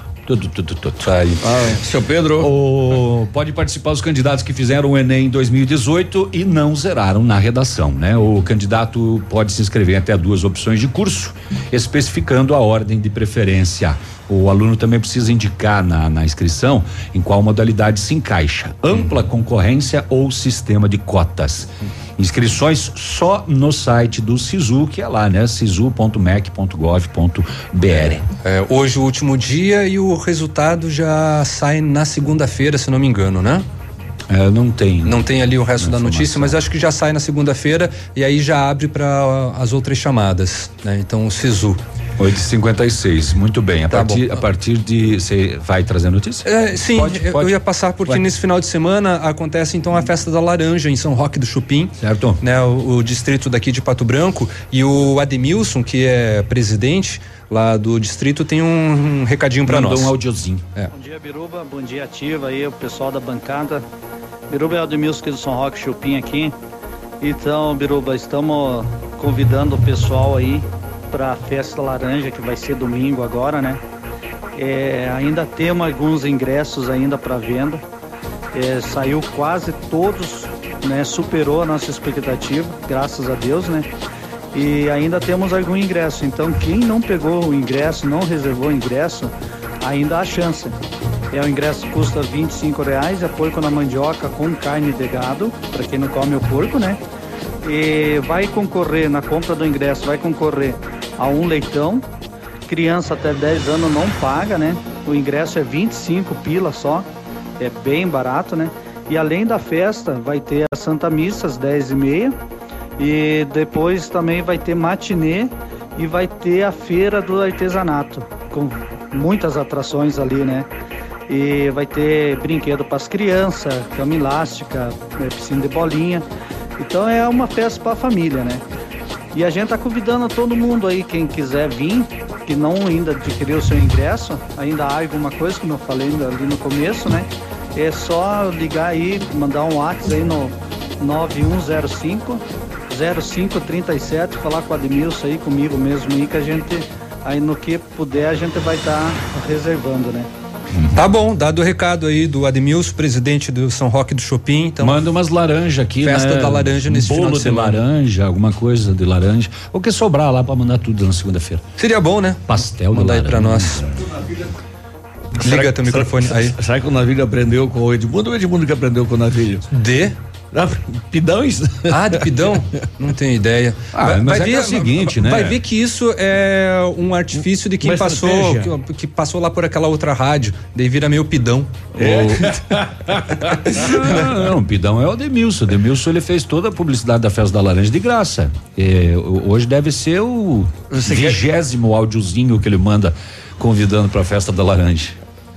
S8: Tá aí.
S1: Seu Pedro.
S9: Pode participar os candidatos que fizeram o Enem em 2018 e não zeraram na redação, né? O candidato pode se inscrever até 2 opções de curso, especificando a ordem de preferência. O aluno também precisa indicar na inscrição em qual modalidade se encaixa: ampla concorrência ou sistema de cotas. Inscrições só no site do SISU, que é lá, né? sisu.mec.gov.br.
S8: Hoje o último dia e o resultado já sai na segunda-feira, se não me engano, né?
S9: Não tem.
S8: Não tem ali o resto da notícia, mas acho que já sai na segunda-feira e aí já abre para as outras chamadas, né? Então o SISU.
S9: 8h56, muito bem. A partir de. Você vai trazer notícia?
S8: Sim, pode. Eu ia passar porque nesse final de semana acontece então a festa da laranja em São Roque do Chupim.
S9: Certo.
S8: Né, o distrito daqui de Pato Branco, e o Ademilson, que é presidente lá do distrito, tem um recadinho para nós.
S9: Um audiozinho.
S3: Bom dia, Biruba. Bom dia, Ativa aí, o pessoal da bancada. Biruba é o Ademilson aqui do São Roque Chupim aqui. Então, Biruba, estamos convidando o pessoal aí para a festa laranja, que vai ser domingo agora, né? Ainda temos alguns ingressos ainda para venda. Saiu quase todos, né? Superou a nossa expectativa, graças a Deus, né? E ainda temos algum ingresso. Então, quem não pegou o ingresso, não reservou o ingresso, ainda há chance. O ingresso custa R$25, é porco na mandioca com carne de gado, para quem não come o porco, né? E vai concorrer, na compra do ingresso, vai concorrer a um leitão. Criança até 10 anos não paga, né? O ingresso é 25 pila só, é bem barato, né? E além da festa, vai ter a Santa Missa às 10h30 e depois também vai ter matinê e vai ter a feira do artesanato, com muitas atrações ali, né? E vai ter brinquedo para as crianças, cama elástica, piscina de bolinha. Então é uma festa para a família, né? E a gente tá convidando todo mundo aí, quem quiser vir, que não ainda adquiriu o seu ingresso, ainda há alguma coisa, como eu falei ali no começo, né? É só ligar aí, mandar um WhatsApp aí no 9105-0537, falar com o Ademilson aí, comigo mesmo aí, que a gente, aí no que puder, a gente vai estar reservando, né?
S8: Tá bom, dado o recado aí do Ademilson, presidente do São Roque do Chopin. Então,
S9: manda umas laranjas aqui,
S8: festa da laranja nesse final de semana.
S9: Laranja, alguma coisa de laranja. Ou que sobrar lá pra mandar tudo na segunda-feira.
S8: Seria bom, né?
S9: Pastel
S8: mandar aí pra nós. Liga teu microfone aí.
S1: Será que o Navilho aprendeu com o Edmundo ou o Edmundo que aprendeu com o Navilho? Pidões?
S8: De pidão? Não tenho ideia.
S9: Mas é o seguinte, né?
S8: Vai ver que isso é um artifício de quem passou, que passou lá por aquela outra rádio, daí vira meio pidão.
S9: Não, pidão é o Ademilson. O Ademilson, ele fez toda a publicidade da festa da laranja de graça. Hoje deve ser o 20º áudiozinho que ele manda convidando pra festa da laranja.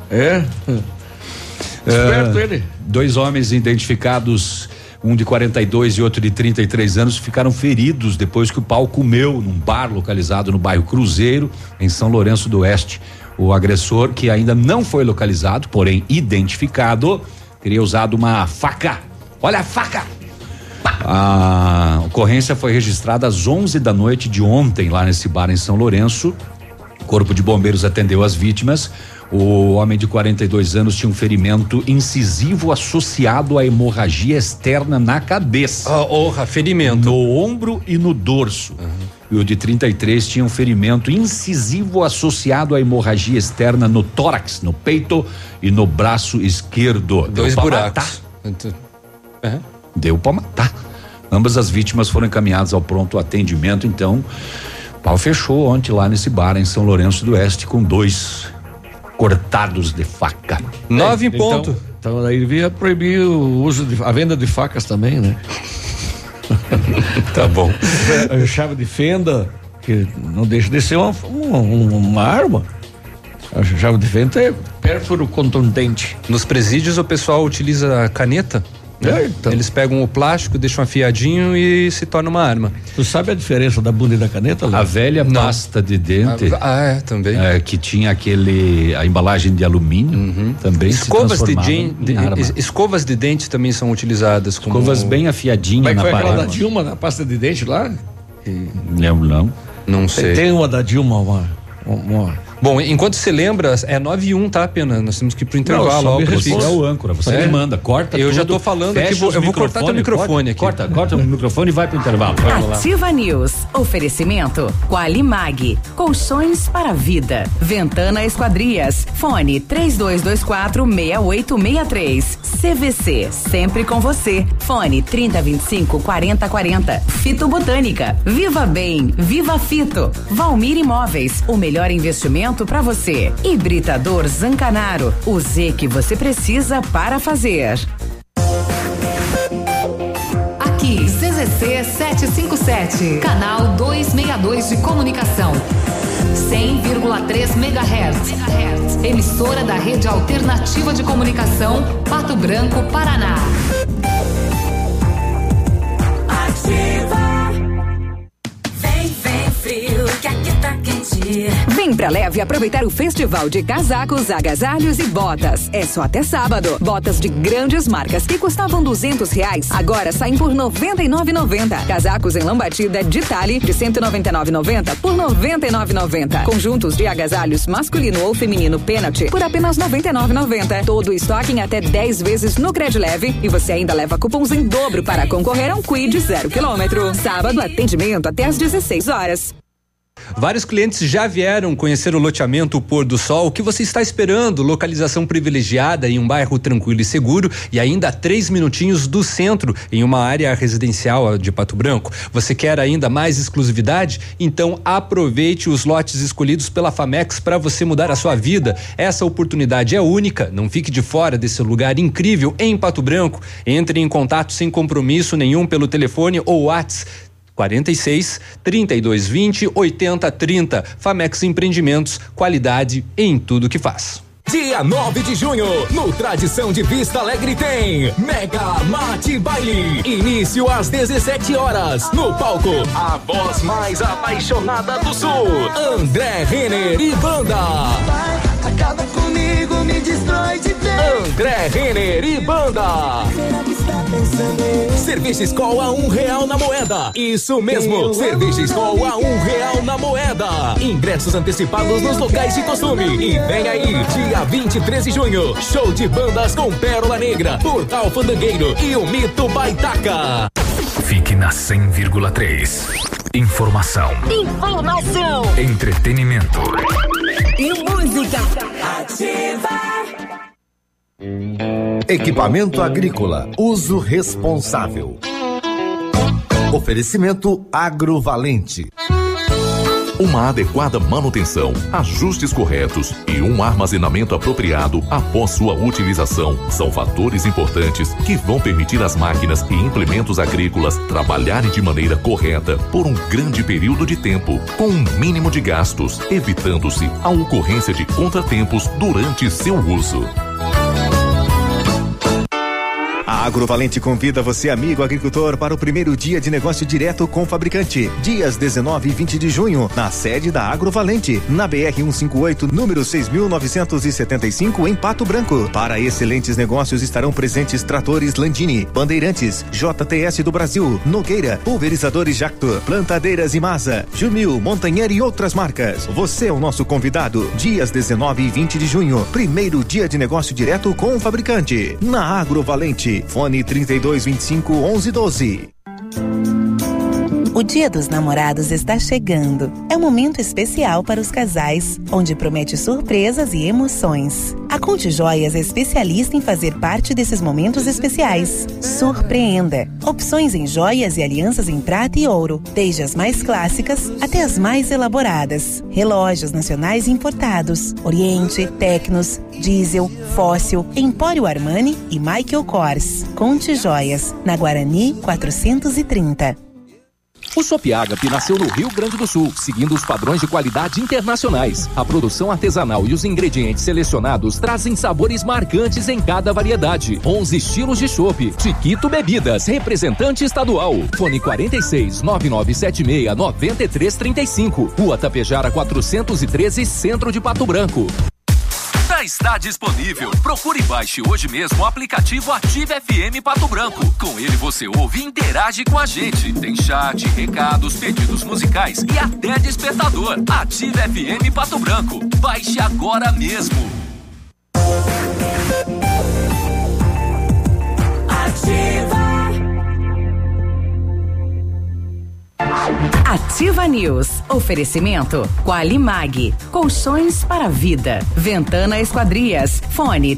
S1: Esperto ele.
S9: 2 homens identificados, um de 42 e outro de 33 anos, ficaram feridos depois que o pau comeu num bar localizado no bairro Cruzeiro, em São Lourenço do Oeste. O agressor, que ainda não foi localizado, porém identificado, teria usado uma faca. Olha a faca! A ocorrência foi registrada às 11 da noite de ontem, lá nesse bar em São Lourenço. O Corpo de Bombeiros atendeu as vítimas. O homem de 42 anos tinha um ferimento incisivo associado à hemorragia externa na cabeça.
S8: Ferimento.
S9: No ombro e no dorso. E o de 33 tinha um ferimento incisivo associado à hemorragia externa no tórax, no peito e no braço esquerdo.
S8: 2 buracos.
S9: Deu pra matar. Ambas as vítimas foram encaminhadas ao pronto atendimento. Então, o pau fechou ontem lá nesse bar em São Lourenço do Oeste com 2 cortados de faca.
S8: 9 em ponto.
S1: Então aí devia proibir o uso a venda de facas também, né?
S8: Tá bom.
S1: A chave de fenda, que não deixa de ser uma arma. A chave de fenda é pérfuro contundente.
S8: Nos presídios o pessoal utiliza a caneta Né? Então. Eles pegam o plástico, deixam afiadinho e se torna uma arma.
S1: Tu sabe a diferença da bunda e da caneta, Léo?
S9: A velha pasta de dente.
S8: Também.
S9: Que tinha a embalagem de alumínio, também
S8: escovas escovas de dente também são utilizadas como...
S9: Escovas bem afiadinhas
S1: na parede. Foi aquela da Dilma, na pasta de dente lá?
S8: Não sei.
S1: Tem uma da Dilma, uma.
S8: Bom, enquanto você lembra, é 9:01, tá, Pena? Nós temos que ir pro intervalo.
S9: Você é o âncora, você me manda, corta
S8: eu
S9: tudo.
S8: Já tô falando aqui, eu vou cortar teu microfone aqui.
S9: Corta o microfone e vai pro intervalo.
S5: Ativa News. Oferecimento Qualimag. Colchões para a vida. Ventana Esquadrias. Fone 3224-6863. CVC. Sempre com você. Fone 3025-4040. Fito Botânica. Viva Bem. Viva Fito. Valmir Imóveis. O melhor investimento para você. Hibridador Zancanaro, o Z que você precisa para fazer.
S24: Aqui, CZC 757, canal 262 de comunicação. 100,3 MHz. Emissora da Rede Alternativa de Comunicação, Pato Branco, Paraná.
S6: Ativa. Vem frio, que aqui tá quente.
S5: Vem pra Leve aproveitar o festival de casacos, agasalhos e botas. É só até sábado. Botas de grandes marcas que custavam R$200, agora saem por R$ 99,90. Casacos em lã batida de Tale de R$ 199,90 por R$ 99,90. Conjuntos de agasalhos masculino ou feminino Penalty por apenas R$ 99,90. Todo o estoque em até 10 vezes no Credleve e você ainda leva cupons em dobro para concorrer a um Quid 0 km. Sábado, atendimento até às 16 horas.
S8: Vários clientes já vieram conhecer o loteamento Pôr do Sol. O que você está esperando? Localização privilegiada em um bairro tranquilo e seguro e ainda a 3 minutinhos do centro, em uma área residencial de Pato Branco. Você quer ainda mais exclusividade? Então aproveite os lotes escolhidos pela Famex para você mudar a sua vida. Essa oportunidade é única. Não fique de fora desse lugar incrível em Pato Branco. Entre em contato sem compromisso nenhum pelo telefone ou WhatsApp 46 3220 8030. Famex Empreendimentos, qualidade em tudo que faz.
S18: Dia 9 de junho, no Tradição de Vista Alegre tem Mega Mate Baile. Início às 17 horas. No palco, a voz mais apaixonada do Sul, André Renner e banda.
S13: Vai, acaba comigo, me destrói de vez.
S18: André Renner e banda.
S13: Será que está pensando em...
S18: Cerveja Skol a R$1 na moeda. Isso mesmo, cerveja Skol a R$1 na moeda. Ingressos antecipados nos locais de costume. E vem aí, dia 23 de junho, show de bandas com Pérola Negra, Portal Fandangueiro e o Mito Baitaca.
S12: Fique na 100,3. Informação. Entretenimento.
S6: E música. Ativa.
S7: Equipamento agrícola, uso responsável. Oferecimento Agrovalente.
S12: Uma adequada manutenção, ajustes corretos e um armazenamento apropriado após sua utilização são fatores importantes que vão permitir às máquinas e implementos agrícolas trabalharem de maneira correta por um grande período de tempo, com um mínimo de gastos, evitando-se a ocorrência de contratempos durante seu uso.
S7: A Agrovalente convida você, amigo agricultor, para o primeiro dia de negócio direto com o fabricante. Dias 19 e 20 de junho, na sede da Agrovalente, na BR-158, número 6.975, em Pato Branco. Para excelentes negócios estarão presentes tratores Landini, Bandeirantes, JTS do Brasil, Nogueira, Pulverizadores Jacto, Plantadeiras Imasa, Jumil, Montanher e outras marcas. Você é o nosso convidado. Dias 19 e 20 de junho, primeiro dia de negócio direto com o fabricante. Na Agrovalente. Fone 3225-1112.
S11: O Dia dos Namorados está chegando. É um momento especial para os casais, onde promete surpresas e emoções. A Conte Joias é especialista em fazer parte desses momentos especiais. Surpreenda! Opções em joias e alianças em prata e ouro, desde as mais clássicas até as mais elaboradas. Relógios nacionais importados, Oriente, Tecnos, Diesel, Fóssil, Empório Armani e Michael Kors. Conte Joias, na Guarani 430.
S4: O Chopp Ágape nasceu no Rio Grande do Sul, seguindo os padrões de qualidade internacionais. A produção artesanal e os ingredientes selecionados trazem sabores marcantes em cada variedade. 11 estilos de chopp. Chiquito Bebidas, representante estadual. Fone 46 9976 9335. Rua Tapejara 413, Centro de Pato Branco.
S15: Já está disponível. Procure e baixe hoje mesmo o aplicativo Ativa FM Pato Branco. Com ele você ouve e interage com a gente. Tem chat, recados, pedidos musicais e até despertador. Ativa FM Pato Branco. Baixe agora mesmo.
S5: Ativa News. Oferecimento Qualimag. Colchões para a vida. Ventana Esquadrias. Fone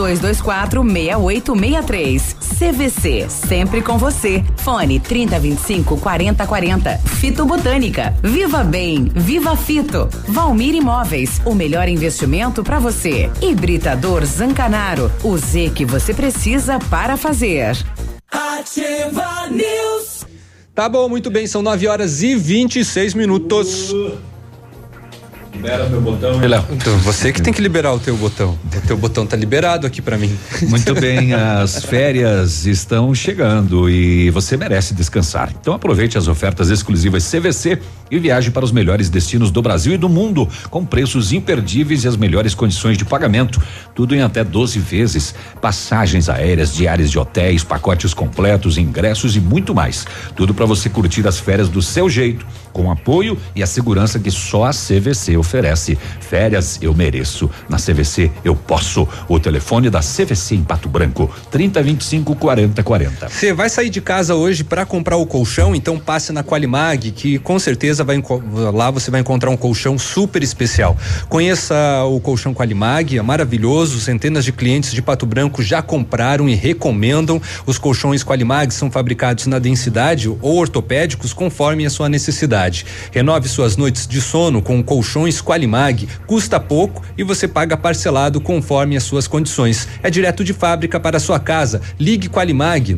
S5: 3224-6863. CVC. Sempre com você. Fone 3025-4040. Fito Botânica. Viva Bem. Viva Fito. Valmir Imóveis. O melhor investimento para você. Hibridador Zancanaro. O Z que você precisa para fazer.
S6: Ativa News.
S8: Tá bom, muito bem, são 9h26.
S9: Libera meu botão, Léo.
S8: Então, você que tem que liberar o teu botão. O teu botão tá liberado aqui pra mim.
S9: Muito bem, as férias estão chegando e você merece descansar. Então aproveite as ofertas exclusivas CVC e viaje para os melhores destinos do Brasil e do mundo, com preços imperdíveis e as melhores condições de pagamento. Tudo em até 12 vezes. Passagens aéreas, diárias de hotéis, pacotes completos, ingressos e muito mais. Tudo para você curtir as férias do seu jeito, com apoio e a segurança que só a CVC oferece. Férias eu mereço. Na CVC eu posso. O telefone da CVC em Pato Branco, 3025-4040.
S8: Você vai sair de casa hoje para comprar o colchão? Então passe na Qualimag, que com certeza lá você vai encontrar um colchão super especial. Conheça o colchão Qualimag, é maravilhoso. Centenas de clientes de Pato Branco já compraram e recomendam. Os colchões Qualimag são fabricados na densidade ou ortopédicos conforme a sua necessidade. Renove suas noites de sono com colchões Qualimag. Custa pouco e você paga parcelado conforme as suas condições. É direto de fábrica para a sua casa. Ligue Qualimag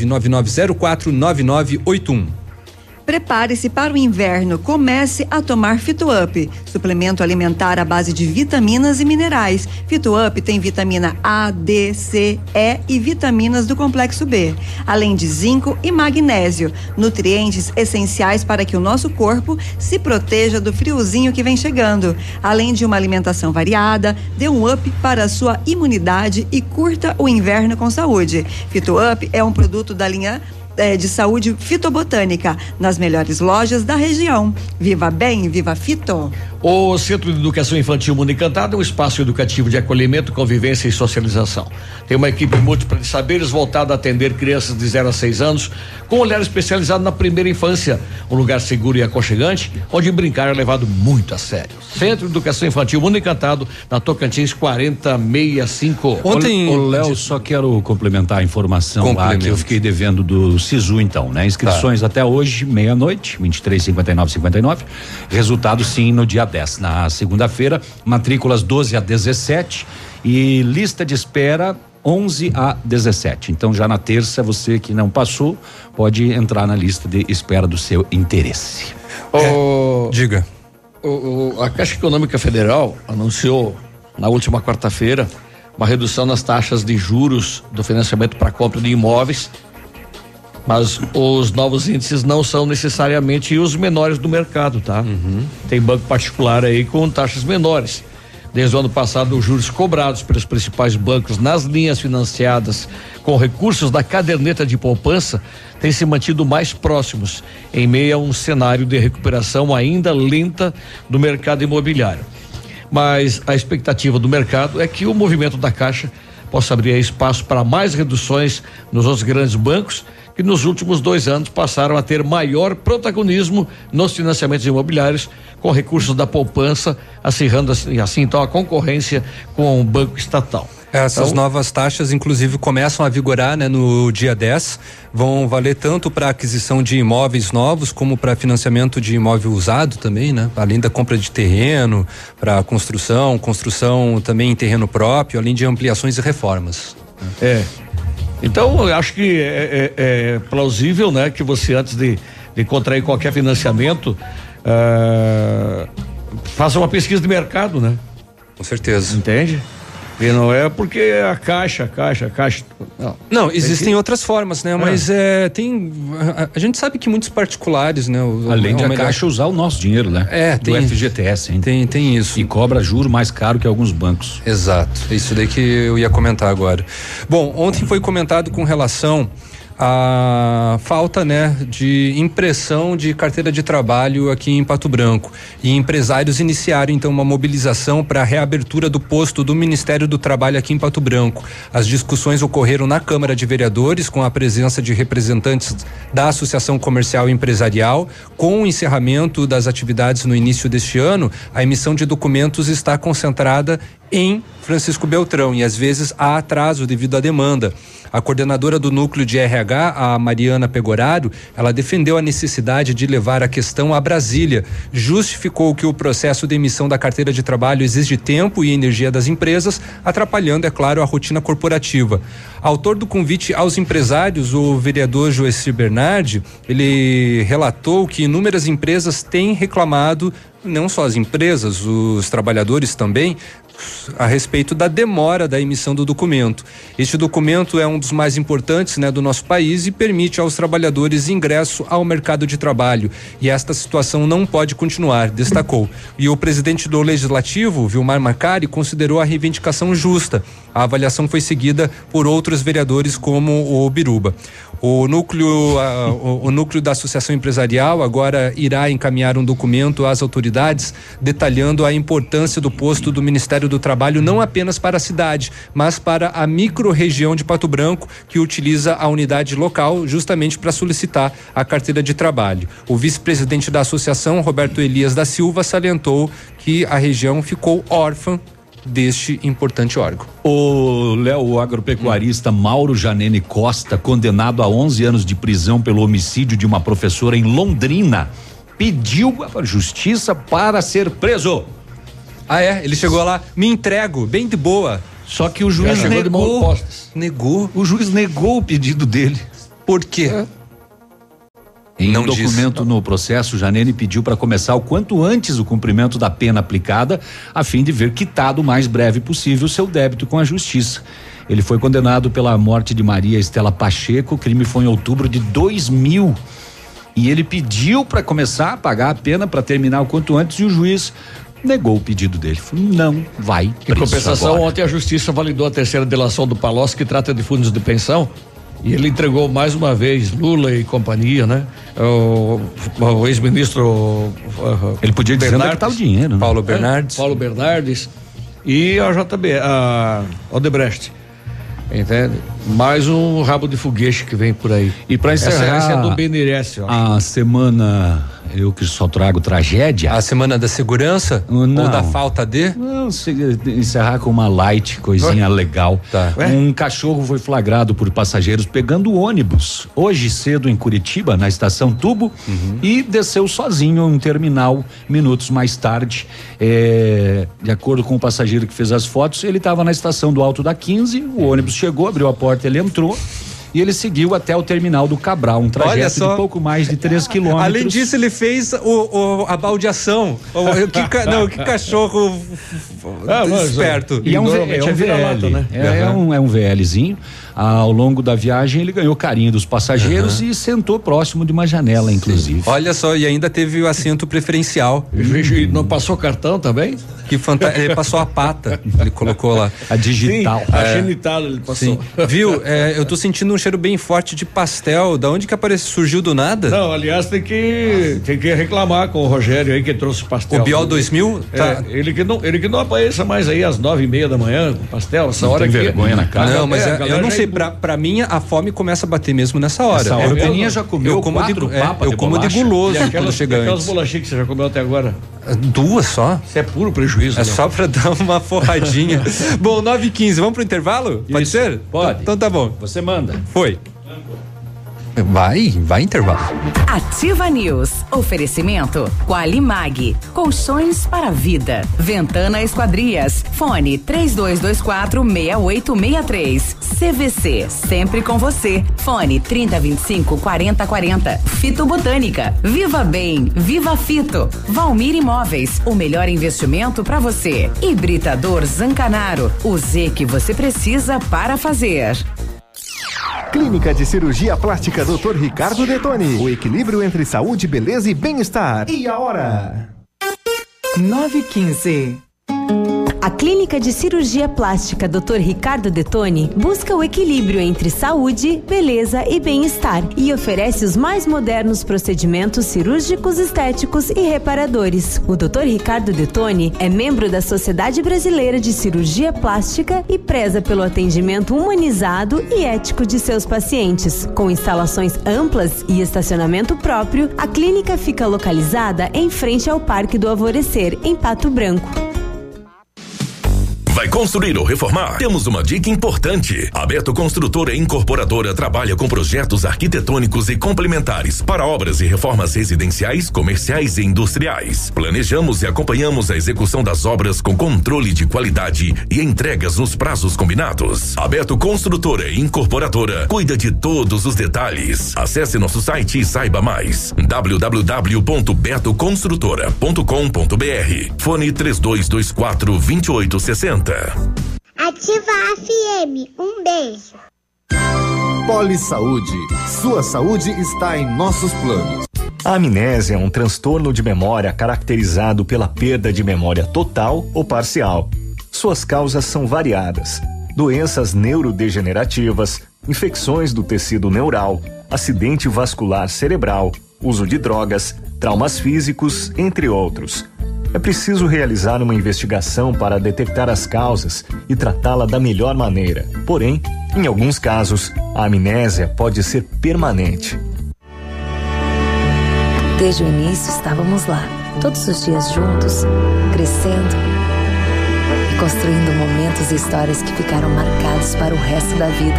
S8: 999049981.
S10: Prepare-se para o inverno. Comece a tomar Fito Up, suplemento alimentar à base de vitaminas e minerais. Fito Up tem vitamina A, D, C, E e vitaminas do complexo B, além de zinco e magnésio, nutrientes essenciais para que o nosso corpo se proteja do friozinho que vem chegando. Além de uma alimentação variada, dê um up para a sua imunidade e curta o inverno com saúde. Fito Up é um produto da linha de saúde fitobotânica nas melhores lojas da região. Viva Bem, Viva Fito.
S1: O Centro de Educação Infantil Mundo Encantado é um espaço educativo de acolhimento, convivência e socialização. Tem uma equipe múltipla de saberes voltada a atender crianças de 0 a 6 anos, com um olhar especializado na primeira infância. Um lugar seguro e aconchegante, onde brincar é levado muito a sério. Centro de Educação Infantil Mundo Encantado, na Tocantins 4065.
S9: Ontem, o Léo, só quero complementar a informação lá que eu fiquei devendo do SISU, então, né? Inscrições até hoje, meia-noite, 23:59:59. Resultado sim no dia 10, na segunda-feira, matrículas 12 a 17 e lista de espera 11 a 17. Então já na terça, você que não passou pode entrar na lista de espera do seu interesse.
S8: Diga.
S1: A Caixa Econômica Federal anunciou na última quarta-feira uma redução nas taxas de juros do financiamento para compra de imóveis, mas os novos índices não são necessariamente os menores do mercado, tá? Tem banco particular aí com taxas menores. Desde o ano passado, os juros cobrados pelos principais bancos nas linhas financiadas com recursos da caderneta de poupança têm se mantido mais próximos, em meio a um cenário de recuperação ainda lenta do mercado imobiliário. Mas a expectativa do mercado é que o movimento da Caixa possa abrir espaço para mais reduções nos outros grandes bancos, que nos últimos 2 anos passaram a ter maior protagonismo nos financiamentos imobiliários, com recursos da poupança, acirrando assim então a concorrência com o banco estatal.
S8: Essas novas taxas, inclusive, começam a vigorar, né, no dia 10. Vão valer tanto para aquisição de imóveis novos, como para financiamento de imóvel usado também, né? Além da compra de terreno, para construção também em terreno próprio, além de ampliações e reformas.
S1: Então, eu acho que é plausível, né, que você, antes de de contrair qualquer financiamento, faça uma pesquisa de mercado, né?
S8: Com certeza.
S1: Entende? E não é porque a caixa.
S8: Não, existem outras formas, né? Mas a gente sabe que muitos particulares, né?
S9: Além de a Caixa usar o nosso dinheiro, né?
S8: Tem
S9: do FGTS, hein?
S8: Tem isso.
S9: E cobra juro mais caro que alguns bancos.
S8: Exato. É isso daí que eu ia comentar agora. Bom, ontem foi comentado com relação a falta, né, de impressão de carteira de trabalho aqui em Pato Branco, e empresários iniciaram então uma mobilização para a reabertura do posto do Ministério do Trabalho aqui em Pato Branco. As discussões ocorreram na Câmara de Vereadores com a presença de representantes da Associação Comercial e Empresarial. Com o encerramento das atividades no início deste ano, a emissão de documentos está concentrada em Francisco Beltrão e às vezes há atraso devido à demanda. A coordenadora do núcleo de RH, a Mariana Pegoraro, ela defendeu a necessidade de levar a questão a Brasília. Justificou que o processo de emissão da carteira de trabalho exige tempo e energia das empresas, atrapalhando, é claro, a rotina corporativa. Autor do convite aos empresários, o vereador Joacir Bernardi, ele relatou que inúmeras empresas têm reclamado, não só as empresas, os trabalhadores também, a respeito da demora da emissão do documento. Este documento é um dos mais importantes, né, do nosso país e permite aos trabalhadores ingresso ao mercado de trabalho, e esta situação não pode continuar, destacou. E o presidente do Legislativo, Vilmar Macari, considerou a reivindicação justa. A avaliação foi seguida por outros vereadores como o Biruba. O núcleo da Associação Empresarial agora irá encaminhar um documento às autoridades detalhando a importância do posto do Ministério do Trabalho não apenas para a cidade, mas para a micro-região de Pato Branco, que utiliza a unidade local justamente para solicitar a carteira de trabalho. O vice-presidente da associação, Roberto Elias da Silva, salientou que a região ficou órfã deste importante órgão.
S9: O agropecuarista Mauro Janene Costa, condenado a 11 anos de prisão pelo homicídio de uma professora em Londrina, pediu a justiça para ser preso.
S8: Ah, é? Ele chegou lá, me entrego, bem de boa.
S9: Só que o juiz negou. O juiz negou o pedido dele.
S8: Por quê?
S9: Em um documento no processo, Janene pediu para começar o quanto antes o cumprimento da pena aplicada, a fim de ver quitado o mais breve possível seu débito com a justiça. Ele foi condenado pela morte de Maria Estela Pacheco. O crime foi em outubro de 2000. E ele pediu para começar a pagar a pena para terminar o quanto antes, e o juiz negou o pedido dele. Falou, não vai.
S1: Em compensação, ontem a justiça validou a terceira delação do Palocci, que trata de fundos de pensão. E ele entregou mais uma vez Lula e companhia, né? O ex-ministro
S9: ele podia dizer onde é que tá o dinheiro, né?
S8: Paulo Bernardes.
S1: Paulo Bernardes e a JB, a Odebrecht. Entende? Mais um rabo de foguete que vem por aí.
S9: E para encerrar,
S1: essa é do BNDES,
S9: a semana, eu que só trago tragédia.
S8: A semana da segurança?
S9: Não.
S8: Ou da falta de?
S9: Não, encerrar com uma light, coisinha legal.
S8: Tá.
S9: Um cachorro foi flagrado por passageiros pegando ônibus hoje cedo em Curitiba, na estação Tubo, e desceu sozinho em um terminal minutos mais tarde. De acordo com o passageiro que fez as fotos, ele estava na estação do Alto da 15, o ônibus chegou, abriu a porta, ele entrou e ele seguiu até o terminal do Cabral, um trajeto de pouco mais de 3 quilômetros.
S8: Além disso, ele fez a baldeação. Que cachorro esperto.
S9: E é um VL, né? É um VLzinho. Ao longo da viagem, ele ganhou carinho dos passageiros e sentou próximo de uma janela, inclusive.
S8: Olha só, e ainda teve o assento preferencial.
S1: E não passou cartão também?
S8: Que fantástico. Ele passou a pata, ele colocou lá.
S9: A digital.
S1: Sim, a genital ele passou.
S8: Sim. Viu? Eu tô sentindo um cheiro bem forte de pastel. Da onde que surgiu do nada?
S1: Não, aliás, tem que reclamar com o Rogério aí que trouxe pastel.
S8: O Biol 2000?
S1: Tá. Ele que não apareça mais aí às 9:30 da manhã com pastel, essa hora
S9: tem vergonha na cara.
S8: Não, mas eu não sei, pra mim a fome começa a bater mesmo nessa hora.
S9: A Peninha já comeu 4 papas
S8: eu como de guloso quando chega antes.
S1: Aquelas bolachinhas que você já comeu até agora?
S8: 2 só?
S1: Isso é puro prejuízo.
S8: É só pra dar uma forradinha. Bom, 9:15, vamos pro intervalo? Pode ser?
S9: Pode.
S8: Então tá bom.
S9: Você manda.
S8: Foi. Vai intervalo.
S5: Ativa News. Oferecimento Qualimag. Colchões para a vida. Ventana Esquadrias. Fone 3224-6863. CVC. Sempre com você. Fone 3025-4040. Fito Botânica. Viva Bem. Viva Fito. Valmir Imóveis. O melhor investimento para você. Hibridador Zancanaro. O Z que você precisa para fazer.
S25: Clínica de Cirurgia Plástica Dr. Ricardo Detoni. O equilíbrio entre saúde, beleza e bem-estar. E a hora?
S14: 9h15. A Clínica de Cirurgia Plástica Dr. Ricardo Detoni busca o equilíbrio entre saúde, beleza e bem-estar e oferece os mais modernos procedimentos cirúrgicos, estéticos e reparadores. O Dr. Ricardo Detoni é membro da Sociedade Brasileira de Cirurgia Plástica e preza pelo atendimento humanizado e ético de seus pacientes. Com instalações amplas e estacionamento próprio, a clínica fica localizada em frente ao Parque do Alvorecer, em Pato Branco.
S12: Vai construir ou reformar? Temos uma dica importante. A Beto Construtora e Incorporadora trabalha com projetos arquitetônicos e complementares para obras e reformas residenciais, comerciais e industriais. Planejamos e acompanhamos a execução das obras com controle de qualidade e entregas nos prazos combinados. A Beto Construtora e Incorporadora cuida de todos os detalhes. Acesse nosso site e saiba mais. www.betoconstrutora.com.br. Fone 3224-2860.
S16: Ativa a FM. Um beijo.
S25: Poli Saúde. Sua saúde está em nossos planos.
S17: A amnésia é um transtorno de memória caracterizado pela perda de memória total ou parcial. Suas causas são variadas: doenças neurodegenerativas, infecções do tecido neural, acidente vascular cerebral, uso de drogas, traumas físicos, entre outros. É preciso realizar uma investigação para detectar as causas e tratá-la da melhor maneira. Porém, em alguns casos, a amnésia pode ser permanente.
S19: Desde o início estávamos lá, todos os dias juntos, crescendo e construindo momentos e histórias que ficaram marcados para o resto da vida.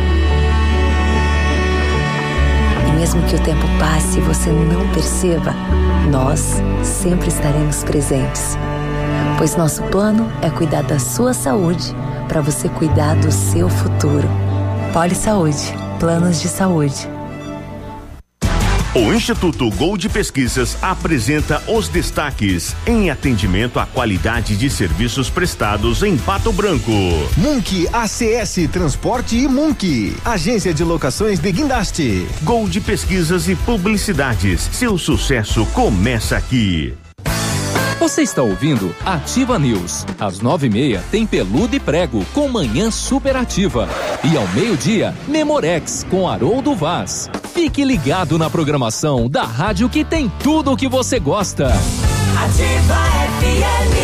S19: E mesmo que o tempo passe e você não perceba, nós sempre estaremos presentes. Pois nosso plano é cuidar da sua saúde para você cuidar do seu futuro. Poli Saúde. Planos de saúde.
S20: O Instituto Gold Pesquisas apresenta os destaques em atendimento à qualidade de serviços prestados em Pato Branco.
S25: Munk ACS Transporte e Munk, agência de locações de guindaste.
S20: Gold Pesquisas e Publicidades, seu sucesso começa aqui.
S4: Você está ouvindo Ativa News. Às 9h30 tem Peludo e Prego com Manhã Superativa. E ao meio-dia, Memorex com Haroldo Vaz. Fique ligado na programação da rádio que tem tudo o que você gosta.
S6: Ativa FM.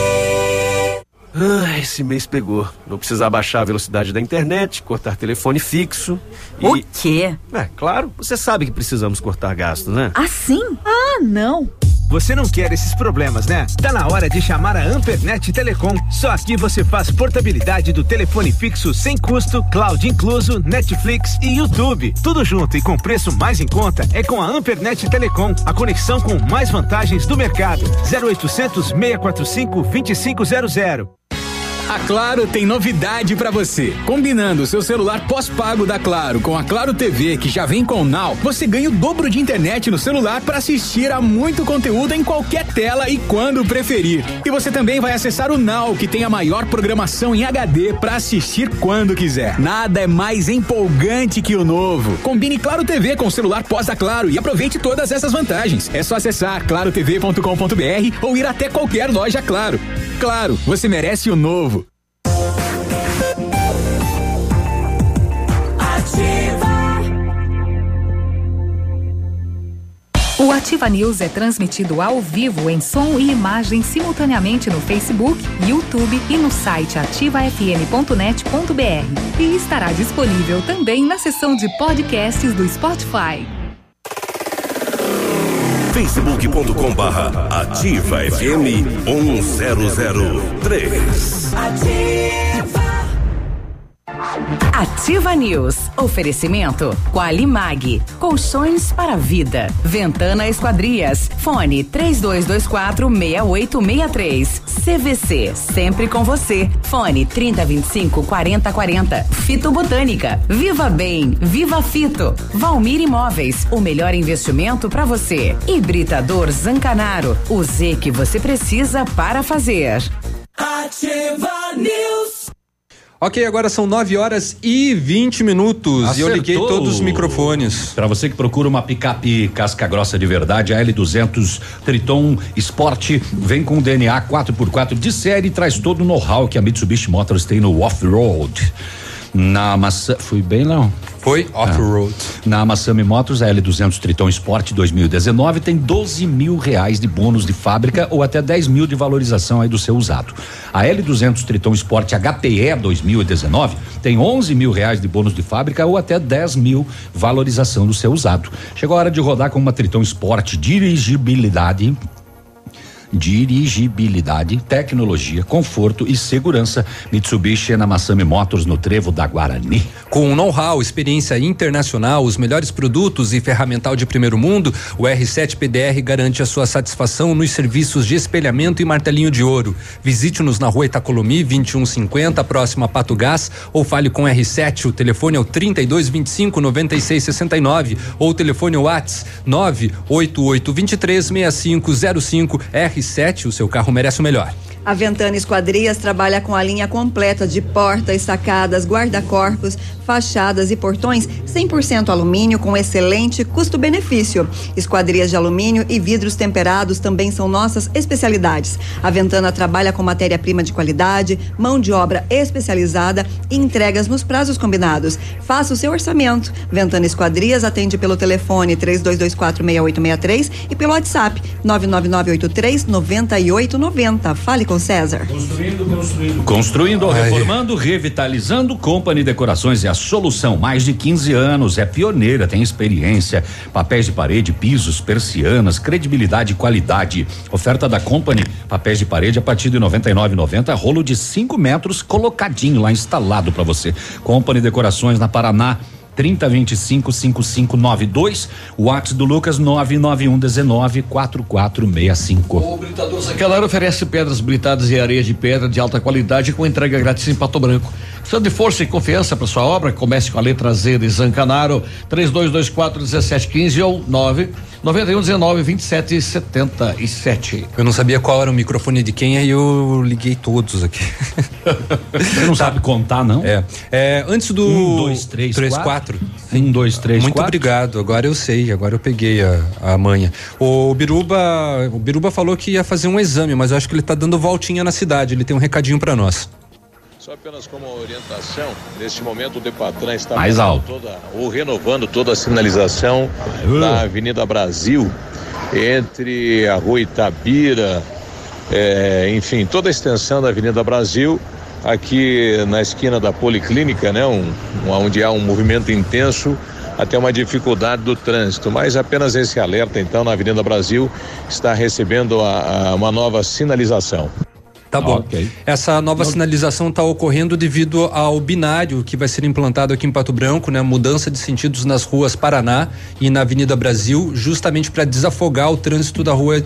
S21: Esse mês pegou. Vou precisar baixar a velocidade da internet, cortar telefone fixo e...
S22: O quê?
S21: Claro, você sabe que precisamos cortar gastos, né?
S22: Assim? Ah, não.
S28: Você não quer esses problemas, né? Tá na hora de chamar a Ampernet Telecom. Só aqui você faz portabilidade do telefone fixo sem custo, cloud incluso, Netflix e YouTube. Tudo junto e com preço mais em conta é com a Ampernet Telecom. A conexão com mais vantagens do mercado. 0800 645 2500.
S29: A Claro tem novidade pra você. Combinando o seu celular pós-pago da Claro com a Claro TV, que já vem com o Now, você ganha o dobro de internet no celular para assistir a muito conteúdo em qualquer tela e quando preferir. E você também vai acessar o Now, que tem a maior programação em HD para assistir quando quiser. Nada é mais empolgante que o novo. Combine Claro TV com o celular pós da Claro e aproveite todas essas vantagens. É só acessar clarotv.com.br ou ir até qualquer loja Claro. Claro, você merece o novo.
S24: O Ativa News é transmitido ao vivo em som e imagem simultaneamente no Facebook, YouTube e no site ativafm.net.br. E estará disponível também na seção de podcasts do Spotify.
S12: Facebook.com/Ativa FM 1003.
S6: Ativa.
S5: Ativa News. Oferecimento Qualimag. Colchões para a vida. Ventana Esquadrias. Fone 3224-6863. CVC. Sempre com você. Fone 3025-4040. Fito Botânica. Viva Bem. Viva Fito. Valmir Imóveis. O melhor investimento para você. Hibridador Zancanaro. O Z que você precisa para fazer.
S6: Ativa News.
S8: Ok, agora são 9h20.
S9: Acertou.
S8: E eu liguei todos os microfones.
S9: Para você que procura uma picape casca grossa de verdade, a L200 Triton Sport vem com DNA 4x4 de série e traz todo o know-how que a Mitsubishi Motors tem no off-road. Fui bem, não?
S8: Foi off-road.
S9: Na Massami Motors, a L200 Triton Sport 2019 tem R$12 mil de bônus de fábrica ou até 10 mil de valorização aí do seu usado. A L200 Triton Sport HPE 2019 tem R$11 mil de bônus de fábrica ou até 10 mil valorização do seu usado. Chegou a hora de rodar com uma Triton Sport dirigibilidade, tecnologia, conforto e segurança. Mitsubishi é na Massami Motors, no Trevo da Guarani.
S8: Com know-how, experiência internacional, os melhores produtos e ferramental de primeiro mundo, o R7 PDR garante a sua satisfação nos serviços de espelhamento e martelinho de ouro. Visite-nos na rua Itacolomi 2150, próximo a Pato Gás, ou fale com R7. O telefone é o 3225-9669 ou o telefone WhatsApp 988236505. R7, o seu carro merece o melhor.
S10: A Ventana Esquadrias trabalha com a linha completa de portas, sacadas, guarda-corpos, fachadas e portões 100% alumínio com excelente custo-benefício. Esquadrias de alumínio e vidros temperados também são nossas especialidades. A Ventana trabalha com matéria-prima de qualidade, mão de obra especializada e entregas nos prazos combinados. Faça o seu orçamento. Ventana Esquadrias atende pelo telefone 3224-6863 e pelo WhatsApp 99983-9890. Fale com César.
S9: Construindo, reformando, revitalizando. Company Decorações é a solução. Mais de 15 anos, é pioneira, tem experiência. Papéis de parede, pisos, persianas, credibilidade e qualidade. Oferta da Company, papéis de parede a partir de R$99,90, rolo de 5 metros colocadinho lá, instalado para você. Company Decorações na Paraná. 3025-5592, o WhatsApp do Lucas 991194465.
S1: O Britador Zancanaro oferece pedras britadas e areia de pedra de alta qualidade com entrega grátis em Pato Branco. Precisando de força e confiança para sua obra? Comece com a letra Z de Zancanaro, 3224-1715 ou 99119-2777.
S8: Eu não sabia qual era o microfone de quem, aí eu liguei todos aqui.
S9: Você não sabe contar, não?
S8: Antes do
S9: 1, 2, 3,
S8: 4.
S9: 1, 2, 3,
S8: Muito
S9: 4.
S8: obrigado, agora eu sei, agora eu peguei a manha. O Biruba falou que ia fazer um exame, mas eu acho que ele tá dando voltinha na cidade, ele tem um recadinho para nós.
S2: Só apenas como orientação, neste momento o Depatran está
S9: mais alto
S2: renovando toda a sinalização da Avenida Brasil, entre a Rua Itabira, enfim, toda a extensão da Avenida Brasil, aqui na esquina da Policlínica, né? Onde há um movimento intenso, até uma dificuldade do trânsito, mas apenas esse alerta, então, na Avenida Brasil está recebendo uma nova sinalização.
S8: Tá bom. Okay. Essa nova sinalização está ocorrendo devido ao binário que vai ser implantado aqui em Pato Branco, né? Mudança de sentidos nas ruas Paraná e na Avenida Brasil, justamente para desafogar o trânsito da rua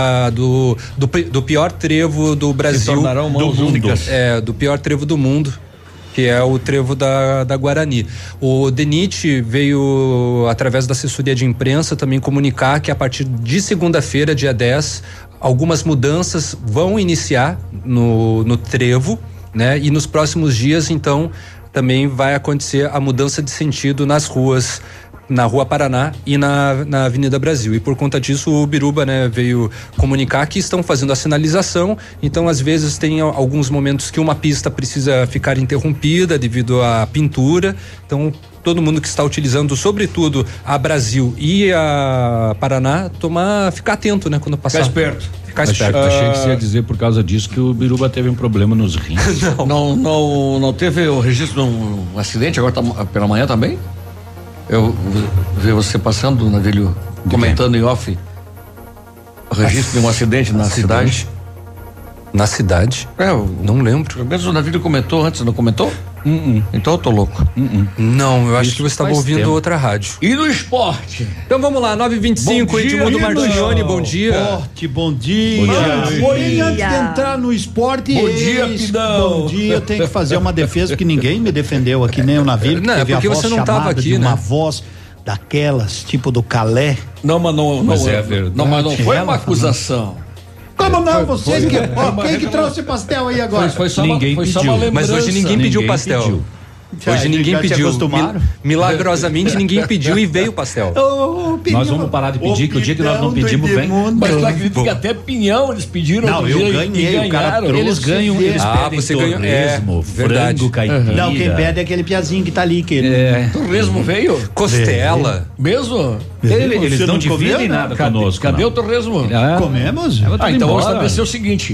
S8: do pior trevo do Brasil.
S1: Se tornarão mãos únicas.
S8: Do pior trevo do mundo, que é o trevo da Guarani. O DENIT veio, através da assessoria de imprensa, também comunicar que a partir de segunda-feira, dia 10, algumas mudanças vão iniciar no trevo, né? E nos próximos dias, então, também vai acontecer a mudança de sentido nas ruas, na Rua Paraná e na Avenida Brasil. E por conta disso, o Biruba, né, veio comunicar que estão fazendo a sinalização. Então, às vezes, tem alguns momentos que uma pista precisa ficar interrompida devido à pintura. Então, todo mundo que está utilizando, sobretudo a Brasil e a Paraná, ficar atento, né, quando passar.
S1: Ficar esperto.
S9: Achei que você ia dizer por causa disso que o Biruba teve um problema nos rins.
S1: Não teve o registro de um acidente agora pela manhã também? Eu vi você passando, Navilho, comentando em off o registro de um acidente na cidade.
S8: Na cidade?
S1: Eu
S8: não lembro.
S1: Pelo menos o Navilho comentou antes, não comentou? Então eu tô louco.
S8: Não, eu acho que você estava ouvindo outra rádio.
S1: E no esporte?
S8: Então vamos lá, 9h25, Edmundo Martignoni, bom dia.
S3: Esporte, bom dia. Porém, antes de entrar no esporte,
S1: bom dia, Pidão.
S3: Bom dia, eu tenho que fazer uma defesa que ninguém me defendeu aqui, nem o Navilho.
S8: Não, é porque você não estava aqui,
S3: né? Uma voz daquelas, tipo do Calé.
S1: Não, mas não,
S9: mas é verdade.
S1: Não, mas não foi uma acusação.
S3: Como não? Vocês que. Quem que trouxe pastel aí agora?
S1: Foi só
S9: ninguém
S1: uma
S9: pediu.
S1: lembrança.
S8: Mas hoje ninguém pediu pastel.
S9: Pediu.
S8: Hoje ninguém pediu. Milagrosamente ninguém pediu e veio o pastel.
S9: Nós vamos parar de pedir, que o dia que nós não pedimos vem.
S1: Mas tu acredita que até pinhão eles pediram?
S3: Não, eu ganhei, o cara trouxe.
S9: Eles ganham, eles pedem
S8: você torresmo,
S9: frango, caipira.
S3: Não, quem pede é aquele piazinho que tá ali.
S1: Torresmo veio?
S8: Costela.
S1: Mesmo?
S9: Eles não dividem nada conosco.
S1: Cadê o torresmo?
S3: Comemos?
S1: Então vamos estabelecer o seguinte.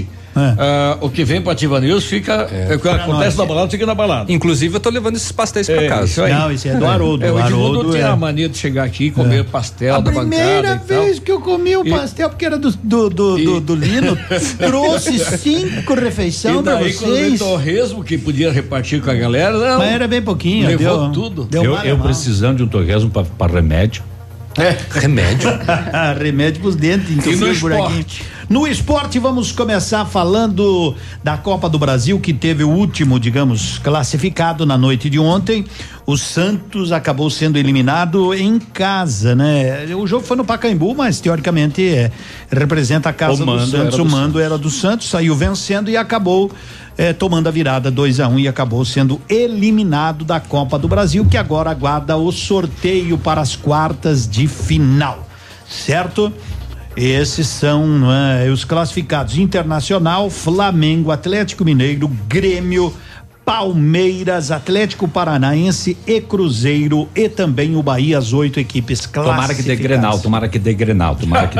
S1: O que vem pra Ativa News fica. O que acontece na balada fica na balada.
S8: Inclusive, eu tô levando esses pastéis pra casa.
S1: Isso aí.
S3: Não, isso é do Haroldo.
S1: O Edmundo tinha a mania de chegar aqui e comer pastel da bancada.
S3: A primeira vez que eu comi o pastel, porque era do Lino, trouxe 5 refeições pra vocês.
S1: Quando veio torresmo, que podia repartir com a galera, não.
S3: Mas era bem pouquinho.
S1: Levou tudo.
S9: Eu precisando de um torresmo pra remédio.
S8: Remédio?
S3: Remédio pros dentes, então
S1: no esporte?
S3: No esporte, vamos começar falando da Copa do Brasil, que teve o último, digamos, classificado na noite de ontem. O Santos acabou sendo eliminado em casa, né? O jogo foi no Pacaembu, mas teoricamente representa a casa do Santos. O mando era do Santos, saiu vencendo e acabou tomando a virada 2-1 e acabou sendo eliminado da Copa do Brasil, que agora aguarda o sorteio para as quartas de final, certo? Esses são os classificados: Internacional, Flamengo, Atlético Mineiro, Grêmio, Palmeiras, Atlético Paranaense e Cruzeiro, e também o Bahia, as 8 equipes classificadas.
S9: Tomara que dê Grenal.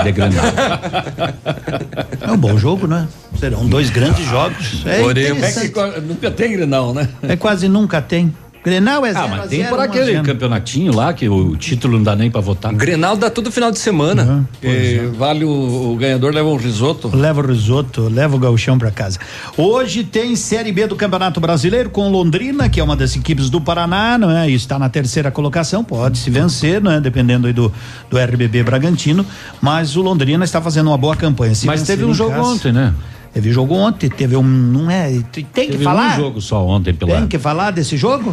S3: É um bom jogo, né? Serão 2 grandes jogos.
S1: Nunca tem Grenal, né?
S3: Quase nunca tem. Grenal é 0
S9: mas tem por aquele campeonatinho lá que o título não dá nem pra votar.
S8: Grenal dá todo final de semana.
S1: Vale o ganhador leva um risoto.
S3: Leva o gauchão pra casa. Hoje tem Série B do Campeonato Brasileiro com Londrina, que é uma das equipes do Paraná, não é? E está na 3ª colocação, pode se vencer, não é? Dependendo aí do RBB Bragantino, mas o Londrina está fazendo uma boa campanha.
S9: Mas teve um jogo ontem, né?
S3: Teve jogo ontem, teve um, não é? Tem que falar?
S9: Teve um jogo só ontem
S3: Tem que falar desse jogo?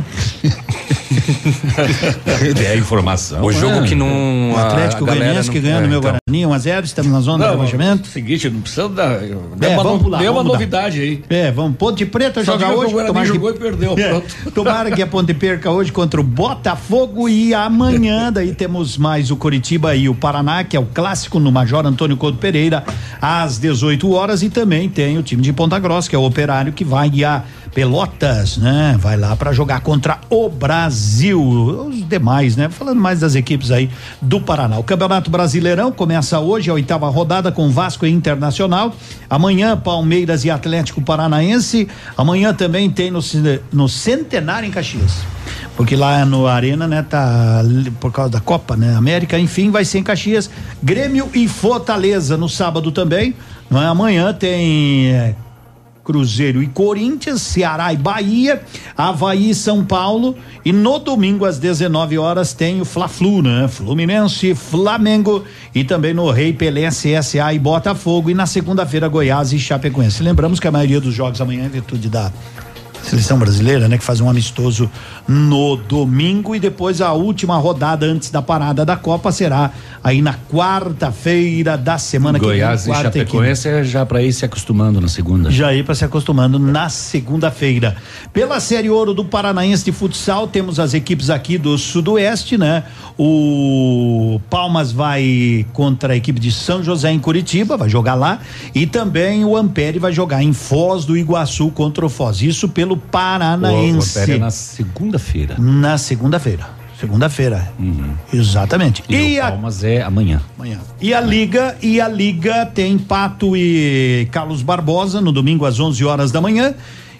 S9: É informação.
S8: O jogo que não.
S3: O Atlético Goianiense que ganhou no meu Guarani 1-0, estamos na zona do rebaixamento.
S1: Seguinte, não precisa dar.
S3: Vamos pular.
S1: Deu uma novidade aí.
S3: Vamos. Ponte Preta jogar hoje.
S1: O Guarani jogou e perdeu. Pronto.
S3: Tomara que a Ponte perca hoje contra o Botafogo, e amanhã daí temos mais o Coritiba e o Paraná, que é o clássico no Major Antônio Couto Pereira, às 18 horas, e também tem o time de Ponta Grossa, que é o Operário, que vai a Pelotas, né? Vai lá para jogar contra o Brasil. Os demais, né? Falando mais das equipes aí do Paraná. O Campeonato Brasileirão começa hoje, a 8ª rodada, com Vasco e Internacional. Amanhã, Palmeiras e Atlético Paranaense. Amanhã também tem no Centenário, em Caxias. Porque lá no Arena, né, tá por causa da Copa, né, América, enfim, vai ser em Caxias. Grêmio e Fortaleza no sábado também, não é? Amanhã tem Cruzeiro e Corinthians, Ceará e Bahia, Avaí e São Paulo, e no domingo às 19 horas tem o Fla-Flu, né? Fluminense e Flamengo, e também no Rei Pelé, CSA e Botafogo, e na segunda-feira Goiás e Chapecoense. Lembramos que a maioria dos jogos amanhã é em virtude da seleção brasileira, né? Que faz um amistoso no domingo, e depois a última rodada antes da parada da Copa será aí na quarta-feira da semana que vem.
S9: Goiás e Chapecoense é já para ir se acostumando na segunda.
S3: Já ir para se acostumando na segunda-feira. Pela Série Ouro do Paranaense de Futsal, temos as equipes aqui do Sudoeste, né? O Palmas vai contra a equipe de São José em Curitiba, vai jogar lá, e também o Ampere vai jogar em Foz do Iguaçu contra o Foz. Isso pelo Paranaense.
S9: O Ampere é na segunda-feira.
S3: Na segunda-feira. Exatamente.
S9: E o Palmas é amanhã.
S3: E a Liga tem Pato e Carlos Barbosa no domingo às 11 horas da manhã.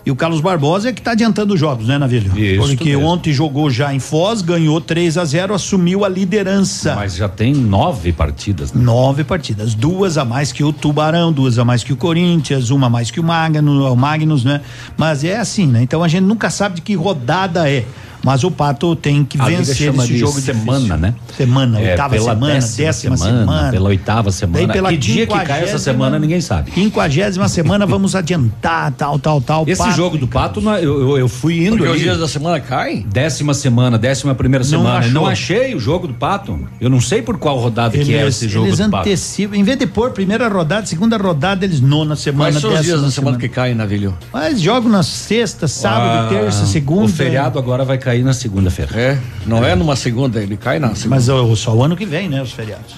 S3: E o Carlos Barbosa é que está adiantando os jogos, né, Navilho?
S9: Isso.
S3: Porque
S9: mesmo.
S3: ontem jogou já em Foz, ganhou 3-0, assumiu a liderança.
S9: Mas já tem 9 partidas, né?
S3: 9 partidas, 2 a mais que o Tubarão, 2 a mais que o Corinthians, 1 a mais que o Magnus, né? Mas é assim, né? Então a gente nunca sabe de que rodada é. Mas o Pato tem que vencer esse jogo de
S9: semana,
S3: difícil.
S9: né?
S3: Semana, oitava semana, 10ª semana.
S9: Pela 8ª semana.
S3: Daí pela
S9: que dia que cai essa semana, ninguém sabe.
S3: 50ª semana, vamos adiantar, tal.
S9: Esse
S3: Pato,
S9: jogo do Pato, eu fui indo.
S1: Porque
S9: ali.
S1: os dias da semana caem?
S9: 10ª semana, 11ª semana.
S3: achou.
S9: Não achei o jogo do Pato. Eu não sei por qual rodada que é esse jogo do Pato.
S3: Eles antecipam, em vez de pôr primeira rodada, segunda rodada, eles 9ª semana.
S1: Quais são os dias da semana
S3: semana
S1: que caem, Navilho?
S3: Mas jogam na sexta, sábado, terça, segunda.
S9: O feriado agora vai cair na segunda-feira.
S1: Não é numa segunda, ele cai na segunda.
S3: Mas só o ano que vem, né, os feriados.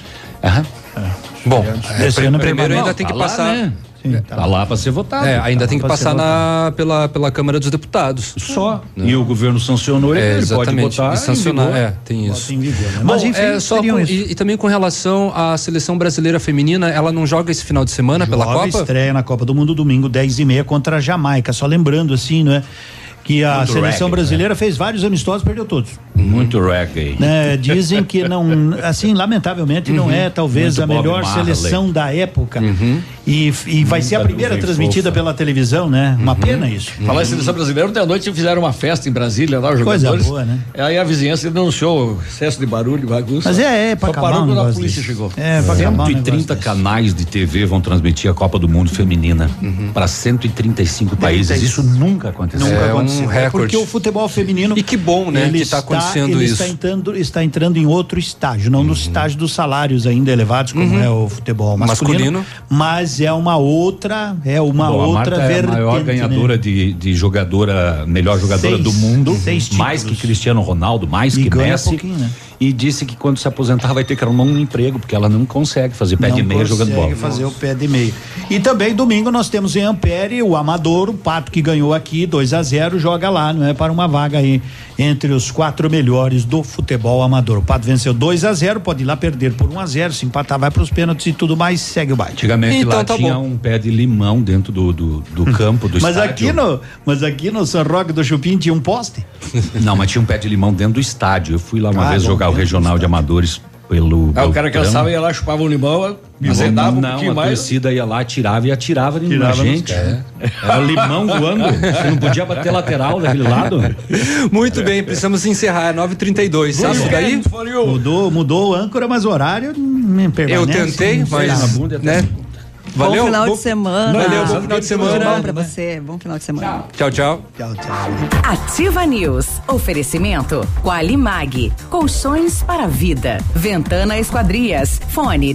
S8: Bom,
S3: primeiro
S8: ainda tem que passar.
S9: Lá, né? Tá lá para ser votado.
S8: Ainda tem que passar pela Câmara dos Deputados.
S9: Só. Né? E o governo sancionou, ele pode botar
S8: e sancionar. Tem isso.
S3: Em vigor, né?
S8: Mas enfim, e também com relação à seleção brasileira feminina, ela não joga esse final de semana pela Copa?
S3: Estreia na Copa do Mundo domingo, 10h30 contra a Jamaica. Só lembrando assim, não é? Que a seleção brasileira fez vários amistosos, perdeu todos.
S9: Muito reggae.
S3: Dizem que não, assim, lamentavelmente não é talvez a melhor seleção da época. E vai ser a primeira transmitida pela televisão, né? Uma pena isso.
S1: Falar em seleção brasileira, ontem à noite fizeram uma festa em Brasília, lá os jogadores.
S3: Coisa boa, né?
S1: Aí a vizinhança denunciou excesso de barulho, bagunça.
S3: Mas pra acabar.
S1: Parou quando a polícia chegou.
S3: Pra acabar
S9: 130 canais de TV vão transmitir a Copa do Mundo feminina para 135 países. Isso nunca aconteceu.
S3: Nunca aconteceu.
S8: Um recorde.
S3: Porque o futebol feminino.
S8: E que bom, né? Que está acontecendo isso.
S3: Está entrando em outro estágio, não no estágio dos salários ainda elevados, como é o futebol masculino. Mas é uma outra
S9: Marta
S3: vertente.
S9: É a maior ganhadora, né? de jogadora, melhor jogadora do mundo. 6 mais que Cristiano Ronaldo, mais que Messi.
S3: Né?
S9: E disse que quando se aposentar vai ter que arrumar um emprego, porque ela não consegue fazer pé de meia jogando bola.
S3: Não consegue fazer o pé de meia. E também domingo nós temos em Ampere o Amador, o Pato que ganhou aqui 2-0, joga lá, não é? Para uma vaga aí entre os 4 melhores do futebol amador. O Pato venceu 2-0, pode ir lá perder por 1-0, se empatar vai para os pênaltis e tudo mais, segue o baile.
S9: Antigamente então, lá tinha um pé de limão dentro do campo do estádio.
S3: Mas aqui no São Roque do Chupim tinha um poste?
S9: Não, mas tinha um pé de limão dentro do estádio. Eu fui lá uma vez jogar o regional de amadores pelo
S1: o cara cansava, ia lá, chupava um limão, azedava um pouquinho mais.
S9: A torcida ia lá, atirava na gente. Era limão voando. Você não podia bater lateral daquele lado.
S8: Muito bem, precisamos encerrar. 9h32. Sabe daí?
S3: Mudou o âncora, mas o horário permanece.
S8: Eu tentei, mas né? Valeu.
S10: Bom final de semana.
S8: Valeu, bom final de semana.
S10: Bom pra você. Bom final de semana.
S8: Tchau, tchau.
S5: Ativa News. Oferecimento Qualimag. Colchões para a vida. Ventana Esquadrias. Fone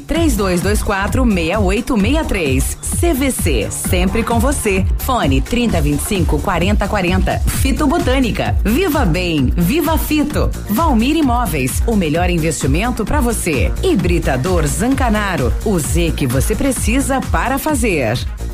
S5: 3224-6863. CVC. Sempre com você. Fone 3025-4040. Fito Botânica. Viva Bem. Viva Fito. Valmir Imóveis. O melhor investimento para você. Hibridador Zancanaro. O Z que você precisa para fazer.